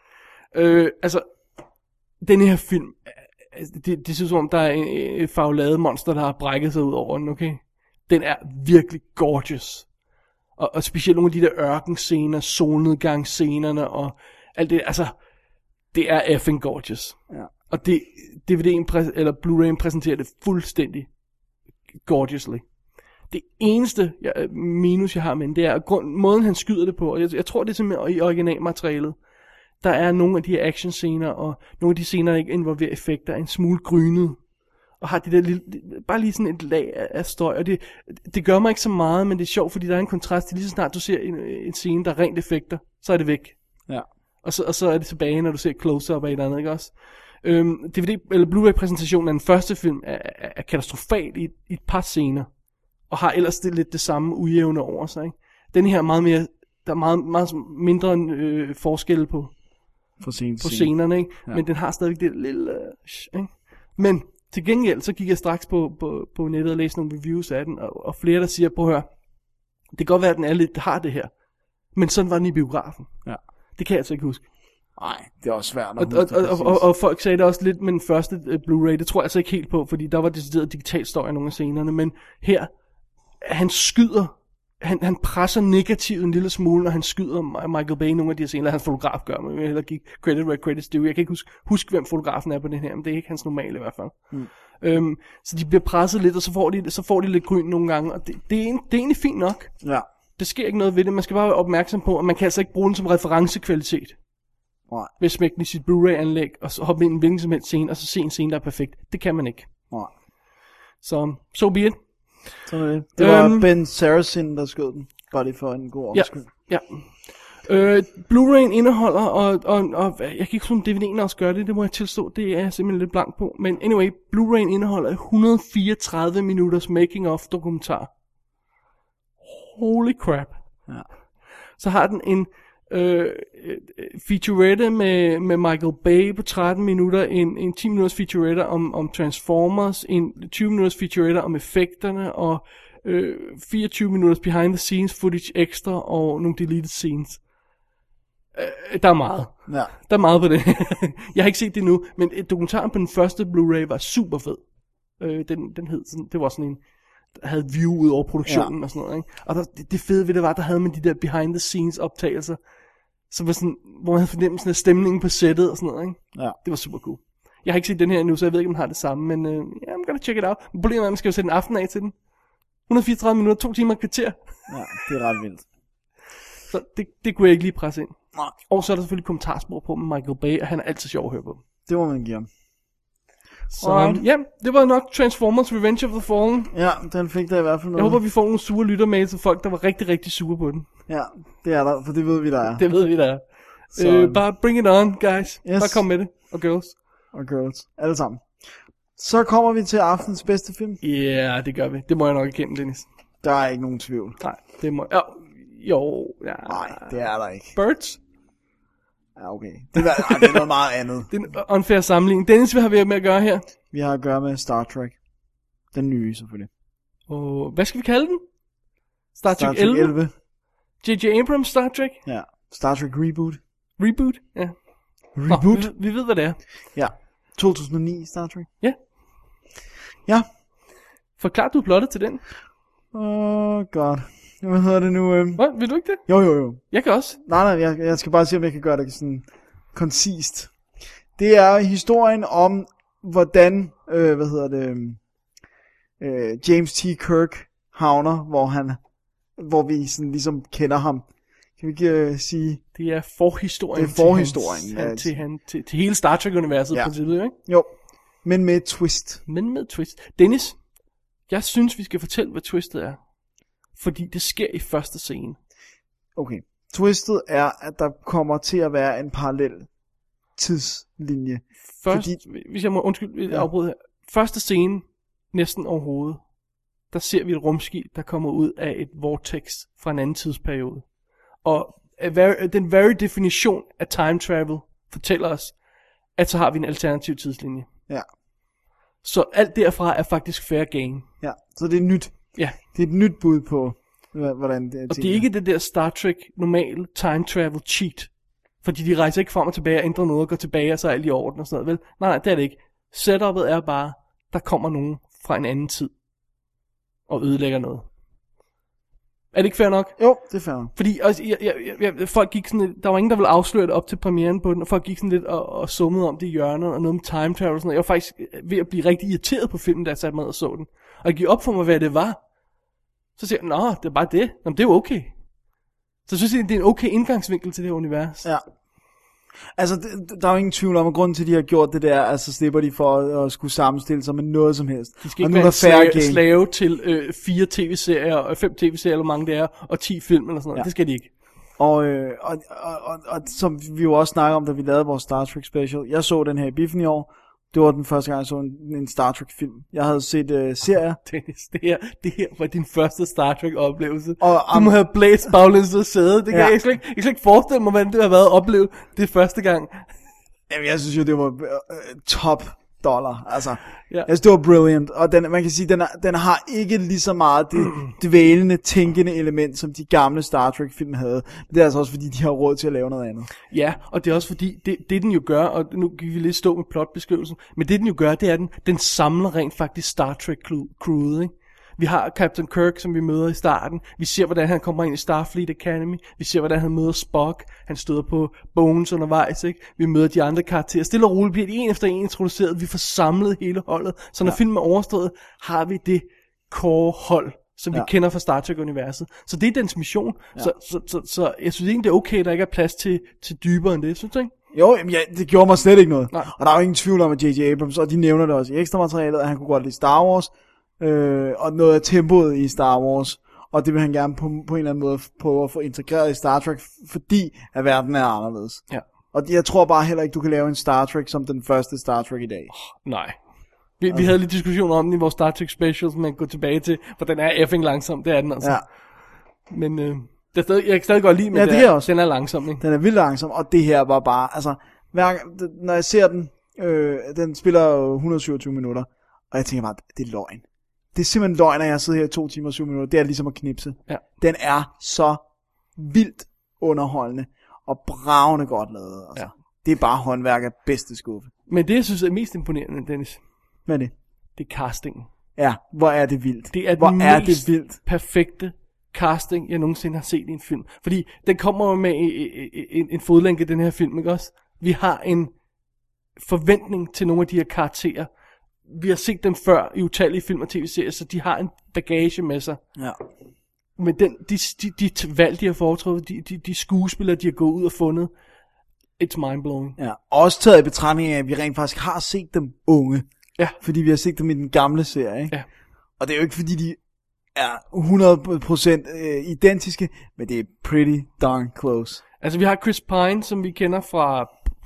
Øh, altså, den her film, det, det synes som om, der er et farvelade monster, der har brækket sig ud over den, okay? Den er virkelig gorgeous. Og, og specielt nogle af de der ørkenscener, solnedgangsscenerne og alt det, altså, det er effing gorgeous. Ja. Og det, D V D'en, præ- eller Blu-ray'en præsenterer det fuldstændig gorgeously. Det eneste jeg, minus, jeg har med den, det er grund, måden, han skyder det på. Og jeg, jeg tror, det er simpelthen i originalmaterialet. Der er nogle af de her actionscener, og nogle af de scener, der ikke involverer effekter, en smule grynet. Og har de der lille, bare lige sådan et lag af, af støj. Og det, det gør mig ikke så meget, men det er sjovt, fordi der er en kontrast til lige så snart du ser en, en scene, der er rent effekter, så er det væk. Ja. Og så, og så er det tilbage, når du ser close-up af et eller andet, ikke også? Øhm, D V D, eller Blu-ray-præsentationen af den første film er, er, er katastrofal i, i et par scener. Og har ellers det, lidt det samme ujævne over sig, ikke? Den her er meget mere, der er meget, meget mindre øh, forskel på, på, scene, på scenerne, ikke? Ja. Men den har stadigvæk det lille, øh, ikke? Men til gengæld, så gik jeg straks på, på, på nettet og læste nogle reviews af den, og, og flere, der siger, prøv at høre, det kan godt være, at den er lidt, har det her, men sådan var den i biografen. Ja. Det kan jeg altså ikke huske. Nej, det er også svært at og, og, og, og, og folk sagde det også lidt med den første uh, Blu-ray, det tror jeg altså ikke helt på, fordi der var decideret digital støj i nogle af scenerne, men her, han skyder, han, han presser negativt en lille smule, når han skyder Michael Bay i nogle af de her scener, hans fotograf gør, men jeg vil hellere give credit where credit's due. Jeg kan ikke huske, huske, hvem fotografen er på den her, men det er ikke hans normale i hvert fald. Mm. Øhm, så de bliver presset lidt, og så får de, så får de lidt gryn nogle gange, og det, det, er, det er egentlig fint nok. Ja. Det sker ikke noget ved det, man skal bare være opmærksom på, at man kan altså ikke bruge den som referencekvalitet. Nej. Ved at smække den i sit Blu-ray-anlæg, og så hoppe ind i en hvilken som helst scene, og så se en scene, der er perfekt. Det kan man ikke. Nej. Så, so be it. Sådan er det. Det var øhm, Ben Saracen, der skød den. Bare lige for en god omskyld. Ja, ja. Øh, Blu-ray'en indeholder, og, og, og jeg kan ikke sådan, D V D'en også gør det, det må jeg tilstå, det er jeg simpelthen lidt blank på. Men anyway, Blu-ray'en indeholder et hundrede og fireogtredive minutters making-of dokumentar. Holy crap. Ja. Så har den en øh, featurette med, med Michael Bay på tretten minutter, en, en ti minutters featurette om, om Transformers, en tyve minutters featurette om effekterne, og øh, fireogtyve minutters behind the scenes footage ekstra, og nogle deleted scenes. Øh, der er meget. Ja. Der er meget på det. Jeg har ikke set det nu, men dokumentaren på den første Blu-ray var super fed. Øh, den, den hed sådan, det var sådan en, der havde view ud over produktionen, ja. Og sådan noget, ikke? Og der, det, det fede ved det var, der havde man de der behind the scenes optagelser, som var sådan, hvor man havde fornemmelsen af stemningen på sættet og sådan noget, ikke? Ja. Det var super cool. Jeg har ikke set den her endnu, så jeg ved ikke, om den har det samme, men uh, yeah, I'm gonna check it out. Men problemet er, at man skal jo sætte en aften af til den. et hundrede og fireogtredive minutter, to timer og kvarter. Ja, det er ret vildt. Så det, det kunne jeg ikke lige presse ind. Nej. Og så er der selvfølgelig kommentarspor på med Michael Bay, og han er altid sjov at høre på. Det må man give ham. Så um, ja, det var nok Transformers Revenge of the Fallen. Ja, den fik der i hvert fald noget. Jeg håber, vi får nogle sure lyttermails af folk, der var rigtig, rigtig sure på den. Ja, det er der, for det ved vi, der er. Det ved vi, der er. Så... Øh, bare bring it on, guys. Yes. Bare kom med det. Og girls. Og girls. Alle sammen. Så kommer vi til aftens bedste film. Ja, yeah, det gør vi. Det må jeg nok erkende, Dennis. Der er ikke nogen tvivl. Nej, det må jeg. Jo, ja. Nej, det er der ikke. Birds? Ja, okay. Det er, ej, det er noget meget andet. Det er en unfair sammenligning. Dennis, hvad har vi med at gøre her? Vi har at gøre med Star Trek. Den nye, selvfølgelig. Og hvad skal vi kalde den? Star Trek, Star Trek elleve? elleve. J J Abrams Star Trek? Ja. Star Trek Reboot. Reboot? Ja. Reboot? Nå, vi, vi ved, hvad det er. Ja. to tusind og ni Star Trek. Ja. Ja. Forklar du plottet til den? Åh, oh god. Hvad hedder det nu? Øhm? Hvad? Vil du ikke det? Jo, jo, jo. Jeg kan også. Nej, nej, jeg, jeg skal bare se, om jeg kan gøre det sådan koncist. Det er historien om, hvordan, øh, hvad hedder det, øh, James T. Kirk havner, hvor han, hvor vi sådan ligesom kender ham. Kan vi ikke øh, sige? Det er forhistorien. Det er forhistorien. Til, Ja, hans, til, han, til, til hele Star Trek-universet, ja. I princippet, ikke? Jo, men med et twist. Men med et twist. Dennis, jeg synes, vi skal fortælle, hvad twistet er. Fordi det sker i første scene. Okay. Twistet er, at der kommer til at være en parallel tidslinje. Først, fordi... hvis jeg må undskylde, jeg ja. afbryde her. Første scene, næsten overhovedet. der ser vi et rumskib, der kommer ud af et vortex fra en anden tidsperiode. Og very, den very definition af time travel fortæller os, at så har vi en alternativ tidslinje. Ja. Så alt derfra er faktisk fair game. Ja, så det er nyt. Ja. Det er et nyt bud på, hvordan det er. Og det er ikke det der Star Trek normale time travel cheat. Fordi de rejser ikke frem og tilbage og ændrer noget og går tilbage og så er alt i orden og sådan noget. Vel? Nej, nej, det er det ikke. Setupet er bare, der kommer nogen fra en anden tid og ødelægger noget. Er det ikke fair nok? Jo, det er fair nok. Fordi altså, jeg, jeg, jeg, folk gik sådan lidt, der var ingen, der ville afsløre det op til premieren på den, og folk gik sådan lidt og, og summede om det i hjørnet, og noget med time travel og sådan noget. Jeg var faktisk ved at blive rigtig irriteret på filmen, da jeg satte mig og så den. Og jeg gik op for mig, hvad det var. Så siger jeg, nå, det er bare det. Nå, det er jo okay. Så jeg synes, det er en okay indgangsvinkel til det her univers. Ja. Altså, det, der er jo ingen tvivl om, at grunden til, at de har gjort det der, altså slipper de for at, at skulle sammenstille sig med noget som helst. De skal og ikke være slave, slave til øh, fire tv-serier, og fem tv-serier, eller hvor mange det er, og ti film eller sådan noget. Ja. Det skal de ikke. Og, øh, og, og, og, og som vi jo også snakker om, da vi lavede vores Star Trek special, jeg så den her i biffen i år. Det var den første gang, jeg så en, en Star Trek-film. Jeg havde set øh, serier. Dennis, det her, det her var din første Star Trek-oplevelse. Og, du um, må have blæst baglæns og sæde. Det kan ja. jeg, slet ikke, jeg kan slet ikke forestille mig, hvordan det har været at opleve det første gang. Jamen, jeg synes jo, det var øh, top dollar. Altså, ja. jeg synes, det var brilliant. Og den, man kan sige, den, er, den har ikke lige så meget det dvælende, tænkende element, som de gamle Star Trek-film havde. Men det er altså også, fordi de har råd til at lave noget andet. Ja, og det er også fordi, det, det den jo gør, og nu kan vi lidt stå med plotbeskrivelsen, men det den jo gør, det er, at den, den samler rent faktisk Star Trek-crewet, ikke? Vi har Captain Kirk, som vi møder i starten. Vi ser, hvordan han kommer ind i Starfleet Academy. Vi ser, hvordan han møder Spock. Han støder på Bones undervejs, ikke? Vi møder de andre karakterer. Stille og roligt bliver de en efter en introduceret. Vi får samlet hele holdet. Så når ja. filmen er overstået, har vi det core hold, som ja. vi kender fra Star Trek-universet. Så det er dens mission. Ja. Så, så, så, så jeg synes egentlig, det er okay, at der ikke er plads til, til dybere end det, synes du ikke? Jo, jamen, ja, det gjorde mig slet ikke noget. Nej. Og der er jo ingen tvivl om, at J J Abrams, og de nævner det også i ekstra materialet, at han kunne godt lide Star Wars. Øh, og noget af tempoet i Star Wars, og det vil han gerne på, på en eller anden måde prøve at få integreret i Star Trek, fordi at verden er anderledes. Ja. Og jeg tror bare heller ikke, du kan lave en Star Trek som den første Star Trek i dag. Oh, nej. Vi, altså. vi havde lidt diskussioner om den i vores Star Trek specials, man går tilbage til, for den er effing langsom, det er den altså. Ja. Men øh, det er stadig, jeg kan stadig godt lide, men ja, det det er, også. den er langsom, ikke? Den er vildt langsom, og det her var bare, altså, hver, når jeg ser den, øh, den spiller et hundrede og syvogtyve minutter, og jeg tænker bare, det er løgn. Det er simpelthen løgn, at jeg sidder her i to timer og syv minutter. Det er ligesom at knipse. Ja. Den er så vildt underholdende og bravende godt lavet. Altså. Ja. Det er bare håndværk af bedste skuffe. Men det, jeg synes er mest imponerende, Dennis. Hvad er det? Det er castingen. Ja, hvor er det vildt. Det er hvor den er mest det vildt. perfekte casting, jeg nogensinde har set i en film. Fordi den kommer jo med en, en fodlænke, den her film, ikke også? Vi har en forventning til nogle af de her karakterer. Vi har set dem før i utallige film og tv-serier, så de har en bagage med sig. Ja. Men den, de, de, de valg, de har foretrådt, de, de, de skuespillere, de har gået ud og fundet, it's mindblowing. Ja, også taget i betragtning af, at vi rent faktisk har set dem unge. Ja. Fordi vi har set dem i den gamle serie, ikke? Ja. Og det er jo ikke fordi, de er hundrede procent øh, identiske, men det er pretty darn close. Altså, vi har Chris Pine, som vi kender fra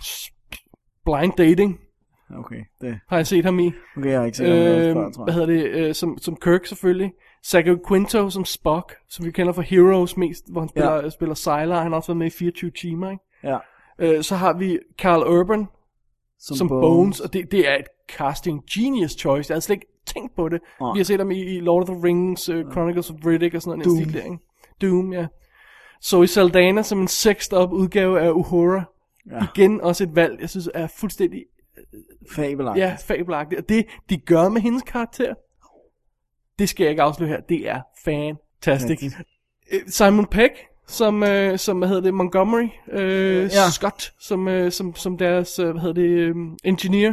Blind Dating. Okay, det har jeg set ham i. Okay, jeg har ikke set ham øh, før, tror jeg. Hvad hedder det? Øh, som, som Kirk selvfølgelig. Zachary Quinto som Spock, som vi kender fra Heroes mest, hvor han spiller, ja. spiller Sylar. Han har også været med i fireogtyve timer, ikke? Ja. Øh, så har vi Carl Urban som, som Bones. Bones, og det, det er et casting genius choice. Jeg havde slet ikke tænkt på det. Oh. Vi har set ham i, i Lord of the Rings, uh, Chronicles of Riddick og sådan noget. Doom. Stil der, ikke? Doom, ja. Zoe Saldana som en sexed up udgave af Uhura. Ja. Igen også et valg, jeg synes er fuldstændig fabelagtigt. Ja, fabelagtigt. Og det, de gør med hendes karakter, det skal jeg ikke afsløre her, det er fantastisk. Ja. Simon Pegg, som, øh, som hvad hedder det, Montgomery, øh, ja. Scott, som, øh, som, som deres, hvad hedder det, um, engineer,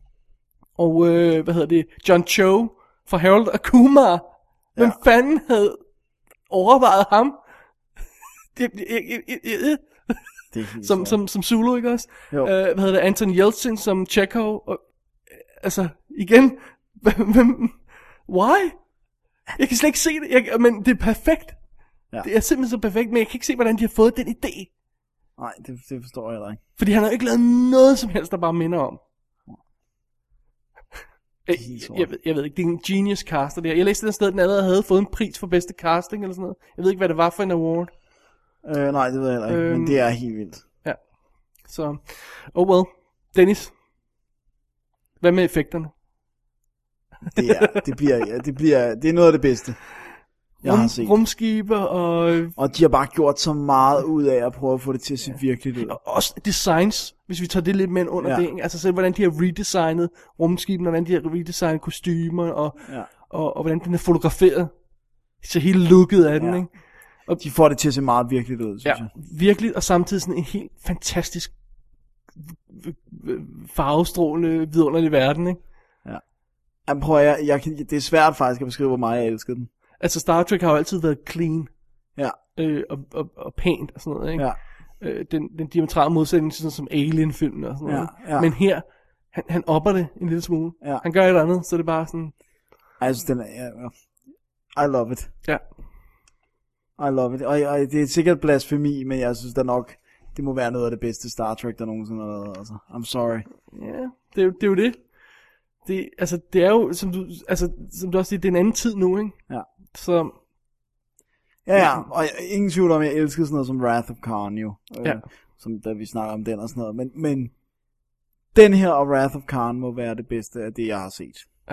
og, øh, hvad hedder det, John Cho fra Harold og Kumar. Hvem ja. fanden havde overvejet ham? det, det, det, det, Som, som, som Zulu, ikke også? Uh, hvad hedder det? Anton Yeltsin som Chekhov. Og, altså, igen. Why? Jeg kan slet ikke se det. Jeg, men det er perfekt. Ja. Det er simpelthen så perfekt, men jeg kan ikke se, hvordan de har fået den idé. Nej, det, det forstår jeg ikke. Fordi han har jo ikke lavet noget som helst, der bare minder om. Jeg, jeg, ved, jeg ved ikke, det er en genius caster det her. Jeg læste den sted, den allerede havde fået en pris for bedste casting eller sådan noget. Jeg ved ikke, hvad det var for en award. Øh, nej, det ved jeg ikke, øhm, men det er helt vildt. Ja, så, oh well. Dennis, hvad med effekterne? Det, er, det, bliver, ja, det, bliver, det er noget af det bedste, jeg Rum, har set. Rumskibe og... Og de har bare gjort så meget ud af at prøve at få det til at se ja. virkeligt ud. Og også designs, hvis vi tager det lidt med under ja. det. Ikke? Altså selv hvordan de har redesignet rumskibene, og hvordan de har redesignet kostymer, og, ja. og, og hvordan den er fotograferet. Så hele looket af den, ja. ikke? Og, de får det til at se meget virkeligt ud, synes ja, jeg. Virkelig, og samtidig sådan en helt fantastisk farvestrålende, vidunderlig verden, ikke? Ja. Jamen prøv at, jeg, jeg, det er svært faktisk at beskrive, hvor meget jeg elsker den. Altså Star Trek har jo altid været clean. Ja. Øh, og, og, og pænt og sådan noget, ikke? Ja. Øh, den, den diametrale modsætning til sådan som Alien-filmen og sådan noget. Ja, ja. Men her, han, han opper det en lille smule. Ja. Han gør et eller andet, så det er bare sådan... Altså, den er... Ja, I love it. Ja. I love it. Og, og det er sikkert blasfemi, men jeg synes da nok, det må være noget af det bedste Star Trek, der nogensinde har været. Altså, I'm sorry. Ja, det er jo det. Er jo det. Det, altså, det er jo, som du, altså, som du også siger, det er en anden tid nu, ikke? Ja. Så... Ja, ja, og ingen tvivl om, jeg elsker sådan noget som Wrath of Khan jo. Ja. Øh, som da vi snakker om den og sådan noget. Men, men den her og Wrath of Khan må være det bedste af det, jeg har set. Ja.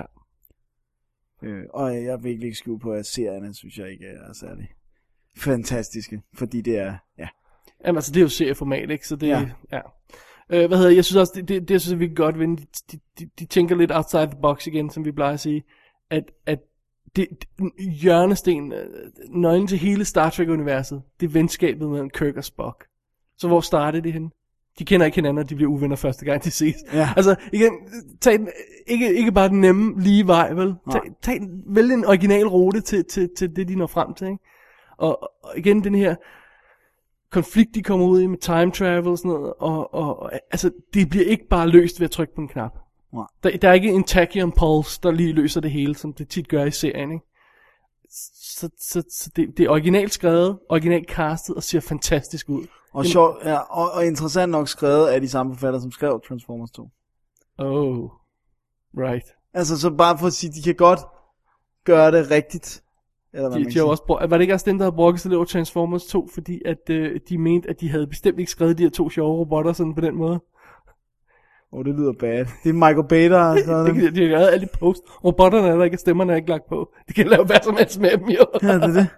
Øh, og jeg vil ikke skjule på, at serierne, synes jeg ikke er særlig fantastiske. Fordi det er, ja. Jamen altså, det er jo serieformat, ikke? Så det ja. ja. Øh, hvad hedder jeg? Jeg synes også, det, det, det synes jeg virkelig godt ved. De, de, de tænker lidt outside the box igen, som vi plejer at sige. At, at det, det hjørnesten, nøglen til hele Star Trek-universet, det er venskabet mellem Kirk og Spock. Så hvor startede det henne? De kender ikke hinanden, og de bliver uvenner første gang, de ses. Ja. Altså, igen, tag den, ikke, ikke bare den nemme, lige vej, vel? Tag, tag den, vælg en original rute til, til, til det, de når frem til, ikke? Og, og igen, den her konflikt, de kommer ud i med time travel og sådan noget, og, og, og altså, det bliver ikke bare løst ved at trykke på en knap. Ja. Der, der er ikke en tachyon pulse, der lige løser det hele, som det tit gør i serien, ikke? Så, så, så det, det er originalt skrevet, originalt castet, og ser fantastisk ud. Og, sjov, ja, og, og interessant nok skrevet af de samme forfattere, som skrev Transformers to. Oh, right. Altså, så bare for at sige, de kan godt gøre det rigtigt. Eller hvad de, man de har også brug, var det ikke også dem, der havde brugt sig lidt over Transformers to, fordi at, øh, de mente, at de havde bestemt ikke skrevet de her to sjove robotter sådan på den måde? Åh, oh, det lyder bad. Det er Michael Bay, der har skrevet det. De, de har lavet alle de post. Robotterne er der ikke, stemmerne er ikke lagt på. De kan lave hvad som helst med dem, jo. Ja, det er det.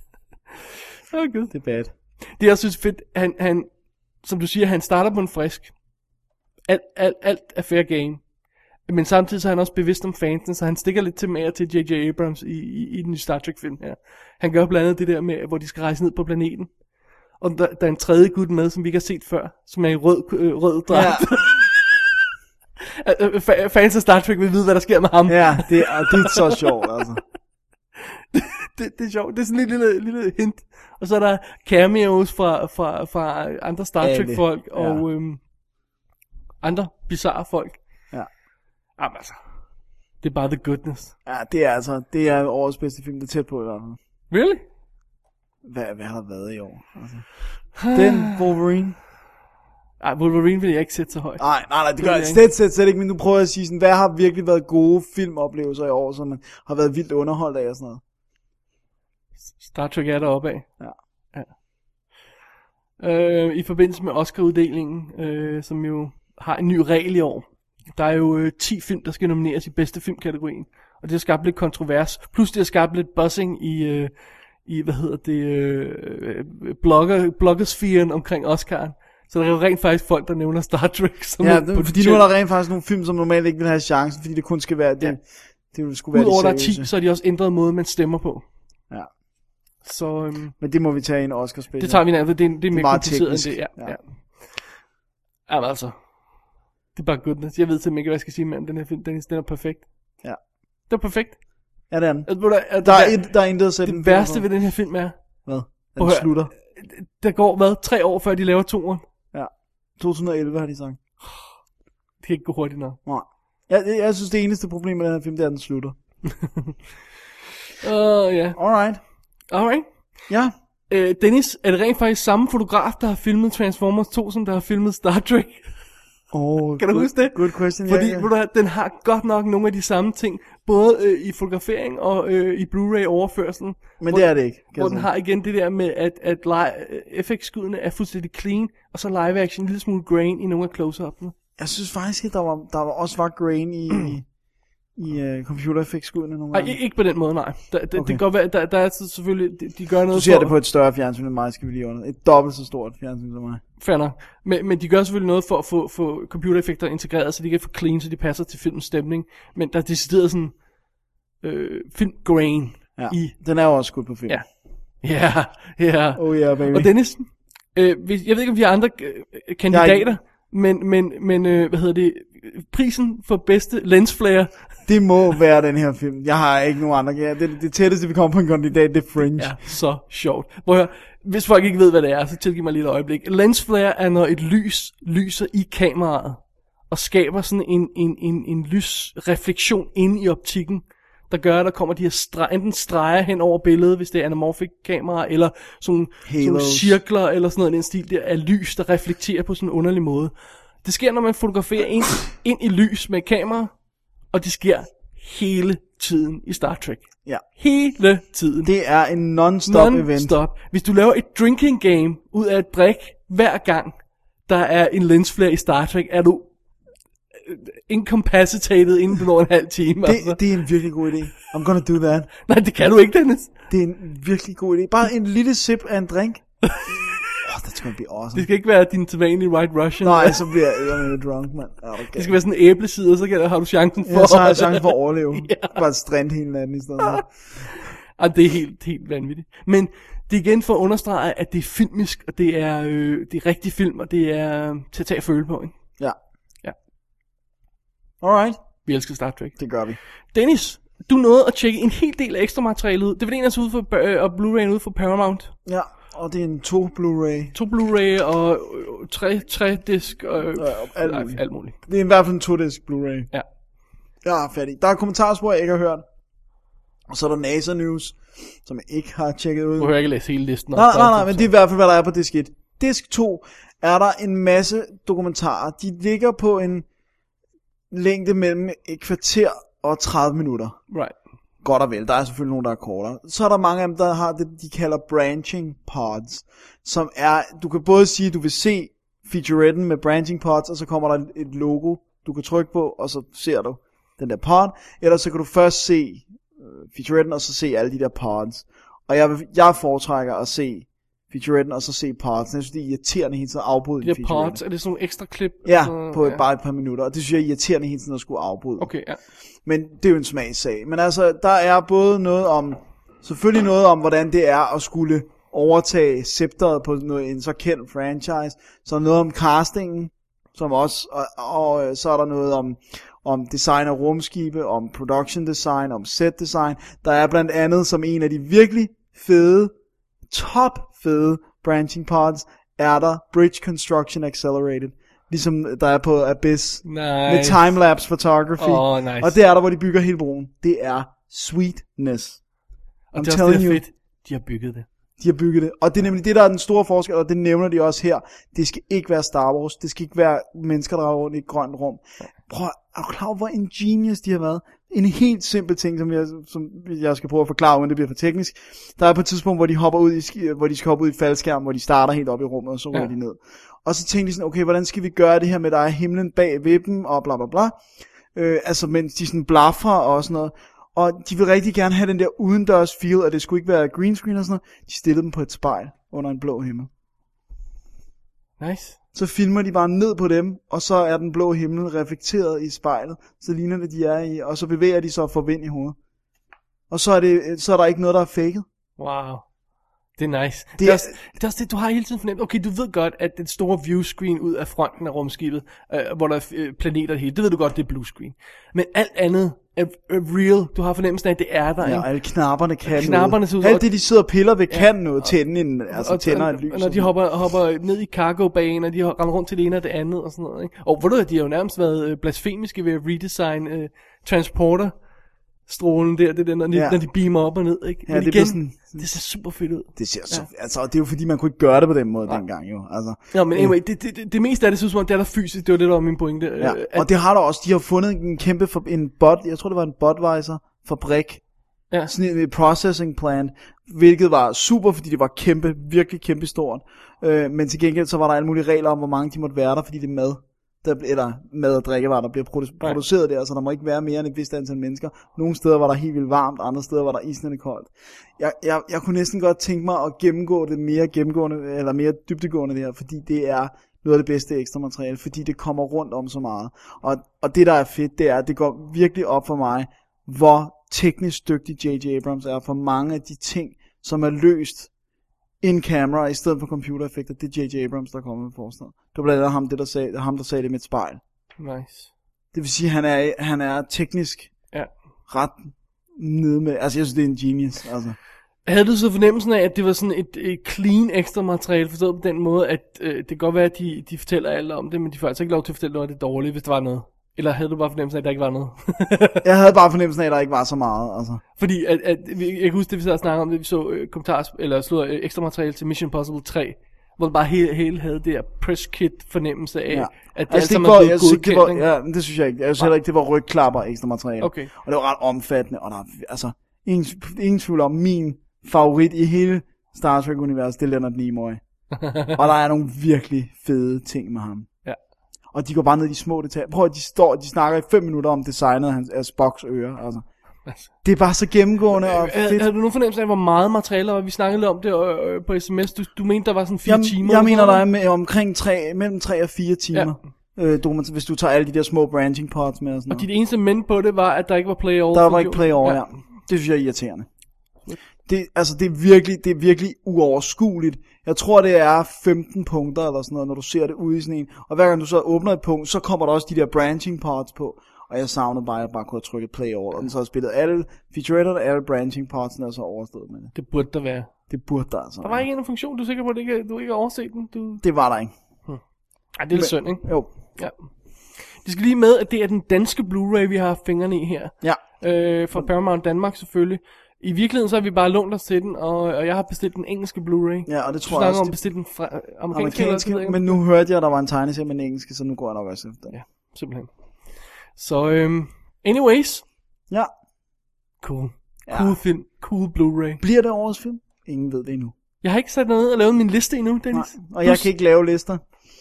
Okay. Det er bad. Det jeg synes fedt, han, han, som du siger, han starter på en frisk. Alt, alt, alt er fair game. Men samtidig så er han også bevidst om fansen, så han stikker lidt til mere til J J Abrams i, i, i den nye Star Trek film her. Han gør blandt andet det der med, hvor de skal rejse ned på planeten. Og der, der er en tredje gut med, som vi ikke har set før, som er i rød, øh, rød dragt. Ja. Fans af Star Trek vil vide, hvad der sker med ham. Ja, det er, det er så sjovt, altså. det, det, det er sjovt. Det er sådan en lille, lille hint. Og så er der cameos fra, fra, fra andre Star Trek-folk, og ja. øhm, andre bizarre folk. Ja. Jamen altså, det er bare the goodness. Ja, det er altså, det er årets bedste film, det er tæt på i hvert fald. Really? Hvad, hvad har der været i år? Altså. Den Wolverine. Ej, Wolverine vil jeg ikke sætte så højt. Nej, nej, nej, det gør jeg slet, slet, slet ikke, men nu prøver jeg at sige sådan, hvad har virkelig været gode filmoplevelser i år, som man har været vildt underholdt af og sådan noget? Star Trek er deroppe af. Ja. Ja. Øh, I forbindelse med Oscar-uddelingen, øh, som jo har en ny regel i år, der er jo øh, ti film, der skal nomineres i bedste filmkategorien, og det har skabt lidt kontrovers, plus det har skabt lidt buzzing i, øh, i hvad hedder det, øh, blogger, bloggersfæren omkring Oscar'en. Så der er jo rent faktisk folk, der nævner Star Trek som ja, det, fordi nu er der rent faktisk nogle film, som normalt ikke vil have chancen, fordi det kun skal være det, ja. det skulle være udover der er ti, så er de også ændret måde, man stemmer på. Ja. Så, øhm, men det må vi tage i en Oscar special. Det tager vi nærmest, det, det, det er mere kompliceret end det. Ja, ja. ja. Ja, altså. Det er bare goodness. Jeg ved simpelthen ikke, hvad jeg skal sige med om den her film. Den, den er perfekt. Ja. Det er perfekt. Ja, det er den. Altså, der, er, der, er et, der er intet at sætte det værste ved den her film er... Hvad? At den slutter. Der går, hvad? Tre år før de laver toeren. Ja. to tusind og elleve har de sagt. Det kan ikke gå hurtigt nok. Nej. Jeg, jeg, jeg synes, det eneste problem med den her film, det er, at den slutter. Åh, uh, ja. Yeah. Alright. Alright. Ja. Øh, Dennis, er det rent faktisk samme fotograf, der har filmet Transformers to, som der har filmet Star Trek? Oh, kan du good, huske det? Good question, Fordi ja, ja. ved du hvad, den har godt nok nogle af de samme ting, både øh, i fotografering og øh, i Blu-ray-overførselen. Men hvor, det er det ikke. Hvor den har igen det der med, at, at li- F X-skuddene er fuldstændig clean, og så live action en lille smule grain i nogle af close-up'ene. Jeg synes faktisk, at der, var, der var også var grain i, i, i uh, computer-effektskuddene nogle Nej, gange. ikke på den måde, nej. Der, der, Okay. det kan godt være, der, der er selvfølgelig, de, de gør noget Du ser for, det på et større fjernsyn end mig, skal vi lige under. Et dobbelt så stort fjernsyn som mig. fair nok. Men, men de gør selvfølgelig noget for at få, få computereffekter integreret, så de kan få clean, så de passer til filmens stemning. Men der er decideret sådan øh, film-grain Ja, i. den er jo også skudt på film. Ja. Ja, ja. Oh yeah, baby. Og Dennis, øh, hvis, jeg ved ikke, om vi har andre øh, kandidater, men, men, men øh, hvad hedder det, prisen for bedste lensflare. Det må være den her film. Jeg har ikke nogen andre. Ja, det, det tætteste, vi kommer på en kandidat, det er Fringe. Ja, så sjovt. Prøv at høre, hvis folk ikke ved, hvad det er, så tilgiv mig lige et øjeblik. Lensflare er, når et lys lyser i kameraet, og skaber sådan en, en, en, en lysrefleksion inde i optikken, der gør, at der kommer de her streger, enten streger hen over billedet, hvis det er anamorphic kamera, eller sådan, sådan nogle cirkler, eller sådan noget i den stil der af lys, der reflekterer på sådan en underlig måde. Det sker, når man fotograferer ind, ind i lys med kamera, og det sker hele tiden i Star Trek. Ja. Hele tiden. Det er en non-stop event. Non-stop. Hvis du laver et drinking game ud af et drik, hver gang der er en lensflare i Star Trek, er du incapacitated inden du når en halv time. Det, altså. det er en virkelig god idé. I'm gonna do that. Nej, det kan du ikke, Dennis. Det er en virkelig god idé. Bare en lille sip af en drink. Oh, that's gonna be awesome. Det skal ikke være din tilvanlige White Russian. Nej, så bliver jeg øh, drunk, mand. Oh, okay. Det skal være sådan en æblesider, så kan, har du chancen for. Ja, så har jeg chancen for at overleve. Ja. Bare strand hele natten i stedet for. Ah, det er helt, helt vanvittigt. Men det er igen for at understrege, at det er filmisk, og det er, øh, det er rigtig film, og det er øh, til at tage at føle på, ikke? Ja. Ja. Alright. Vi elsker Star Trek. Det gør vi. Dennis, du nåede at tjekke en hel del af ekstra materiale ud. Det var en altså ude for, øh, og Blu-ray'en ude for Paramount. Ja, og det er en to Blu-ray. To Blu-ray og øh, tre, tre disk og øh, Ja, alt nej, muligt. alt muligt. Det er i hvert fald en to-disk Blu-ray. Ja. Jeg er færdig. Der er kommentarspor, jeg ikke har hørt. Og så er der NASA News, som jeg ikke har tjekket ud. Du behøver ikke læse hele listen. Nej, nej, nej, men det er i hvert fald, hvad der er på disk et. Disk to er der en masse dokumentarer. De ligger på en længde mellem et kvarter og tredive minutter. Right. Godt og vel. Der er selvfølgelig nogen, der er kortere. Så er der mange af dem, der har det, de kalder branching pods, som er, du kan både sige, at du vil se featuretten med branching pods, og så kommer der et logo, du kan trykke på, og så ser du den der pod, eller så kan du først se uh, featuretten, og så se alle de der pods. Og jeg, vil, jeg foretrækker at se featuretten, og så se pods. Jeg synes, det er irriterende hele tiden at afbryde De her featuretten. pods, er det sådan nogle ekstra klip? Ja, så, på ja. bare et par minutter, og det synes jeg er irriterende hele tiden at skulle afbryde. Okay, ja. Men det er jo en smagssag. Men altså, der er både noget om, selvfølgelig noget om, hvordan det er at skulle overtage scepteret på noget, en så kendt franchise. Så er noget om castingen, som også, og, og så er der noget om, om design af rumskibe, om production design, om set design. Der er blandt andet som en af de virkelig fede, top fede branching pods, er der Bridge Construction Accelerated. Ligesom der er på Abyss. Nice. Med timelapse photography. Oh, nice. Og det er der, hvor de bygger hele broen. Det er sweetness. Og I'm det er også telling det, you. der fedt. De har bygget det. De har bygget det. Og det er nemlig det, der er den store forskel, og det nævner de også her. Det skal ikke være Star Wars. Det skal ikke være mennesker, der er rundt i et grønt rum. Prøv, er du klar over, hvor ingenious de har været? En helt simpel ting, som jeg, som jeg skal prøve at forklare, uden det bliver for teknisk. Der er på et tidspunkt, hvor de hopper ud i, hvor de skal hoppe ud i faldskærm, hvor de starter helt op i rummet, og så ryger Ja. de ned. Og så tænkte de sådan, okay, hvordan skal vi gøre det her med, der er himlen bag ved dem, og bla bla bla. Øh, altså, mens de sådan blaffer og sådan noget. Og de vil rigtig gerne have den der udendørs feel, og det skulle ikke være green screen og sådan noget. De stillede dem på et spejl under en blå himmel. Nice. Så filmer de bare ned på dem, og så er den blå himmel reflekteret i spejlet. Så ligner det, de er i, og så bevæger de sig og får vind i hovedet. Og så er, det, så er der ikke noget, der er faked. Wow. Det er nice. Det, Det er, er- også, det er også det, du har hele tiden fornemt. Okay, du ved godt, at det store viewscreen ud af fronten af rumskibet, øh, hvor der er øh, planeter det hele, det ved du godt, det er blue screen. Men alt andet er, er real. Du har fornemmelsen af, at det er der, Ja, ikke? og alle knapperne kan Knapperne ser ud- noget. Alt det, de sidder og piller ved, kan noget. Tænde en, altså tænder et lys. og når de hopper, hopper ned i cargo-bagen, og de render rundt til det ene og det andet og sådan noget, ikke? Og ved du, at de har jo nærmest været øh, blasfemiske ved at redesign øh, transporter strålen der, det der, når de, Ja. når de beamer op og ned, ikke? Ja, Men det igen, sådan, det ser super fedt ud. det ser så, ja. altså, det er jo fordi, man kunne ikke gøre det på den måde Nej. dengang, jo. Altså, Ja, men anyway, det, det, det, det meste af det synes man, det er der fysisk, det var det, der var min pointe. ja. Øh, Og det har der også, de har fundet en kæmpe, for, en bot, jeg tror det var en Budweiser-fabrik, ja. sådan en processing plant, hvilket var super, fordi det var kæmpe, virkelig kæmpe stort. Øh, men til gengæld så var der alle mulige regler om, hvor mange de måtte være der, fordi det er mad, der, eller mad og drikkevarer, der bliver produ- Nej. produceret der, så der må ikke være mere end et vist antal mennesker. Nogle steder var der helt vildt varmt, andre steder var der isnende koldt. Jeg, jeg, jeg kunne næsten godt tænke mig at gennemgå det mere gennemgående, eller mere dybdegående det her, fordi det er noget af det bedste ekstra materiale, fordi det kommer rundt om så meget. Og, og det der er fedt, det er, at det går virkelig op for mig, hvor teknisk dygtig J J Abrams er for mange af de ting, som er løst in camera i stedet for computereffekter. Det er J J Abrams, der er kommet med forslaget. Det var blandt andet ham, det, der sagde, ham, der sagde det med et spejl. Nice. Det vil sige, at han er, han er teknisk Ja. ret nede med. Altså, jeg synes, det er en genius. Altså. Havde du så fornemmelsen af, at det var sådan et, et clean ekstra materiale, forstået på den måde, at øh, det kan godt være, at de, de fortæller alt om det, men de får altså ikke lov til at fortælle noget af det dårlige, hvis der var noget? Eller havde du bare fornemmelsen af, at der ikke var noget? Jeg havde bare fornemmelsen af, at der ikke var så meget. Altså. Fordi, at, at, jeg kan huske det, vi så snakkede om det, vi så øh, kommentars, eller slået øh, ekstra materiale til Mission Impossible tre, hvor det bare hele, hele havde det der press kit fornemmelse af, Ja. at det Altså, alt det, sammen var, er jeg blevet synes, det var, godkendt, ikke? ja, men det synes jeg ikke. Jeg synes heller ikke, det var rygklapper ekstra materiale. Okay. Og det var ret omfattende, og der er, altså, ingen, ingen tvivl om, min favorit i hele Star Trek-universet, det er Leonard Nimoy. Og der er nogle virkelig fede ting med ham. Ja. Og de går bare ned i de små detaljer. Prøv at de står, de snakker i fem minutter om designet af, hans, af Spocks ører. Altså. Altså. Det er bare så gennemgående og Havde, fedt. havde du nogen fornemmelse af, hvor meget materiale var? Vi snakkede lidt om det øh, øh, på sms. Du, du mente, der var sådan fire Jeg, timer? jeg eller mener, der sådan er med, omkring tre, mellem tre og fire timer. Ja. Øh, du, hvis du tager alle de der små branching pods med og sådan noget? Og noget. dit eneste men på det var, at der ikke var play all. Der var ikke play all, ja. ja. Det synes jeg er irriterende. Det, altså, det er virkelig, det er virkelig uoverskueligt. Jeg tror, det er femten punkter eller sådan noget, når du ser det ude i sådan en. Og hver gang du så åbner et punkt, så kommer der også de der branching pods på. Og jeg savnede bare, at jeg bare kunne have trykket play all. Og den så har spillet alle featuretterne, alle branching pods'ene, og så overstået med det. Det burde der være. Det burde der altså. Der var ikke en funktion, du er sikker på, at du ikke, du ikke har overset den? Du... Det var der ikke. Hmm. Ej, det er lidt synd, ikke? Jo. Ja. Det skal lige med, at det er den danske Blu-ray, vi har haft fingrene i her. Ja. Øh, fra Paramount Danmark selvfølgelig. I virkeligheden så har vi bare lånt os til den, og, og jeg har bestilt den engelske Blu-ray. Ja, og det tror du jeg også. Du om bestilt den fra amerikanske, amerikanske eller, men nu hørte jeg, at der var en tegneserie med den engelske, så nu går jeg nok også efter den. Ja, simpelthen. Så, øhm, anyways. Ja. Cool. Ja. Cool film. Cool Blu-ray. Bliver det årets film? Ingen ved det endnu. Jeg har ikke sat noget ned og lavet min liste endnu, Dennis. Nej, og jeg kan ikke lave lister.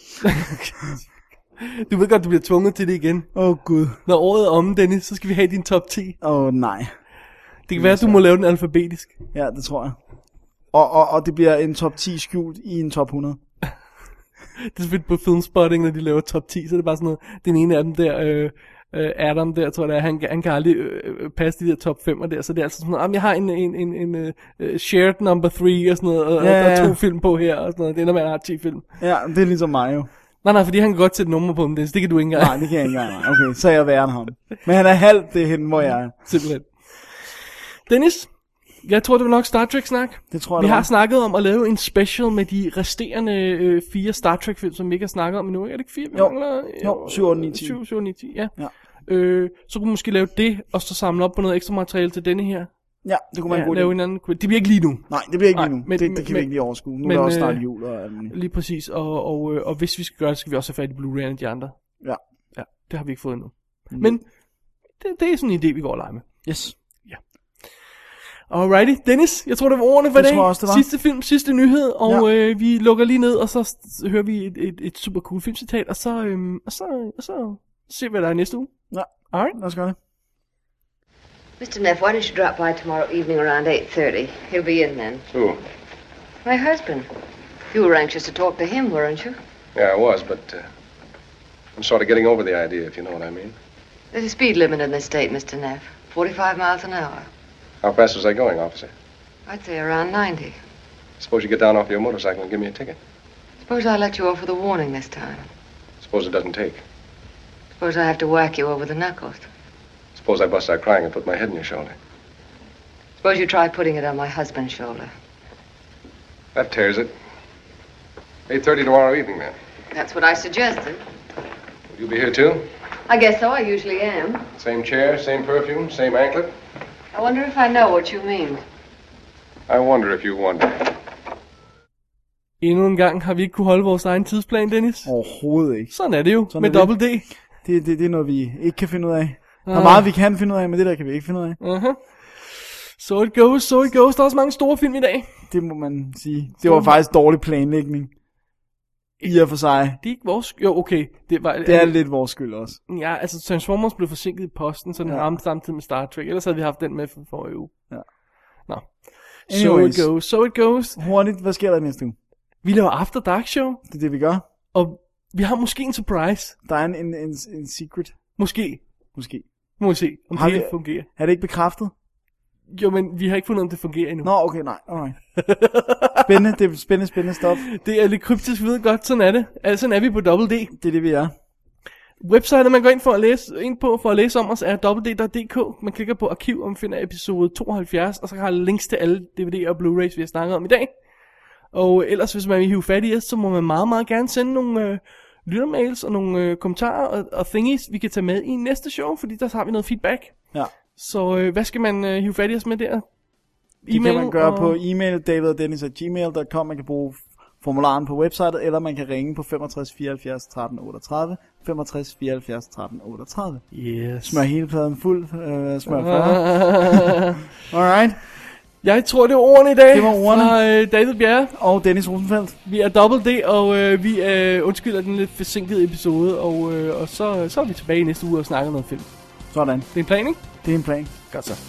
Du ved godt, du bliver tvunget til det igen. Åh oh, gud. Når året er omme, Dennis, så skal vi have din top ti. Åh oh, nej. Det kan være, at du må lave den alfabetisk. Ja, det tror jeg. Og, og, og det bliver en top ti skjult i en top hundrede. Det er selvfølgelig på Filmspotting, når de laver top ti, så er det bare sådan noget. Den ene af dem der, øh, øh, Adam der, tror jeg, der, han, han kan aldrig øh, passe de der top femmer der, så det er altså sådan noget, jeg har en, en, en, en uh, shared number three og sådan noget, og ja, ja. der er to film på her og sådan noget. Det ender med, at han har ti film. Ja, det er ligesom mig jo. Nej, nej, fordi han kan godt sætte nummer på dem, det, det kan du ikke engang. Nej, det kan jeg ikke engang. Okay, så er jeg værre end ham. Men han er halvt det hen, hvor jeg er. Simpelthen. Dennis, jeg tror, det var nok Star Trek-snak. Det tror jeg, Vi det har var. snakket om at lave en special med de resterende øh, fire Star Trek-film, som vi ikke har snakket om endnu. Er det ikke fire? Vi Jo, mangler, jo, syv, otte, ni, ti. syv, syv, ni, ti, ja. Ja. Øh, så kunne vi måske lave det, og så samle op på noget ekstra materiale til denne her. Ja, det kunne man Ja, godt lave en anden. Det bliver ikke lige nu. Nej, det bliver ikke Nej, lige nu. men- det, det men- kan vi men- ikke lige overskue. Nu men, er der også snart øh, jul og alt muligt. Lige præcis, og, og, øh, og hvis vi skal gøre det, skal vi også have fat i Blu-ray end de andre. Ja. Ja, det har vi ikke fået endnu. Mm. Men det, det er sådan en idé, vi går og leger med. Yes. Alrighty, Dennis, jeg tror det var ordene for Det i dag. tror jeg også, det var. Sidste film, sidste nyhed, og Ja. øh, vi lukker lige ned, og så s- hører vi et, et, et super cool filmcitat, og så, øhm, og så, og så ser vi, hvad der er næste uge. Ja, Alright. lad os gøre det. Mister Neff, why don't you drop by tomorrow evening around eight thirty? He'll be in then. Who? My husband. You were anxious to talk to him, weren't you? Yeah, I was, but uh, I'm sort of getting over the idea, if you know what I mean. There's a speed limit in this state, Mister Neff. forty-five miles an hour. How fast was I going, officer? I'd say around ninety. Suppose you get down off your motorcycle and give me a ticket. Suppose I let you off with a warning this time. Suppose it doesn't take. Suppose I have to whack you over the knuckles. Suppose I bust out crying and put my head on your shoulder. Suppose you try putting it on my husband's shoulder. That tears it. eight thirty tomorrow evening, then. That's what I suggested. Will you be here, too? I guess so. I usually am. Same chair, same perfume, same anklet? I wonder if I know what you mean. I wonder if you wonder. Endnu en gang har vi ikke kunne holde vores egen tidsplan, Dennis. Overhovedet ikke. Sådan er det jo, Sådan med er det. dobbelt D. Det, det, det er noget, vi ikke kan finde ud af. Der er Ah. meget, vi kan finde ud af, men det der kan vi ikke finde ud af. Uh-huh. So it goes, so it goes. Der er også mange store film i dag. Det må man sige. Det var faktisk dårlig planlægning. I og for sig. Det er ikke vores... Jo, okay. Det, var, Det er lidt vores skyld også. Ja, altså Transformers blev forsinket i posten, så den Ja. ramte samtidig med Star Trek. Ellers havde vi haft den med for forrige uge. Ja. Nå. So Anyways. it goes, so it goes. Hurtigt, hvad sker der næste uge? Vi laver After Dark Show, Det er det, vi gør. og vi har måske en surprise. Der er en, en, en, en secret, Måske. måske. Må vi se, om Har det vi- fungerer. Er det ikke bekræftet? Jo, men vi har ikke fundet, om det fungerer endnu. Nå, okay, nej. Alright. Spændende, det er spændende, spændende stof. Det er lidt kryptisk, vi ved godt, sådan er det. Altså, sådan er vi på Double D. Det er det, vi er. Websitet, man går ind, for at læse, ind på for at læse om os, er double d punktum d k. Man klikker på arkiv, og man finder episode tooghalvfjerds, og så har jeg links til alle D V D'er og Blu-rays, vi har snakket om i dag. Og ellers, hvis man vil hive fat i os, så må man meget, meget gerne sende nogle øh, lyttermails og nogle øh, kommentarer og, og thingies, vi kan tage med i næste show, fordi der har vi noget feedback. Ja. Så øh, hvad skal man øh, hive fat i os med der? Det kan man gøre og... på e-mail david og dennis at gmail punktum com. Man kan bruge formularen på websitet, eller man kan ringe på femogtres fireoghalvfjerds tretten otteogtredive. femogtres fireoghalvfjerds tretten otteogtredive. Yes. Smør hele pladen fuld. Øh, smør fyrre. Alright. Jeg tror, det var ordene i dag. Det var ordene. Fra øh, David Bjerre. Og Dennis Rosenfeldt. Vi er Double D, og øh, vi øh, undskylder den lidt forsinkede episode, og, øh, og så, så er vi tilbage i næste uge og snakker noget film. Sådan. Det er en plan, ikke? Det er en plan. Godt så.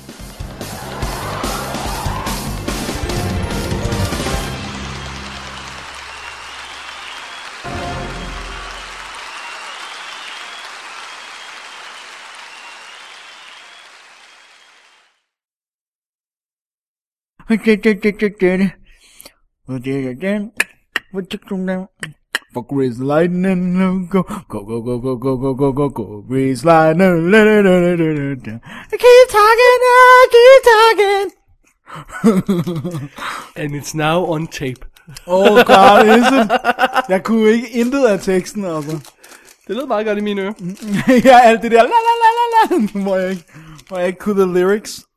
For Grease Lightning, go, go, go, go, go, go, go, go, go, go, Grease Lightning, keep talking, keep talking. And it's now on tape. Oh god, is it? Jeg kunne ikke intet af teksten, altså. Det lød meget godt i mine ører. Ja, alt det der, la la la la la, hvor jeg ikke, hvor jeg ikke kunne the lyrics.